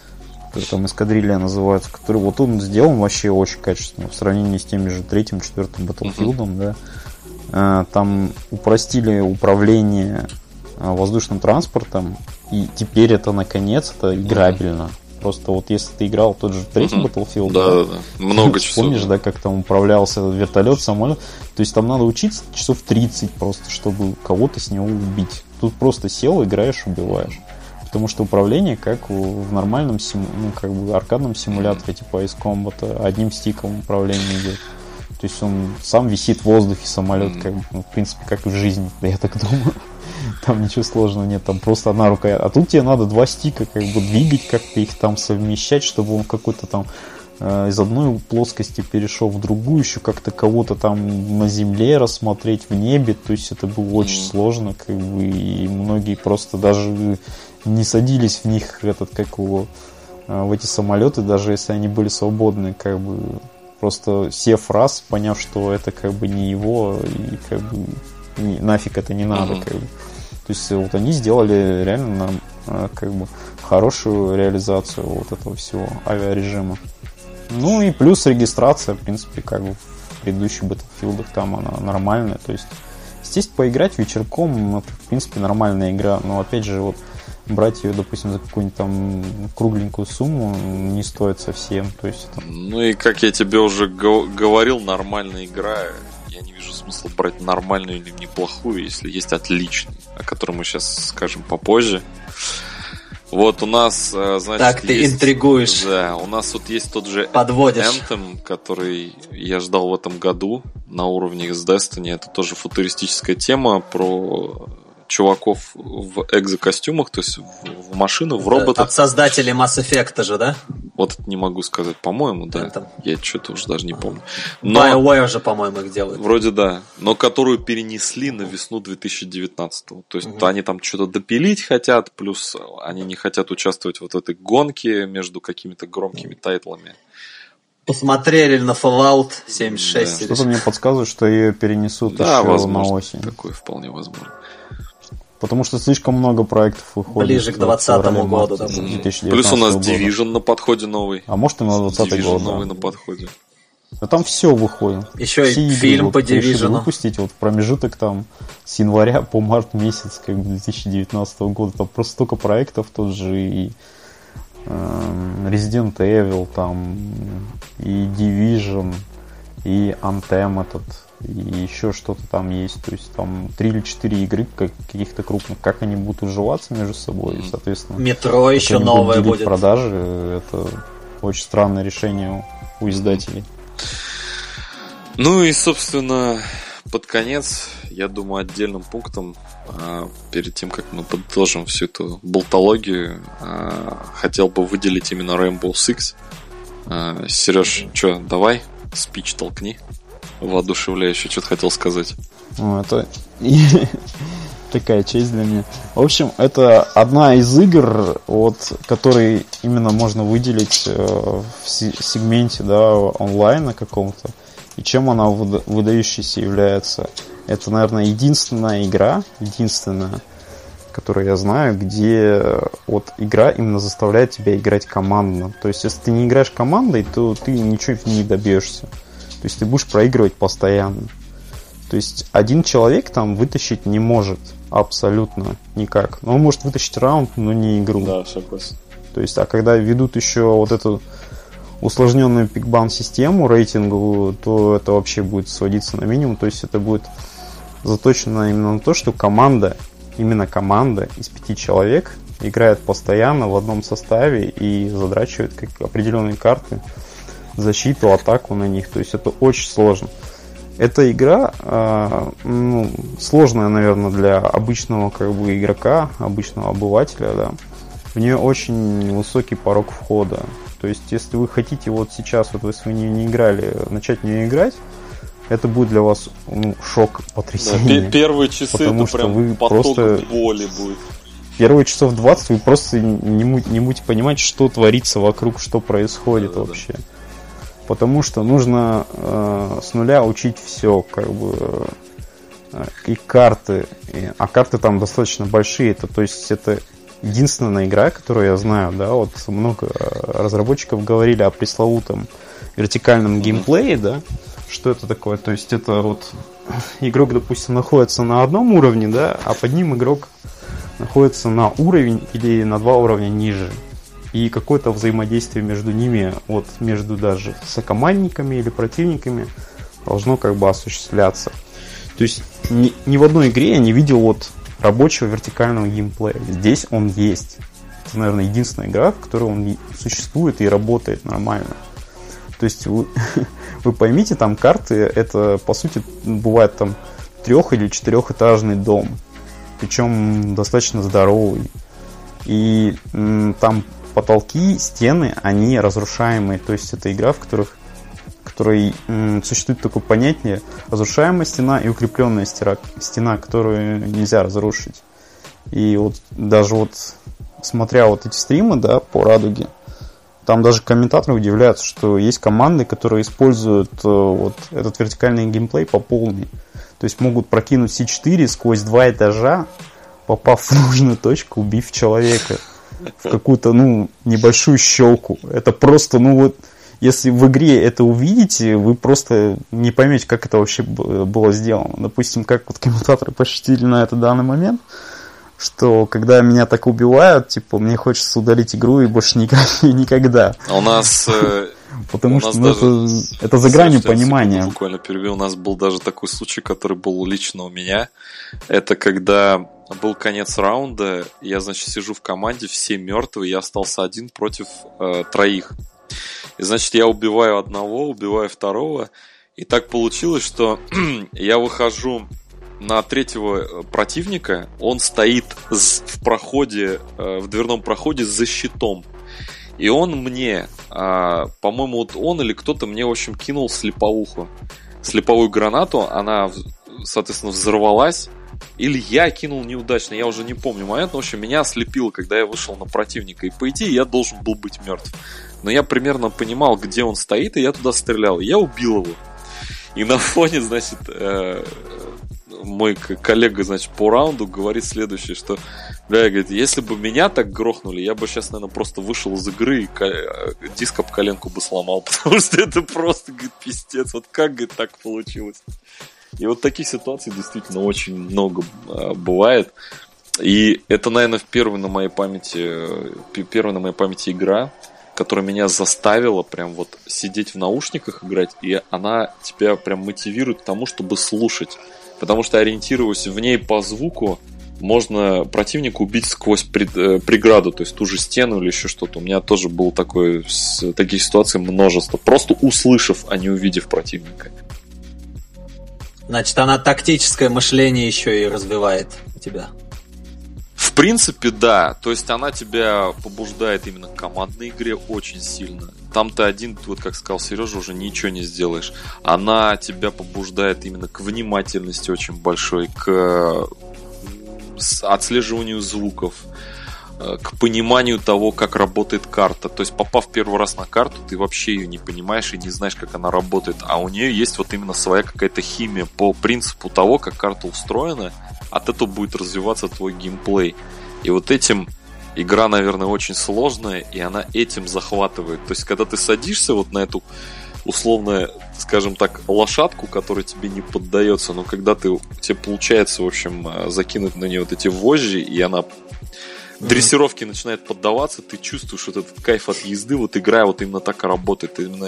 там эскадрилья называется, который вот он сделан вообще очень качественно в сравнении с теми же третьим, четвертым Battlefield, uh-huh. да. Там упростили управление воздушным транспортом, и теперь это наконец это играбельно. Uh-huh. Просто вот если ты играл тот же третий uh-huh. Battlefield, да, да, да. Много часов. Помнишь, да, как там управлялся вертолет, самолет. То есть там надо учиться часов тридцать просто, чтобы кого-то с него убить. Тут просто сел, играешь, убиваешь. Потому что управление как в нормальном симу... ну, как бы аркадном симуляторе типа Ace Combat, одним стиком управление идет. То есть он сам висит в воздухе, самолет, как бы, ну, в принципе, как в жизни, я так думаю. Там ничего сложного нет, там просто одна рука. А тут тебе надо два стика как бы двигать, как-то их там совмещать, чтобы он какой-то там э, из одной плоскости перешел в другую, еще как-то кого-то там на земле рассмотреть, в небе. То есть это было очень mm-hmm. сложно, как бы, и многие просто даже не садились в них, этот, как его, в эти самолеты, даже если они были свободны, как бы, просто сев раз, поняв, что это как бы не его, и как бы не, нафиг это не надо, uh-huh. как бы. То есть вот они сделали реально нам, как бы, хорошую реализацию вот этого всего авиарежима. Ну и плюс регистрация, в принципе, как бы в предыдущих Battlefield'ах там она нормальная, то есть, естественно, поиграть вечерком, это, в принципе, нормальная игра, но, опять же, вот брать ее, допустим, за какую-нибудь там кругленькую сумму не стоит совсем. То есть, это... Ну и как я тебе уже го- говорил, нормальная игра. Я не вижу смысла брать нормальную или неплохую, если есть отличный, о котором мы сейчас скажем попозже. Вот у нас, значит, так ты есть, интригуешь. Да, у нас вот есть тот же Подводишь. Anthem, который я ждал в этом году на уровне с Destiny. Это тоже футуристическая тема про чуваков в экзокостюмах, то есть в, в машину, в робота. От создателей Mass Effect же, да? Вот это не могу сказать. По-моему, да. Это... Я что-то уже даже не помню. Но... BioWare же, по-моему, их делают. Вроде да. Но которую перенесли на весну две тысячи девятнадцатого. То есть угу. они там что-то допилить хотят, плюс они не хотят участвовать вот в этой гонке между какими-то громкими тайтлами. Посмотрели на Fallout семьдесят шесть. Да. Что-то мне подсказывает, что ее перенесут да, еще возможно, на осень. Такое вполне возможно. Потому что слишком много проектов выходит. Ближе к двадцатому году. Да. Плюс у нас Division на подходе новый. А может и на двадцатый год. новый да. на подходе. А там все выходит. Еще все и игры, фильм вот, по Division. Выпустить вот в промежуток там с января по март месяц как бы две тысячи девятнадцатого года. Там просто столько проектов, тот же и э, Resident Evil, там и Division, и Anthem этот. И еще что-то там есть, то есть там три или четыре игры каких-то крупных, как они будут уживаться между собой, и, соответственно... Метро еще новое будет. Продажи, это очень странное решение у издателей. Ну и, собственно, под конец, я думаю, отдельным пунктом, перед тем, как мы подытожим всю эту болтологию, хотел бы выделить именно Rainbow Six. Сереж, что, давай, спич толкни. Воодушевляюще, что-то хотел сказать. Ну, это такая честь для меня. В общем, это одна из игр, вот, которые именно можно выделить в сегменте, да, онлайна каком-то. И чем она выдающейся является? Это, наверное, единственная игра, единственная, которую я знаю, где вот игра именно заставляет тебя играть командно. То есть, если ты не играешь командой, то ты ничего не добьешься. То есть ты будешь проигрывать постоянно. То есть один человек там вытащить не может абсолютно никак. Но он может вытащить раунд, но не игру. Да, согласен. То есть, а когда ведут еще вот эту усложненную пикбан-систему рейтинговую, то это вообще будет сводиться на минимум. То есть это будет заточено именно на то, что команда, именно команда из пяти человек играет постоянно в одном составе и задрачивает как определенные карты, защиту, атаку на них. То есть это очень сложно. Эта игра э, ну, сложная, наверное, для обычного как бы игрока, обычного обывателя, да. В нее очень высокий порог входа. То есть, если вы хотите вот сейчас, вот если вы не, не играли, начать в нее играть, это будет для вас ну, шок, потрясение. Да, первые часы потому это что прям вы поток просто... боли будет. Первые часов двадцать вы просто не, не будете понимать, что творится вокруг, что происходит да, вообще. Да. Потому что нужно э, с нуля учить все, как бы э, и карты, и, а карты там достаточно большие, это, то есть это единственная игра, которую я знаю, да, вот много разработчиков говорили о пресловутом вертикальном геймплее, да, что это такое, то есть это вот игрок, допустим, находится на одном уровне, да, а под ним игрок находится на уровень или на два уровня ниже. И какое-то взаимодействие между ними, вот между даже сокомандниками или противниками должно как бы осуществляться. То есть ни, ни в одной игре я не видел вот рабочего вертикального геймплея. Здесь он есть. Это, наверное, единственная игра, в которой он существует и работает нормально. То есть вы, вы поймите, там карты, это по сути бывает там трех- или четырехэтажный дом. Причем достаточно здоровый. И м, там потолки, стены, они разрушаемые. То есть это игра, в которых, в которой м, существует такое понятие разрушаемая стена и укрепленная стена, стена, которую нельзя разрушить. И вот даже вот смотря вот эти стримы, да, по Радуге, там даже комментаторы удивляются, что есть команды, которые используют э, вот этот вертикальный геймплей по полной. То есть могут прокинуть Си четыре сквозь два этажа, попав в нужную точку, убив человека в какую-то, ну, небольшую щелку. Это просто, ну вот, если в игре это увидите, вы просто не поймете, как это вообще было сделано. Допустим, как вот комментаторы пошутили на этот данный момент, что когда меня так убивают, типа, мне хочется удалить игру и больше никогда. никогда. У нас... Потому что ну, это, это за гранью понимания. Буквально перебил. У нас был даже такой случай, который был лично у меня. Это когда был конец раунда, я, значит, сижу в команде, все мертвые, я остался один против э, троих. И, значит, я убиваю одного, убиваю второго. И так получилось, что я выхожу на третьего противника, он стоит в проходе, в дверном проходе за щитом. И он мне, а, по-моему, вот он или кто-то мне, в общем, кинул слеповуху. Слеповую гранату, она, соответственно, взорвалась. Или я кинул неудачно, я уже не помню момент. Но, в общем, меня ослепило, когда я вышел на противника. И по идее я должен был быть мертв. Но я примерно понимал, где он стоит, и я туда стрелял. И я убил его. И на фоне, значит, э, мой коллега, значит, по раунду говорит следующее, что, бля, говорит, если бы меня так грохнули, я бы сейчас, наверное, просто вышел из игры и ко- диск об коленку бы сломал, потому что это просто, говорит, пиздец. Вот как, говорит, так получилось? И вот таких ситуаций действительно очень много а, бывает. И это, наверное, первая на моей памяти, первая на моей памяти игра, которая меня заставила прям вот сидеть в наушниках играть, и она тебя прям мотивирует к тому, чтобы слушать. Потому что, ориентируясь в ней по звуку, можно противника убить сквозь преграду, то есть ту же стену или еще что-то. У меня тоже было такое, таких ситуаций множество. Просто услышав, а не увидев противника. Значит, она тактическое мышление еще и развивает у тебя. В принципе, да. То есть она тебя побуждает именно к командной игре очень сильно. Там ты один, вот как сказал Сережа, уже ничего не сделаешь. Она тебя побуждает именно к внимательности очень большой, к отслеживанию звуков, к пониманию того, как работает карта. То есть, попав первый раз на карту, ты вообще ее не понимаешь и не знаешь, как она работает. А у нее есть вот именно своя какая-то химия по принципу того, как карта устроена. От этого будет развиваться твой геймплей. И вот этим игра, наверное, очень сложная, и она этим захватывает. То есть, когда ты садишься вот на эту условно, скажем так, лошадку, которая тебе не поддается, но когда ты, тебе получается, в общем, закинуть на нее вот эти вожжи, и она дрессировки начинает поддаваться, ты чувствуешь вот этот кайф от езды, вот игра вот именно так и работает. Именно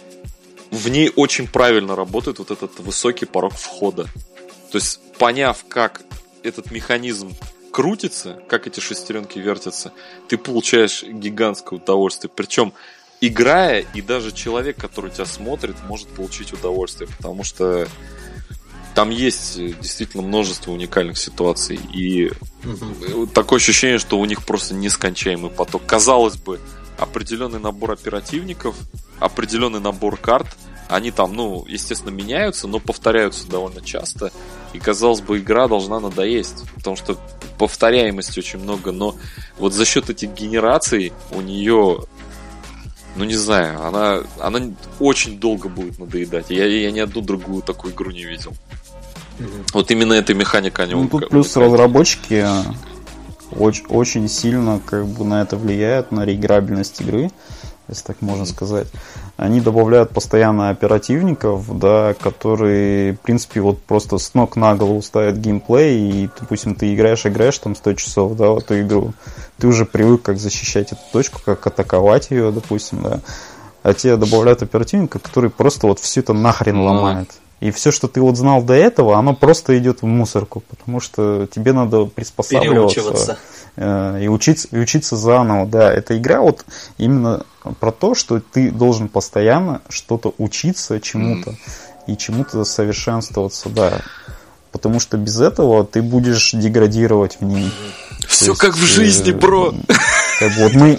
в ней очень правильно работает вот этот высокий порог входа. То есть, поняв, как этот механизм крутится, как эти шестеренки вертятся, ты получаешь гигантское удовольствие. Причем, играя, и даже человек, который тебя смотрит, может получить удовольствие, потому что там есть действительно множество уникальных ситуаций. И угу. такое ощущение, что у них просто нескончаемый поток. Казалось бы, определенный набор оперативников, определенный набор карт, они там, ну, естественно, меняются, но повторяются довольно часто. И, казалось бы, игра должна надоесть, потому что повторяемости очень много. Но вот за счет этих генераций у нее, ну, не знаю, она, она очень долго будет надоедать. Я, я ни одну другую такую игру не видел. Mm-hmm. Вот именно эта механика они ну, тут плюс разработчики очень, очень сильно как бы на это влияют, на реиграбельность игры, если так можно сказать. Они добавляют постоянно оперативников, да, которые, в принципе, вот просто с ног на голову ставят геймплей, и, допустим, ты играешь, играешь там сто часов, да, в эту игру, ты уже привык как защищать эту точку, как атаковать ее, допустим, да, а тебе добавляют оперативника, который просто вот все это нахрен mm-hmm. ломает. И все, что ты вот знал до этого, оно просто идет в мусорку, потому что тебе надо приспосабливаться э, и, учиться, и учиться заново. Да, эта игра вот именно про то, что ты должен постоянно что-то учиться чему-то mm. и чему-то совершенствоваться, да. Потому что без этого ты будешь деградировать в ней. Все есть, как в жизни, э, бро. Как вот мы...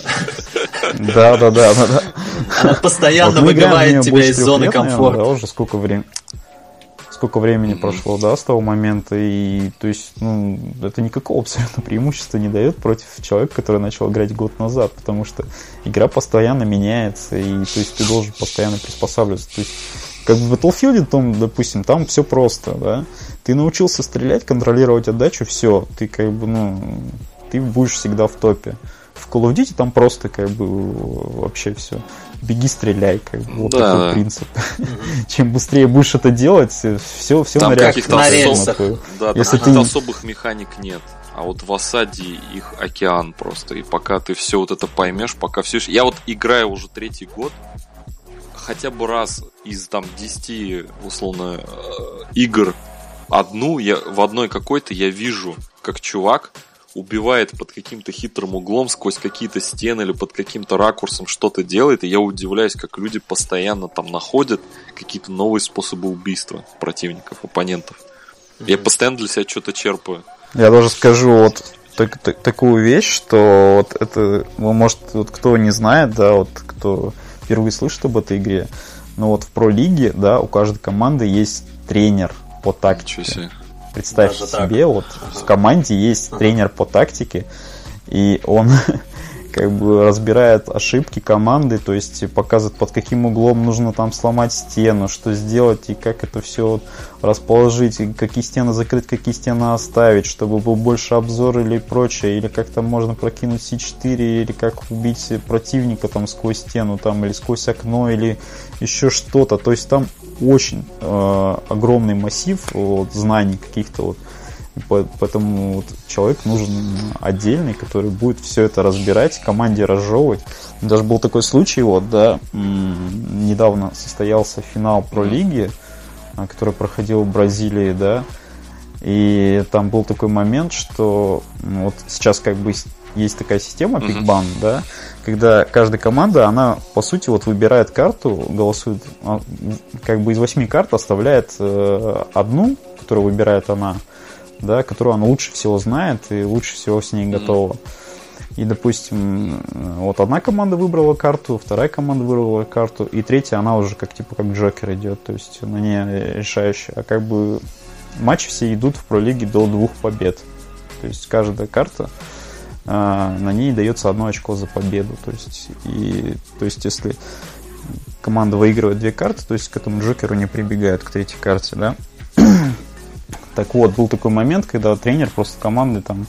Да, да, да, да, да. Она постоянно вот выбивает тебя из зоны комфорта. Да, уже сколько времени. Сколько времени mm-hmm. прошло, да, с того момента, и, то есть, ну, это никакого абсолютно преимущества не дает против человека, который начал играть год назад, потому что игра постоянно меняется, и, то есть, ты должен постоянно приспосабливаться, то есть, как в Battlefield, там, допустим, там все просто, да, ты научился стрелять, контролировать отдачу, все, ты, как бы, ну, ты будешь всегда в топе. В Call of Duty там просто, как бы, вообще все. Беги, стреляй, как бы, вот да, такой да. принцип. Чем быстрее будешь это делать, все, все там на реакцию. На рельсах. Да, там каких-то ты... особых механик нет. А вот в осаде их океан просто. И пока ты все вот это поймешь, пока все... Я вот играю уже третий год, хотя бы раз из там десяти, условно, игр одну, я, в одной какой-то я вижу, как чувак убивает под каким-то хитрым углом, сквозь какие-то стены или под каким-то ракурсом что-то делает, и я удивляюсь, как люди постоянно там находят какие-то новые способы убийства противников, оппонентов. Mm-hmm. Я постоянно для себя что-то черпаю. Я даже скажу, вот так, так, такую вещь, что вот это, может, вот кто не знает, да, вот кто впервые слышит об этой игре, но вот в Про-лиге, да, у каждой команды есть тренер по тактике. Представьте Даже себе, так. вот ага. в команде есть ага. тренер по тактике, и он как бы разбирает ошибки команды, то есть показывает, под каким углом нужно там сломать стену, что сделать и как это все расположить, и какие стены закрыть, какие стены оставить, чтобы был больше обзор или прочее, или как там можно прокинуть си четыре, или как убить противника там сквозь стену, там, или сквозь окно, или еще что-то. То есть там очень э, огромный массив вот, знаний каких-то вот. Поэтому вот человек нужен отдельный, который будет все это разбирать, команде разжевывать. Даже был такой случай, вот, да, недавно состоялся финал Про-лиги, который проходил в Бразилии, да, и там был такой момент, что вот сейчас как бы есть такая система пик-бан, mm-hmm. да, когда каждая команда, она по сути вот выбирает карту, голосует, как бы из восьми карт оставляет одну, которую выбирает она, да, которую она лучше всего знает и лучше всего с ней готова. Mm-hmm. И, допустим, вот одна команда выбрала карту, вторая команда выбрала карту, и третья, она уже как типа как Джокер идет, то есть на ней решающая. А как бы матчи все идут в Про-лиге до двух побед. То есть каждая карта, а, на ней дается одно очко за победу. То есть, и, то есть если команда выигрывает две карты, то есть к этому Джокеру не прибегают, к третьей карте, да. Так вот, был такой момент, когда тренер просто команды там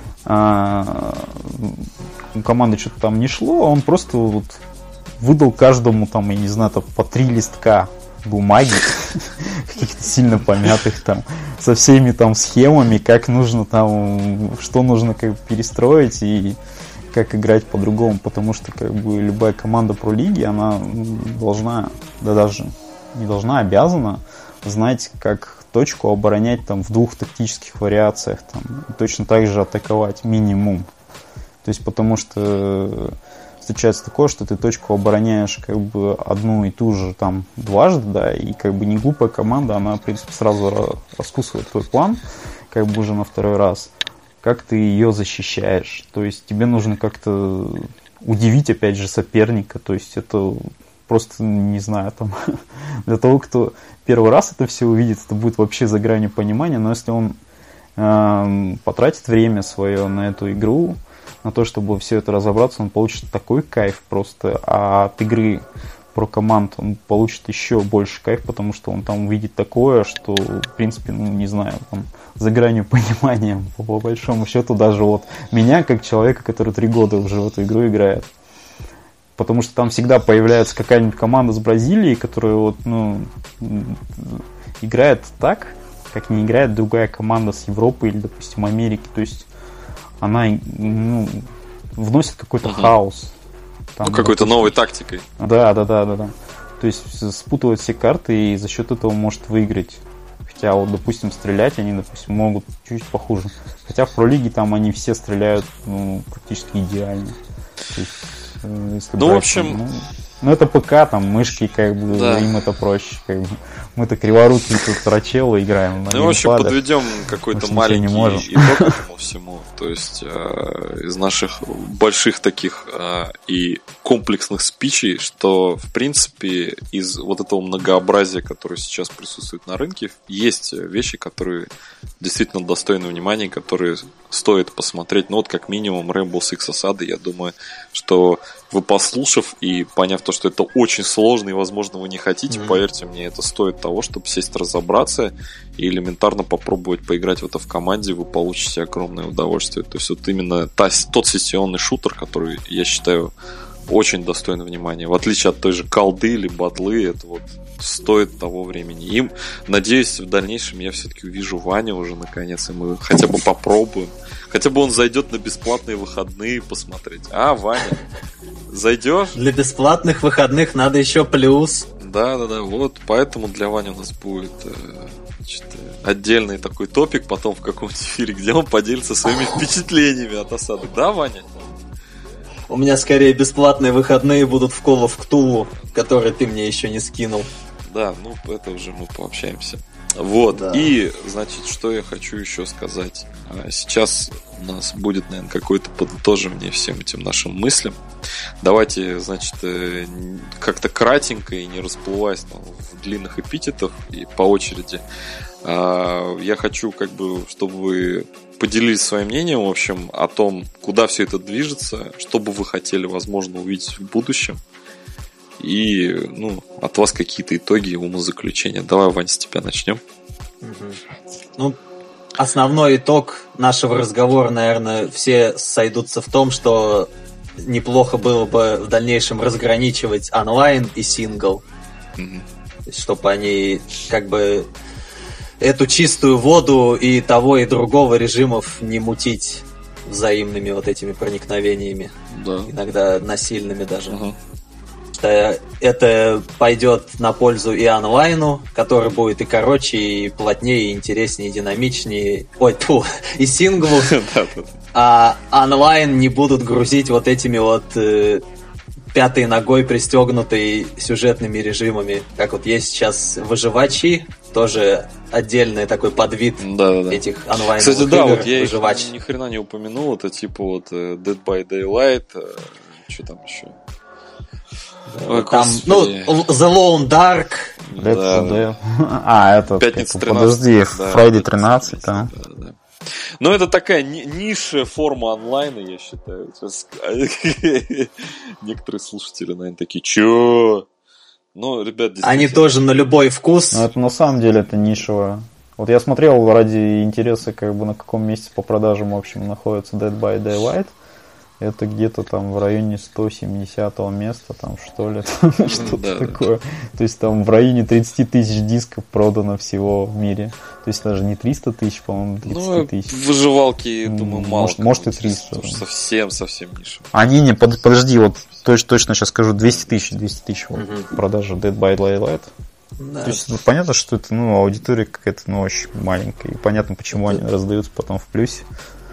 а, у команды что-то там не шло, а он просто вот выдал каждому там, я не знаю, там, по три листка бумаги, каких-то сильно помятых там, со всеми там схемами, как нужно там, что нужно как бы перестроить и как играть по-другому, потому что как бы любая команда Про-лиги, она должна, да даже не должна, обязана знать, как точку оборонять там в двух тактических вариациях, там, точно так же атаковать минимум. То есть потому что встречается такое, что ты точку обороняешь как бы одну и ту же там дважды, да, и как бы не глупая команда, она в принципе сразу раскусывает твой план, как бы уже на второй раз, как ты ее защищаешь. То есть тебе нужно как-то удивить опять же соперника, то есть это просто, не знаю, там, для того, кто первый раз это все увидит, это будет вообще за гранью понимания, но если он э, потратит время свое на эту игру, на то, чтобы все это разобраться, он получит такой кайф просто, а от игры про команд он получит еще больше кайф, потому что он там увидит такое, что, в принципе, ну, не знаю, там, за гранью понимания, по, по большому счету, даже вот меня, как человека, который три года уже в эту игру играет. Потому что там всегда появляется какая-нибудь команда с Бразилии, которая вот, ну, играет так, как не играет другая команда с Европы или, допустим, Америки. То есть она, ну, вносит какой-то uh-huh. хаос. Там, ну, какой-то новой тактикой. Да, да, да, да, да. То есть спутывает все карты и за счет этого может выиграть. Хотя, вот, допустим, стрелять они, допустим, могут чуть похуже. Хотя в Про-лиге там они все стреляют, ну, практически идеально. То есть, если ну, брать, в общем... Ну, ну, это ПК, там, мышки, как бы, да. Им это проще, как бы. Мы-то криворукие тут рачелы играем. Ну, в общем, подведем какой-то маленький итог этому всему. То есть, э, из наших больших таких э, и комплексных спичей, что, в принципе, из вот этого многообразия, которое сейчас присутствует на рынке, есть вещи, которые действительно достойны внимания, которые стоит посмотреть. Ну, вот, как минимум, Rainbow Six Осады, я думаю, что вы, послушав и поняв то, что это очень сложно и, возможно, вы не хотите, mm-hmm. поверьте мне, это стоит того, чтобы сесть разобраться и элементарно попробовать поиграть в это в команде, вы получите огромное удовольствие. То есть вот именно та, тот сессионный шутер, который, я считаю, очень достойный внимания. В отличие от той же колды или батлы, это вот стоит того времени. И, надеюсь, в дальнейшем я все-таки увижу Ваню уже наконец, и мы хотя бы попробуем. Хотя бы он зайдет на бесплатные выходные посмотреть. А, Ваня, зайдешь? Для бесплатных выходных надо еще плюс. Да-да-да, вот поэтому для Вани у нас будет значит, отдельный такой топик потом в каком-нибудь эфире, где он поделится своими впечатлениями от осады. Да, Ваня? У меня скорее бесплатные выходные будут в Call of Cthulhu, который ты мне еще не скинул. Да, ну это уже мы пообщаемся. Вот, Да. и, значит, что я хочу еще сказать. Сейчас у нас будет, наверное, какое-то подытоживание всем этим нашим мыслям. Давайте, значит, как-то кратенько и не расплываясь там, в длинных эпитетах и по очереди. Я хочу, как бы, чтобы вы поделились своим мнением, в общем, о том, куда все это движется, что бы вы хотели, возможно, увидеть в будущем. И, ну, от вас какие-то итоги и умозаключения. Давай, Вань, с тебя начнем. Ну, основной итог нашего разговора, наверное, все сойдутся в том, что неплохо было бы в дальнейшем разграничивать онлайн и сингл. Mm-hmm. Чтобы они как бы эту чистую воду и того, и другого режимов не мутить взаимными вот этими проникновениями. Да. Иногда насильными даже. Uh-huh. Это пойдет на пользу и онлайну, который будет и короче, и плотнее, и интереснее, и динамичнее. Ой, тьфу, и синглу. А онлайн не будут грузить вот этими вот э, пятой ногой пристегнутой сюжетными режимами. Как вот есть сейчас выживачи, тоже отдельный такой подвид да, да, этих онлайновых Кстати, игр. Да, вот я выживач. их ни хрена не упомянул. Это типа вот Dead by Daylight. Что там еще? Ой, там, ну, The Lone Dark. Да, да. А, это, Пятница типа, подожди, да, Friday тринадцать, да. да, да. Ну, это такая ни- низшая форма онлайна, я считаю. Сейчас... Некоторые слушатели, наверное, такие, чё? Ну, ребят, действительно... Они тоже на любой вкус. Ну, это на самом деле это нишевое. Вот я смотрел ради интереса, как бы на каком месте по продажам, в общем, находится Dead by Daylight. Это где-то там в районе сто семидесятого места, там что ли, там, что-то да, такое. Да. То есть там в районе тридцать тысяч дисков продано всего в мире. То есть даже не триста тысяч, по-моему, тридцать тысяч. Ну, выживалки, думаю, мало. Может, может и триста. Да. Совсем-совсем ниша. А, не, не, под, подожди, вот точно, точно сейчас скажу, двести тысяч, двести тысяч вот, mm-hmm. продажа Dead by Daylight. Да. То есть ну, понятно, что это, ну, аудитория какая-то, ну, очень маленькая. И понятно, почему они раздаются потом в плюсе.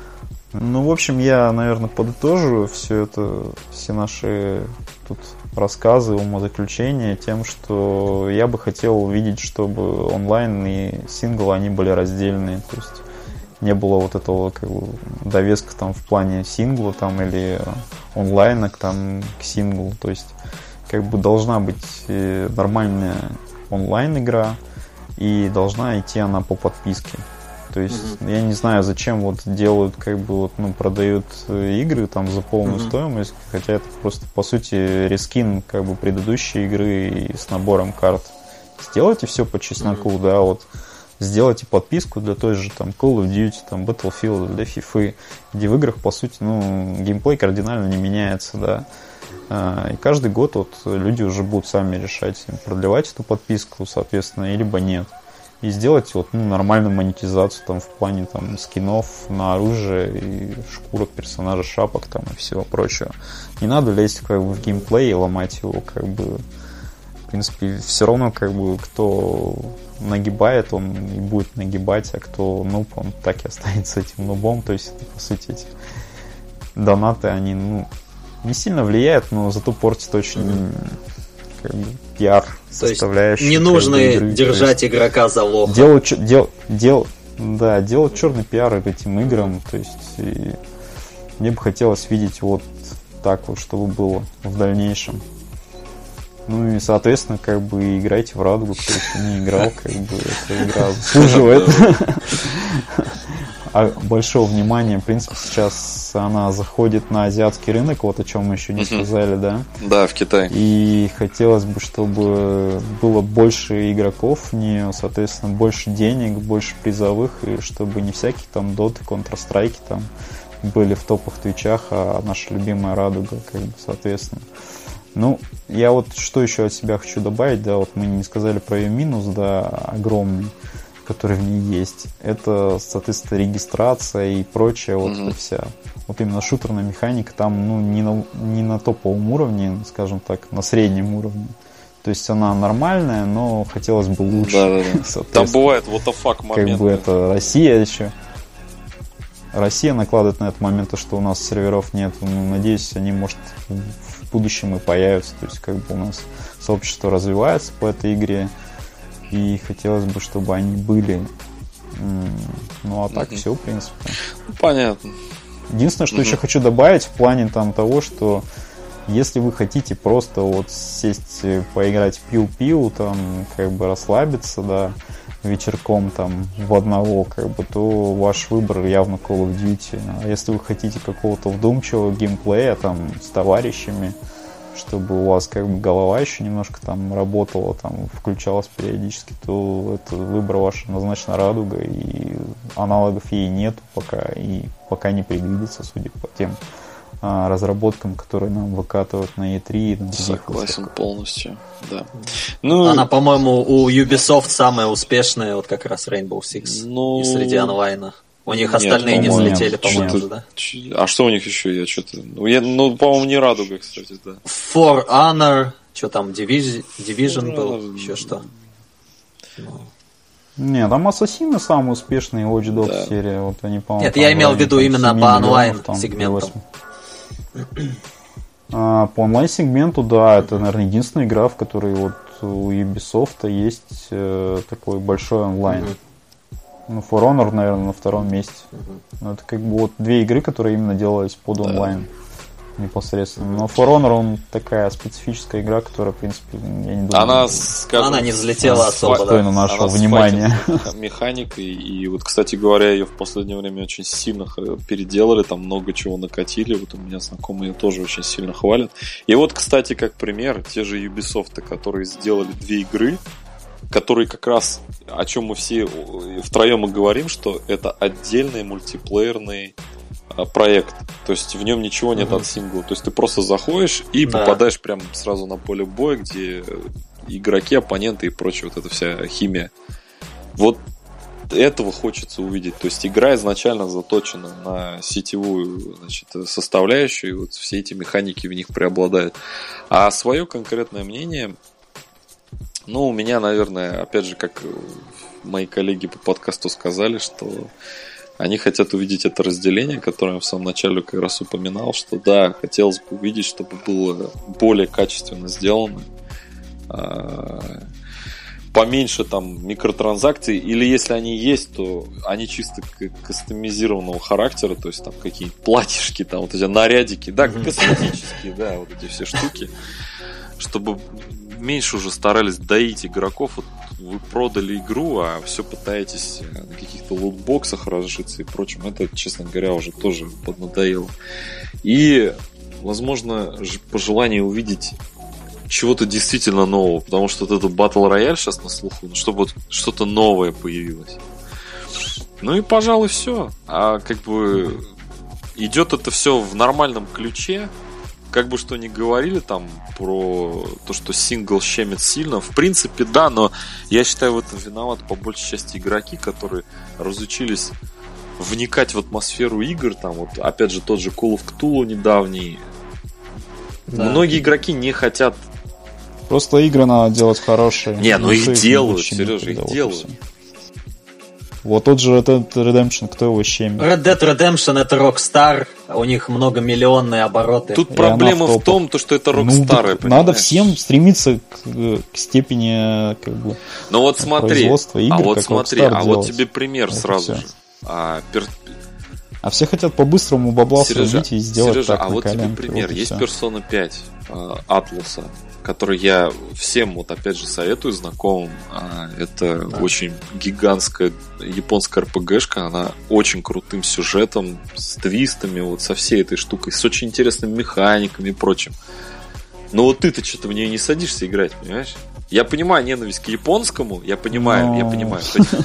Ну, в общем, я, наверное, подытожу все это, все наши тут рассказы, умозаключения тем, что я бы хотел увидеть, чтобы онлайн и сингл, они были раздельные. То есть не было вот этого как бы довеска там в плане сингла там или онлайна там к синглу. То есть как бы должна быть нормальная онлайн-игра и должна идти она по подписке. То есть, mm-hmm. я не знаю, зачем вот делают, как бы, вот, ну, продают игры там за полную mm-hmm. стоимость, хотя это просто, по сути, рескин, как бы, предыдущей игры и с набором карт. Сделайте все по чесноку, mm-hmm. да, вот, сделайте подписку для той же, там, Call of Duty, там, Battlefield, для FIFA, где в играх, по сути, ну, геймплей кардинально не меняется, да. И каждый год вот люди уже будут сами решать, продлевать эту подписку, соответственно, либо нет. И сделать вот, ну, нормальную монетизацию там, в плане там, скинов на оружие и шкурок персонажа, шапок там, и всего прочего. Не надо лезть как бы, в геймплей и ломать его. Как бы, в принципе, все равно как бы, кто нагибает, он и будет нагибать, а кто нуб, он так и останется этим нубом. То есть, это, по сути, эти донаты, они ну, не сильно влияют, но зато портят очень... Mm-hmm. Как бы, пиар составляющий. Не нужно игры, держать есть, игрока за лох. Делать, дел, дел, да, делать черный пиар этим играм. То есть и мне бы хотелось видеть вот так вот, чтобы было в дальнейшем. Ну и, соответственно, как бы играйте в радугу, кто еще не играл, как бы эта игра заслуживает большого внимания. В принципе, сейчас она заходит на азиатский рынок, вот о чем мы еще не сказали, да? Да, в Китай. И хотелось бы, чтобы было больше игроков в нее, соответственно, больше денег, больше призовых, и чтобы не всякие там доты, контр-страйки там были в топах твичах, а наша любимая радуга, как бы, соответственно. Ну, я вот что еще от себя хочу добавить, да, вот мы не сказали про ее минус, да, огромный, который в ней есть. Это, соответственно, регистрация и прочее, вот mm-hmm. эта вся. Вот именно шутерная механика там, ну, не на, не на топовом уровне, скажем так, на среднем уровне. То есть она нормальная, но хотелось бы лучше. Да-да-да. Там бывает what the fuck момент. Как бы это Россия еще. Россия накладывает на этот момент то, что у нас серверов нет. Ну, надеюсь, они, может, в будущем и появятся. То есть, как бы у нас сообщество развивается по этой игре. и хотелось бы, чтобы они были. Ну, а так mm-hmm. все, в принципе. Понятно. Единственное, что mm-hmm. еще хочу добавить в плане там того, что если вы хотите просто вот сесть, поиграть в пиу-пиу, там, как бы расслабиться, да, вечерком там в одного, как бы, то ваш выбор явно Call of Duty. А если вы хотите какого-то вдумчивого геймплея там с товарищами, чтобы у вас как бы голова еще немножко там работала, там включалась периодически, то это выбор ваш однозначно радуга, и аналогов ей нету пока, и пока не предвидится, судя по тем а, разработкам, которые нам выкатывают на и три и на других Согласен выставках. Полностью, да. Ну, она, по-моему, у Ubisoft самая успешная, вот как раз Rainbow Six, ну... и среди онлайна. У них нет, остальные не взлетели, по-моему, нет. да? А что у них еще? Я что-то... Ну, я, ну, по-моему, не радуга, кстати, да. For Honor, что там, Division, Division был, еще что. Нет, там Ассасины самые успешные, Watch Dogs да. серия. Вот они, по-моему, нет, я имел в виду именно по онлайн-сегментам. А, по онлайн-сегменту, да, это, наверное, единственная игра, в которой вот у Ubisoft есть э, такой большой онлайн. Mm-hmm. Ну, For Honor, наверное, на втором месте. Mm-hmm. Ну, это как бы вот две игры, которые именно делались под да. онлайн непосредственно. Но For Honor, он такая специфическая игра, которая, в принципе, я не думаю... Она, скажем, она не взлетела особо, достойна да. нашего внимания. Механикой. И вот, кстати говоря, ее в последнее время очень сильно переделали, там много чего накатили. Вот у меня знакомые тоже очень сильно хвалят. И вот, кстати, как пример, те же Ubisoft, которые сделали две игры, которые как раз, о чем мы все втроем и говорим, что это отдельный мультиплеерный проект. То есть в нем ничего нет mm-hmm. от сингла. То есть ты просто заходишь и да. попадаешь прямо сразу на поле боя, где игроки, оппоненты и прочее, вот эта вся химия. Вот этого хочется увидеть. То есть игра изначально заточена на сетевую, значит, составляющую, и вот все эти механики в них преобладают. А свое конкретное мнение, ну, у меня, наверное, опять же, как мои коллеги по подкасту сказали, что они хотят увидеть это разделение, которое я в самом начале как раз упоминал, что да, хотелось бы увидеть, чтобы было более качественно сделано, поменьше там микротранзакций, или если они есть, то они чисто кастомизированного характера, то есть там какие-то платьишки, там вот эти нарядики, да, косметические, да, вот эти все штуки, чтобы меньше уже старались доить игроков. Вот вы продали игру, а все пытаетесь на каких-то лутбоксах разжиться и прочем. Это, честно говоря, уже тоже поднадоело. И, возможно, пожелание увидеть чего-то действительно нового, потому что вот это Battle Royale сейчас на слуху, ну, чтобы вот что-то новое появилось. Ну и, пожалуй, все. А как бы идет это все в нормальном ключе. Как бы что ни говорили там про то, что сингл щемит сильно, в принципе, да, но я считаю, в этом виноваты по большей части игроки, которые разучились вникать в атмосферу игр, там вот, опять же, тот же Call of Cthulhu недавний. Да. Многие игроки не хотят. Просто игры надо делать хорошие. Не, ну их делают, Сережа, их делают. Вот тот же Red Dead Redemption, кто его щемит? Red Dead Redemption это Rockstar, у них многомиллионные обороты. Тут и проблема в, в том, то, что это Rockstar. Ну, надо всем стремиться к, к степени как бы, ну вот смотри, производства игр, а вот как смотри, Rockstar а делать. Вот тебе пример вот сразу же. А, пер... а все хотят по-быстрому бабла Сережа, срубить и сделать Сережа, так а на вот коленке. тебе пример. Вот есть все. Persona пять Атласа, который я всем вот опять же советую знакомым. Это да. очень гигантская японская эр пи джи-шка, она очень крутым сюжетом, с твистами, вот со всей этой штукой, с очень интересными механиками и прочим. Но вот ты-то что-то в нее не садишься играть, понимаешь? Я понимаю ненависть к японскому, я понимаю, но... я понимаю.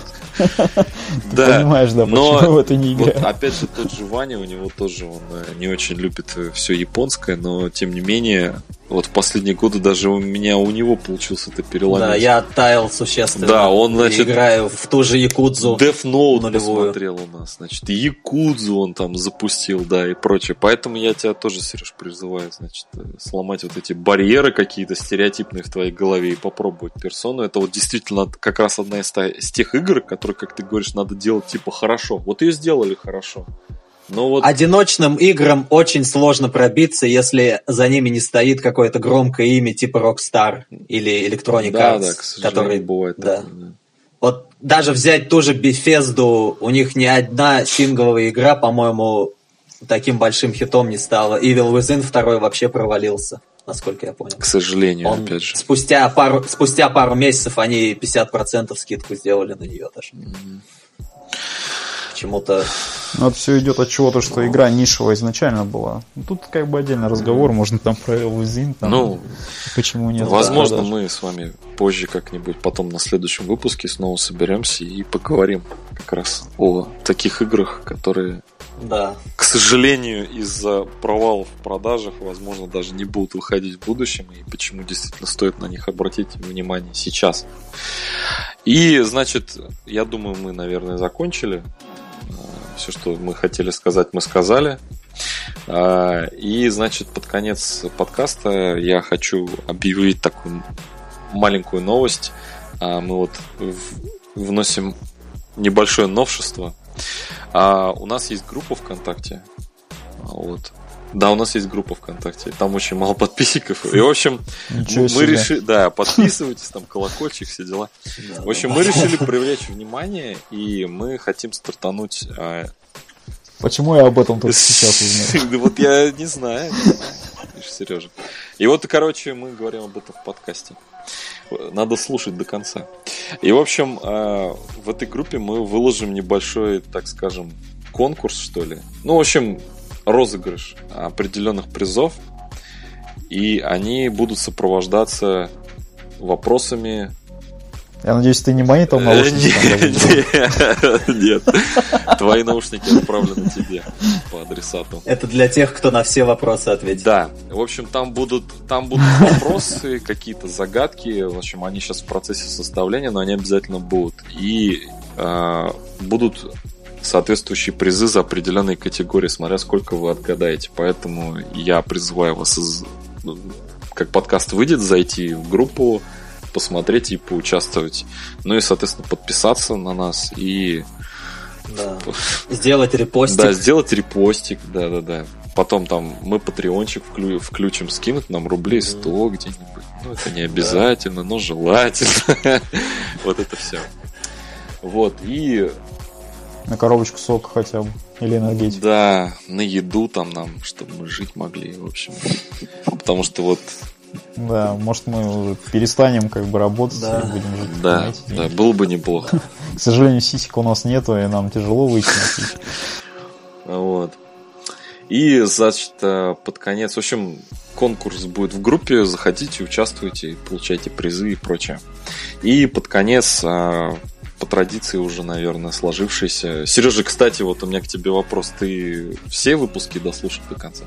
Ты понимаешь, да, почему в это не играю. Опять же, тот же Ваня, у него тоже он не очень любит все японское, но тем не менее, вот в последние годы даже у меня у него получился это переломить. Да, я оттаял существенно. Да, он, значит, играю в ту же Якудзу. Death Note посмотрел у нас, значит, Якудзу он там запустил, да, и прочее. Поэтому я тебя тоже, Сереж, призываю, значит, сломать вот эти барьеры какие-то стереотипные в твоей голове и попробовать персону. Это вот действительно как раз одна из, из тех игр, которые, как ты говоришь, надо делать типа хорошо. Вот ее сделали хорошо. Ну, вот... Одиночным играм очень сложно пробиться, если за ними не стоит какое-то громкое имя типа Rockstar или Electronic да, Arts. Да, к сожалению, который... бывает да. такое, да. Вот даже взять ту же Bethesda, у них ни одна сингловая игра, по-моему, таким большим хитом не стала. Evil Within два вообще провалился, насколько я понял. К сожалению, Он опять же. Спустя пару, спустя пару месяцев они пятьдесят процентов скидку сделали на нее даже. Mm-hmm. Почему-то... Ну, это все идет от чего-то, что ну... игра нишевая изначально была. Тут как бы отдельный разговор, можно там про Evil Within, там, ну, почему нет. Возможно, мы с вами позже как-нибудь потом на следующем выпуске снова соберемся и поговорим как раз о таких играх, которые, да. к сожалению, из-за провалов в продажах, возможно, даже не будут выходить в будущем, и почему действительно стоит на них обратить внимание сейчас. И, значит, я думаю, мы, наверное, закончили. Все, что мы хотели сказать, мы сказали. И, значит, под конец подкаста я хочу объявить такую маленькую новость. Мы вот вносим небольшое новшество. У нас есть группа ВКонтакте. Вот. Да, у нас есть группа ВКонтакте. Там очень мало подписчиков. И, в общем, Ничего мы решили... Да, подписывайтесь, там колокольчик, все дела. Да, в общем, да. мы решили привлечь внимание, и мы хотим стартануть... Почему я об этом только сейчас узнал? Да вот я не знаю. Сережа. И вот, короче, мы говорим об этом в подкасте. Надо слушать до конца. И, в общем, в этой группе мы выложим небольшой, так скажем, конкурс, что ли. Ну, в общем... розыгрыш определенных призов, и они будут сопровождаться вопросами. Я надеюсь, ты не мои там наушники? Нет, твои наушники отправлены тебе по адресату. Это для тех, кто на все вопросы ответит. Да, в общем, там будут, там будут вопросы, какие-то загадки, в общем, они сейчас в процессе составления, но они обязательно будут. И э, будут соответствующие призы за определенные категории, смотря сколько вы отгадаете. Поэтому я призываю вас, из... как подкаст выйдет, зайти в группу, посмотреть и поучаствовать. Ну и, соответственно, подписаться на нас и... Да. Сделать репостик. Да, сделать репостик, да-да-да. Потом там мы патреончик вклю... включим, скинут нам рублей сто где-нибудь. Ну, это не обязательно, но желательно. Вот это все. Вот, и... На коробочку сока хотя бы. Или энергетик. Да, на еду там нам, чтобы мы жить могли, в общем. Потому что вот... Да, может мы уже перестанем как бы работать да. и будем жить. Да, да, было бы неплохо. К сожалению, сисек у нас нету, и нам тяжело выйти на сиськи. Вот. И, значит, под конец, в общем, конкурс будет в группе, заходите, участвуйте, получайте призы и прочее. И под конец... по традиции уже, наверное, сложившейся. Сережа, кстати, вот у меня к тебе вопрос. Ты все выпуски дослушал до конца?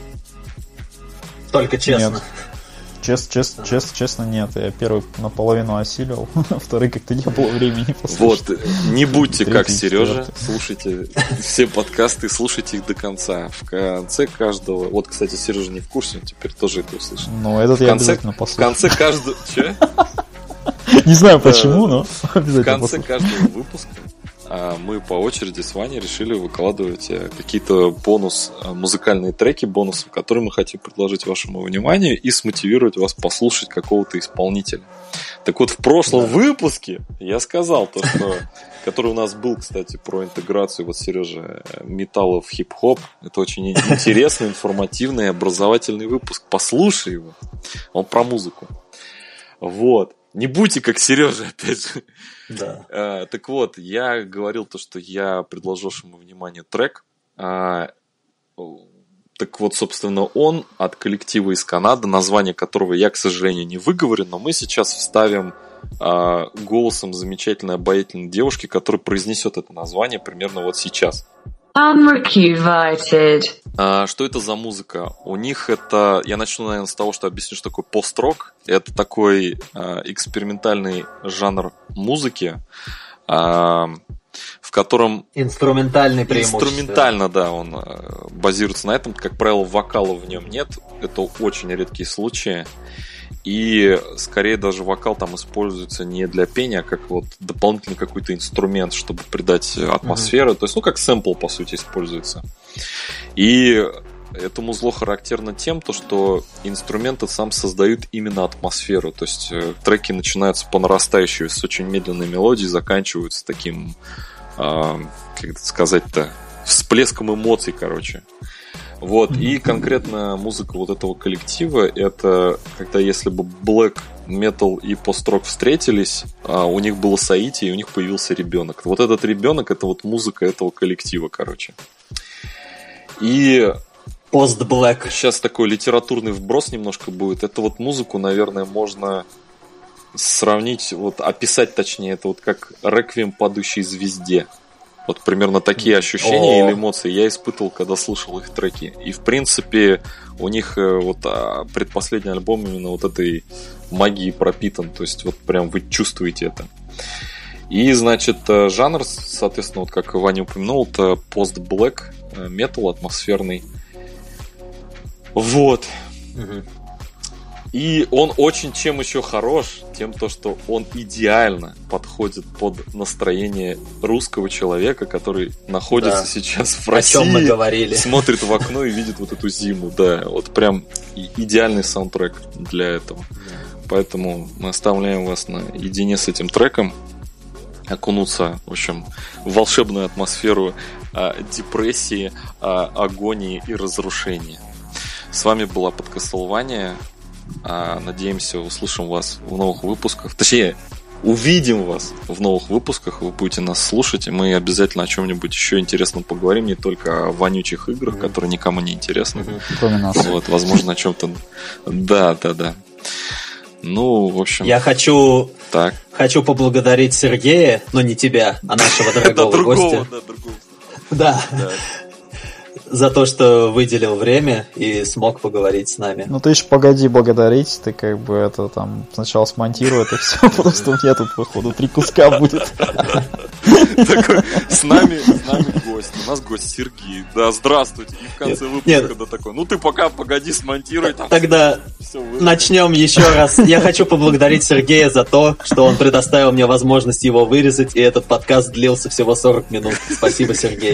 Только честно. Нет. Честно, честно, честно, честно, нет. Я первый наполовину осилил, второй как-то не было времени послушать. Вот, не будьте как Сережа, слушайте все подкасты, слушайте их до конца. В конце каждого... Вот, кстати, Сережа не в курсе, он теперь тоже это услышит. Ну, этот я обязательно послушаю. В конце каждого... Че? Не знаю почему, но в конце каждого выпуска мы по очереди с Ваней решили выкладывать какие-то бонус, музыкальные треки, бонусы, которые мы хотим предложить вашему вниманию и смотивировать вас послушать какого-то исполнителя. Так вот, в прошлом да. выпуске я сказал то, что, который у нас был, кстати, про интеграцию, вот, Сережа, металла в хип-хоп. Это очень интересный, информативный, образовательный выпуск. Послушай его. Он про музыку. Вот. Не будьте как Сережа, опять же. Да. А, так вот, я говорил то, что я предложил вашему вниманию трек. А, так вот, собственно, он от коллектива из Канады, название которого я, к сожалению, не выговорю, но мы сейчас вставим а, голосом замечательной обаятельной девушки, которая произнесет это название примерно вот сейчас. Unrecuvated. А, что это за музыка? У них это... Я начну, наверное, с того, что объясню, что такое пост-рок. Это такой а, экспериментальный жанр музыки, а, в котором... Инструментальный преимущество. Инструментально, да, он а, базируется на этом. Как правило, вокала в нем нет. Это очень редкие случаи. И скорее даже вокал там используется не для пения, а как вот дополнительный какой-то инструмент, чтобы придать атмосферу. Mm-hmm. То есть, ну, как сэмпл, по сути, используется. И это музло характерно тем, то, что инструменты сам создают именно атмосферу. То есть треки начинаются по нарастающей с очень медленной мелодией, заканчиваются таким, э, как это сказать-то, всплеском эмоций, короче. Вот, и конкретно музыка вот этого коллектива, это когда если бы Black Metal и пост-рок встретились, а у них было соитие, и у них появился ребенок. Вот этот ребенок, это вот музыка этого коллектива, короче. И пост-блэк. Сейчас такой литературный вброс немножко будет. Это вот музыку, наверное, можно сравнить, вот описать точнее, это вот как реквием падающей звезде. Вот примерно такие ощущения О. или эмоции я испытывал, когда слышал их треки. И, в принципе, у них вот предпоследний альбом именно вот этой магией пропитан. То есть, вот прям вы чувствуете это. И, значит, жанр, соответственно, вот как Ваня упомянул, это пост-блэк, метал атмосферный. Вот. Угу. И он очень чем еще хорош, тем то, что он идеально подходит под настроение русского человека, который находится да. сейчас в России, о чем мы говорили. Смотрит в окно и видит вот эту зиму. Да, вот прям идеальный саундтрек для этого. Поэтому мы оставляем вас наедине с этим треком, окунуться, в общем, в волшебную атмосферу а, депрессии, а, агонии и разрушения. С вами была подкастолвания. А, надеемся, услышим вас в новых выпусках. Точнее, увидим вас в новых выпусках. Вы будете нас слушать, и мы обязательно о чем-нибудь еще интересном поговорим. Не только о вонючих играх, mm-hmm. которые никому не интересны. Mm-hmm. Кроме нас. Вот, возможно, о чем-то. Да, да, да. Ну, в общем. Я хочу, так. хочу поблагодарить Сергея, но не тебя, а нашего дорогого гостя. Да, другого. Да. За то, что выделил время и смог поговорить с нами. Ну ты ж погоди благодарить, ты как бы это там сначала смонтируй это все, потому что у меня тут, походу, три куска будет. С нами гость, у нас гость Сергей. Да, здравствуйте. И в конце выпуска да такой, ну ты пока погоди, смонтируй. Тогда начнем еще раз. Я хочу поблагодарить Сергея за то, что он предоставил мне возможность его вырезать, и этот подкаст длился всего сорок минут. Спасибо, Сергей.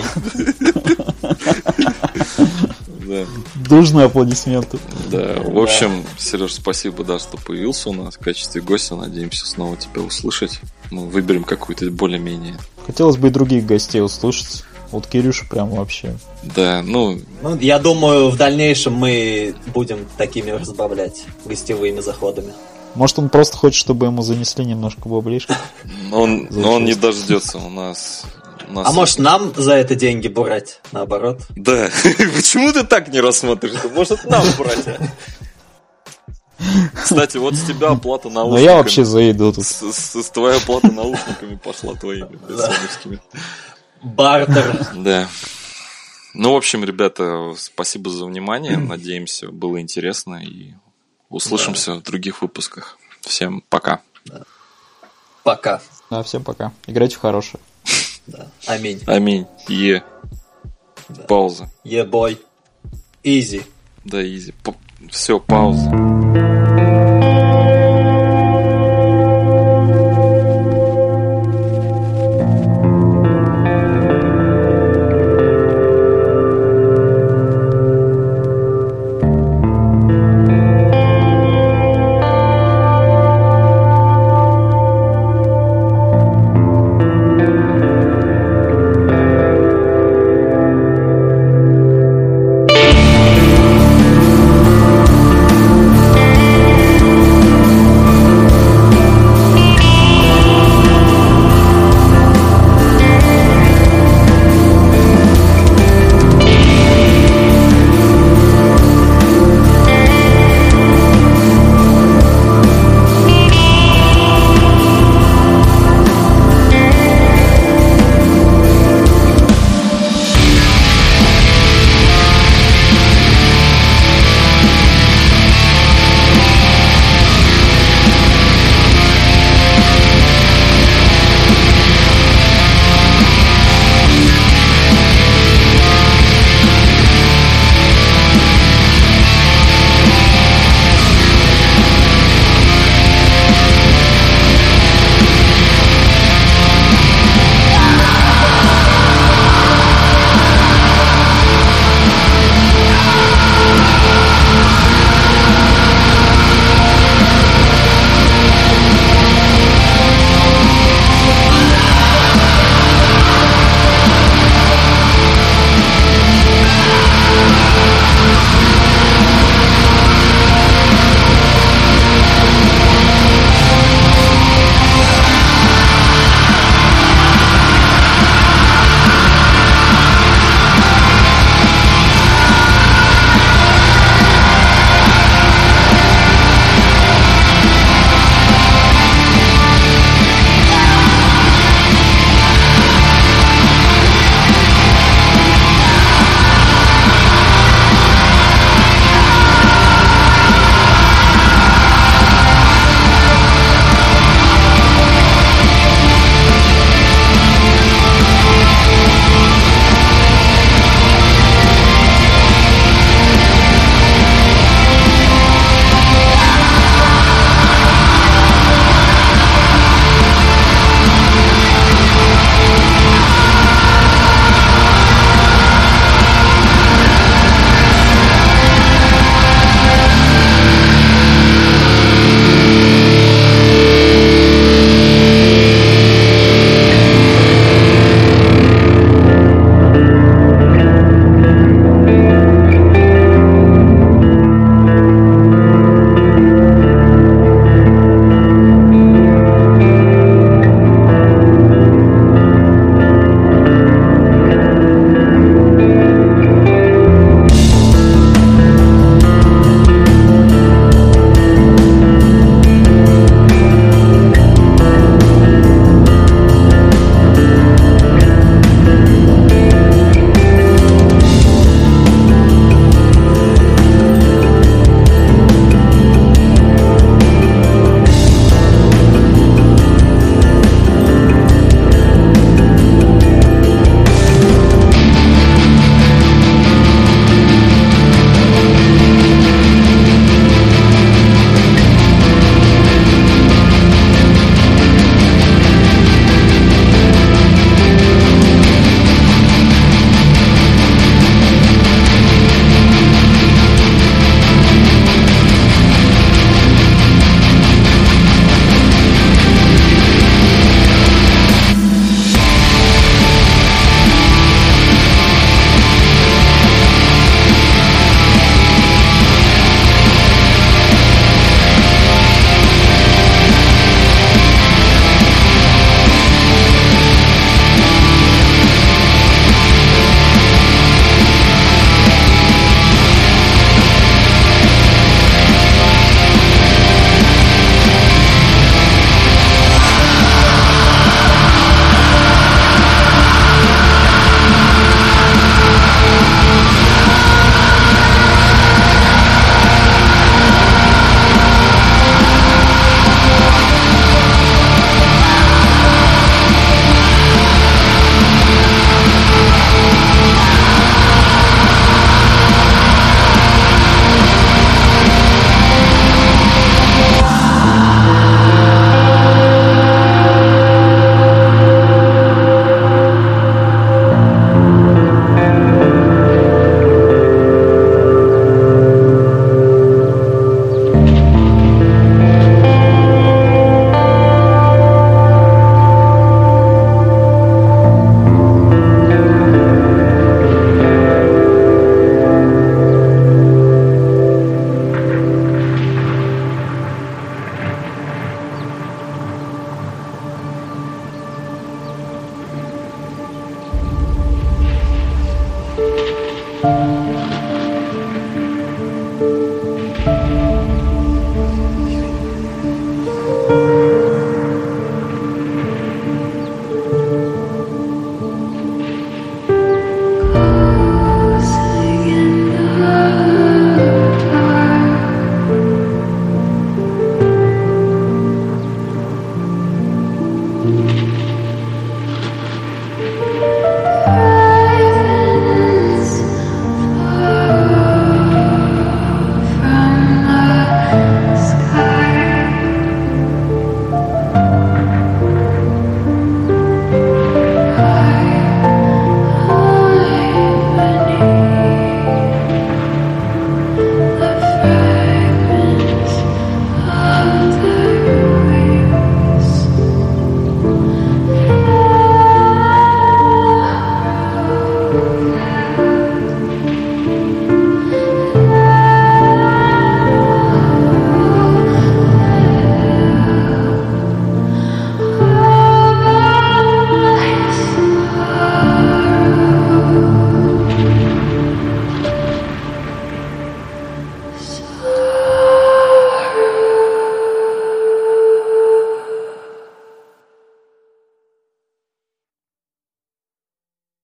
Да. Дружные аплодисменты. Да, в общем, Сереж, спасибо, да, что появился у нас в качестве гостя. Надеемся снова тебя услышать. Мы выберем какую-то более-менее. Хотелось бы и других гостей услышать. Вот Кирюша прям вообще. Да, ну... ну... Я думаю, в дальнейшем мы будем такими разбавлять гостевыми заходами. Может, он просто хочет, чтобы ему занесли немножко баблишка? Но он, но он не дождется у нас... А может нам за это деньги брать, наоборот? Да, почему ты так не рассматриваешь? Может нам брать, а? Кстати, вот с тебя оплата наушниками. Ну я вообще зайду тут. С, с, с твоей оплаты наушниками пошла твоими бессоневскими. Бартер. Да. Ну, в общем, ребята, спасибо за внимание. Надеемся, было интересно. И услышимся да. в других выпусках. Всем пока. Да. Пока. Да, всем пока. Играйте в хорошее. Да. Аминь. Аминь. Е. Да. Пауза. Е-бой. Изи. Да, изи. Все, пауза.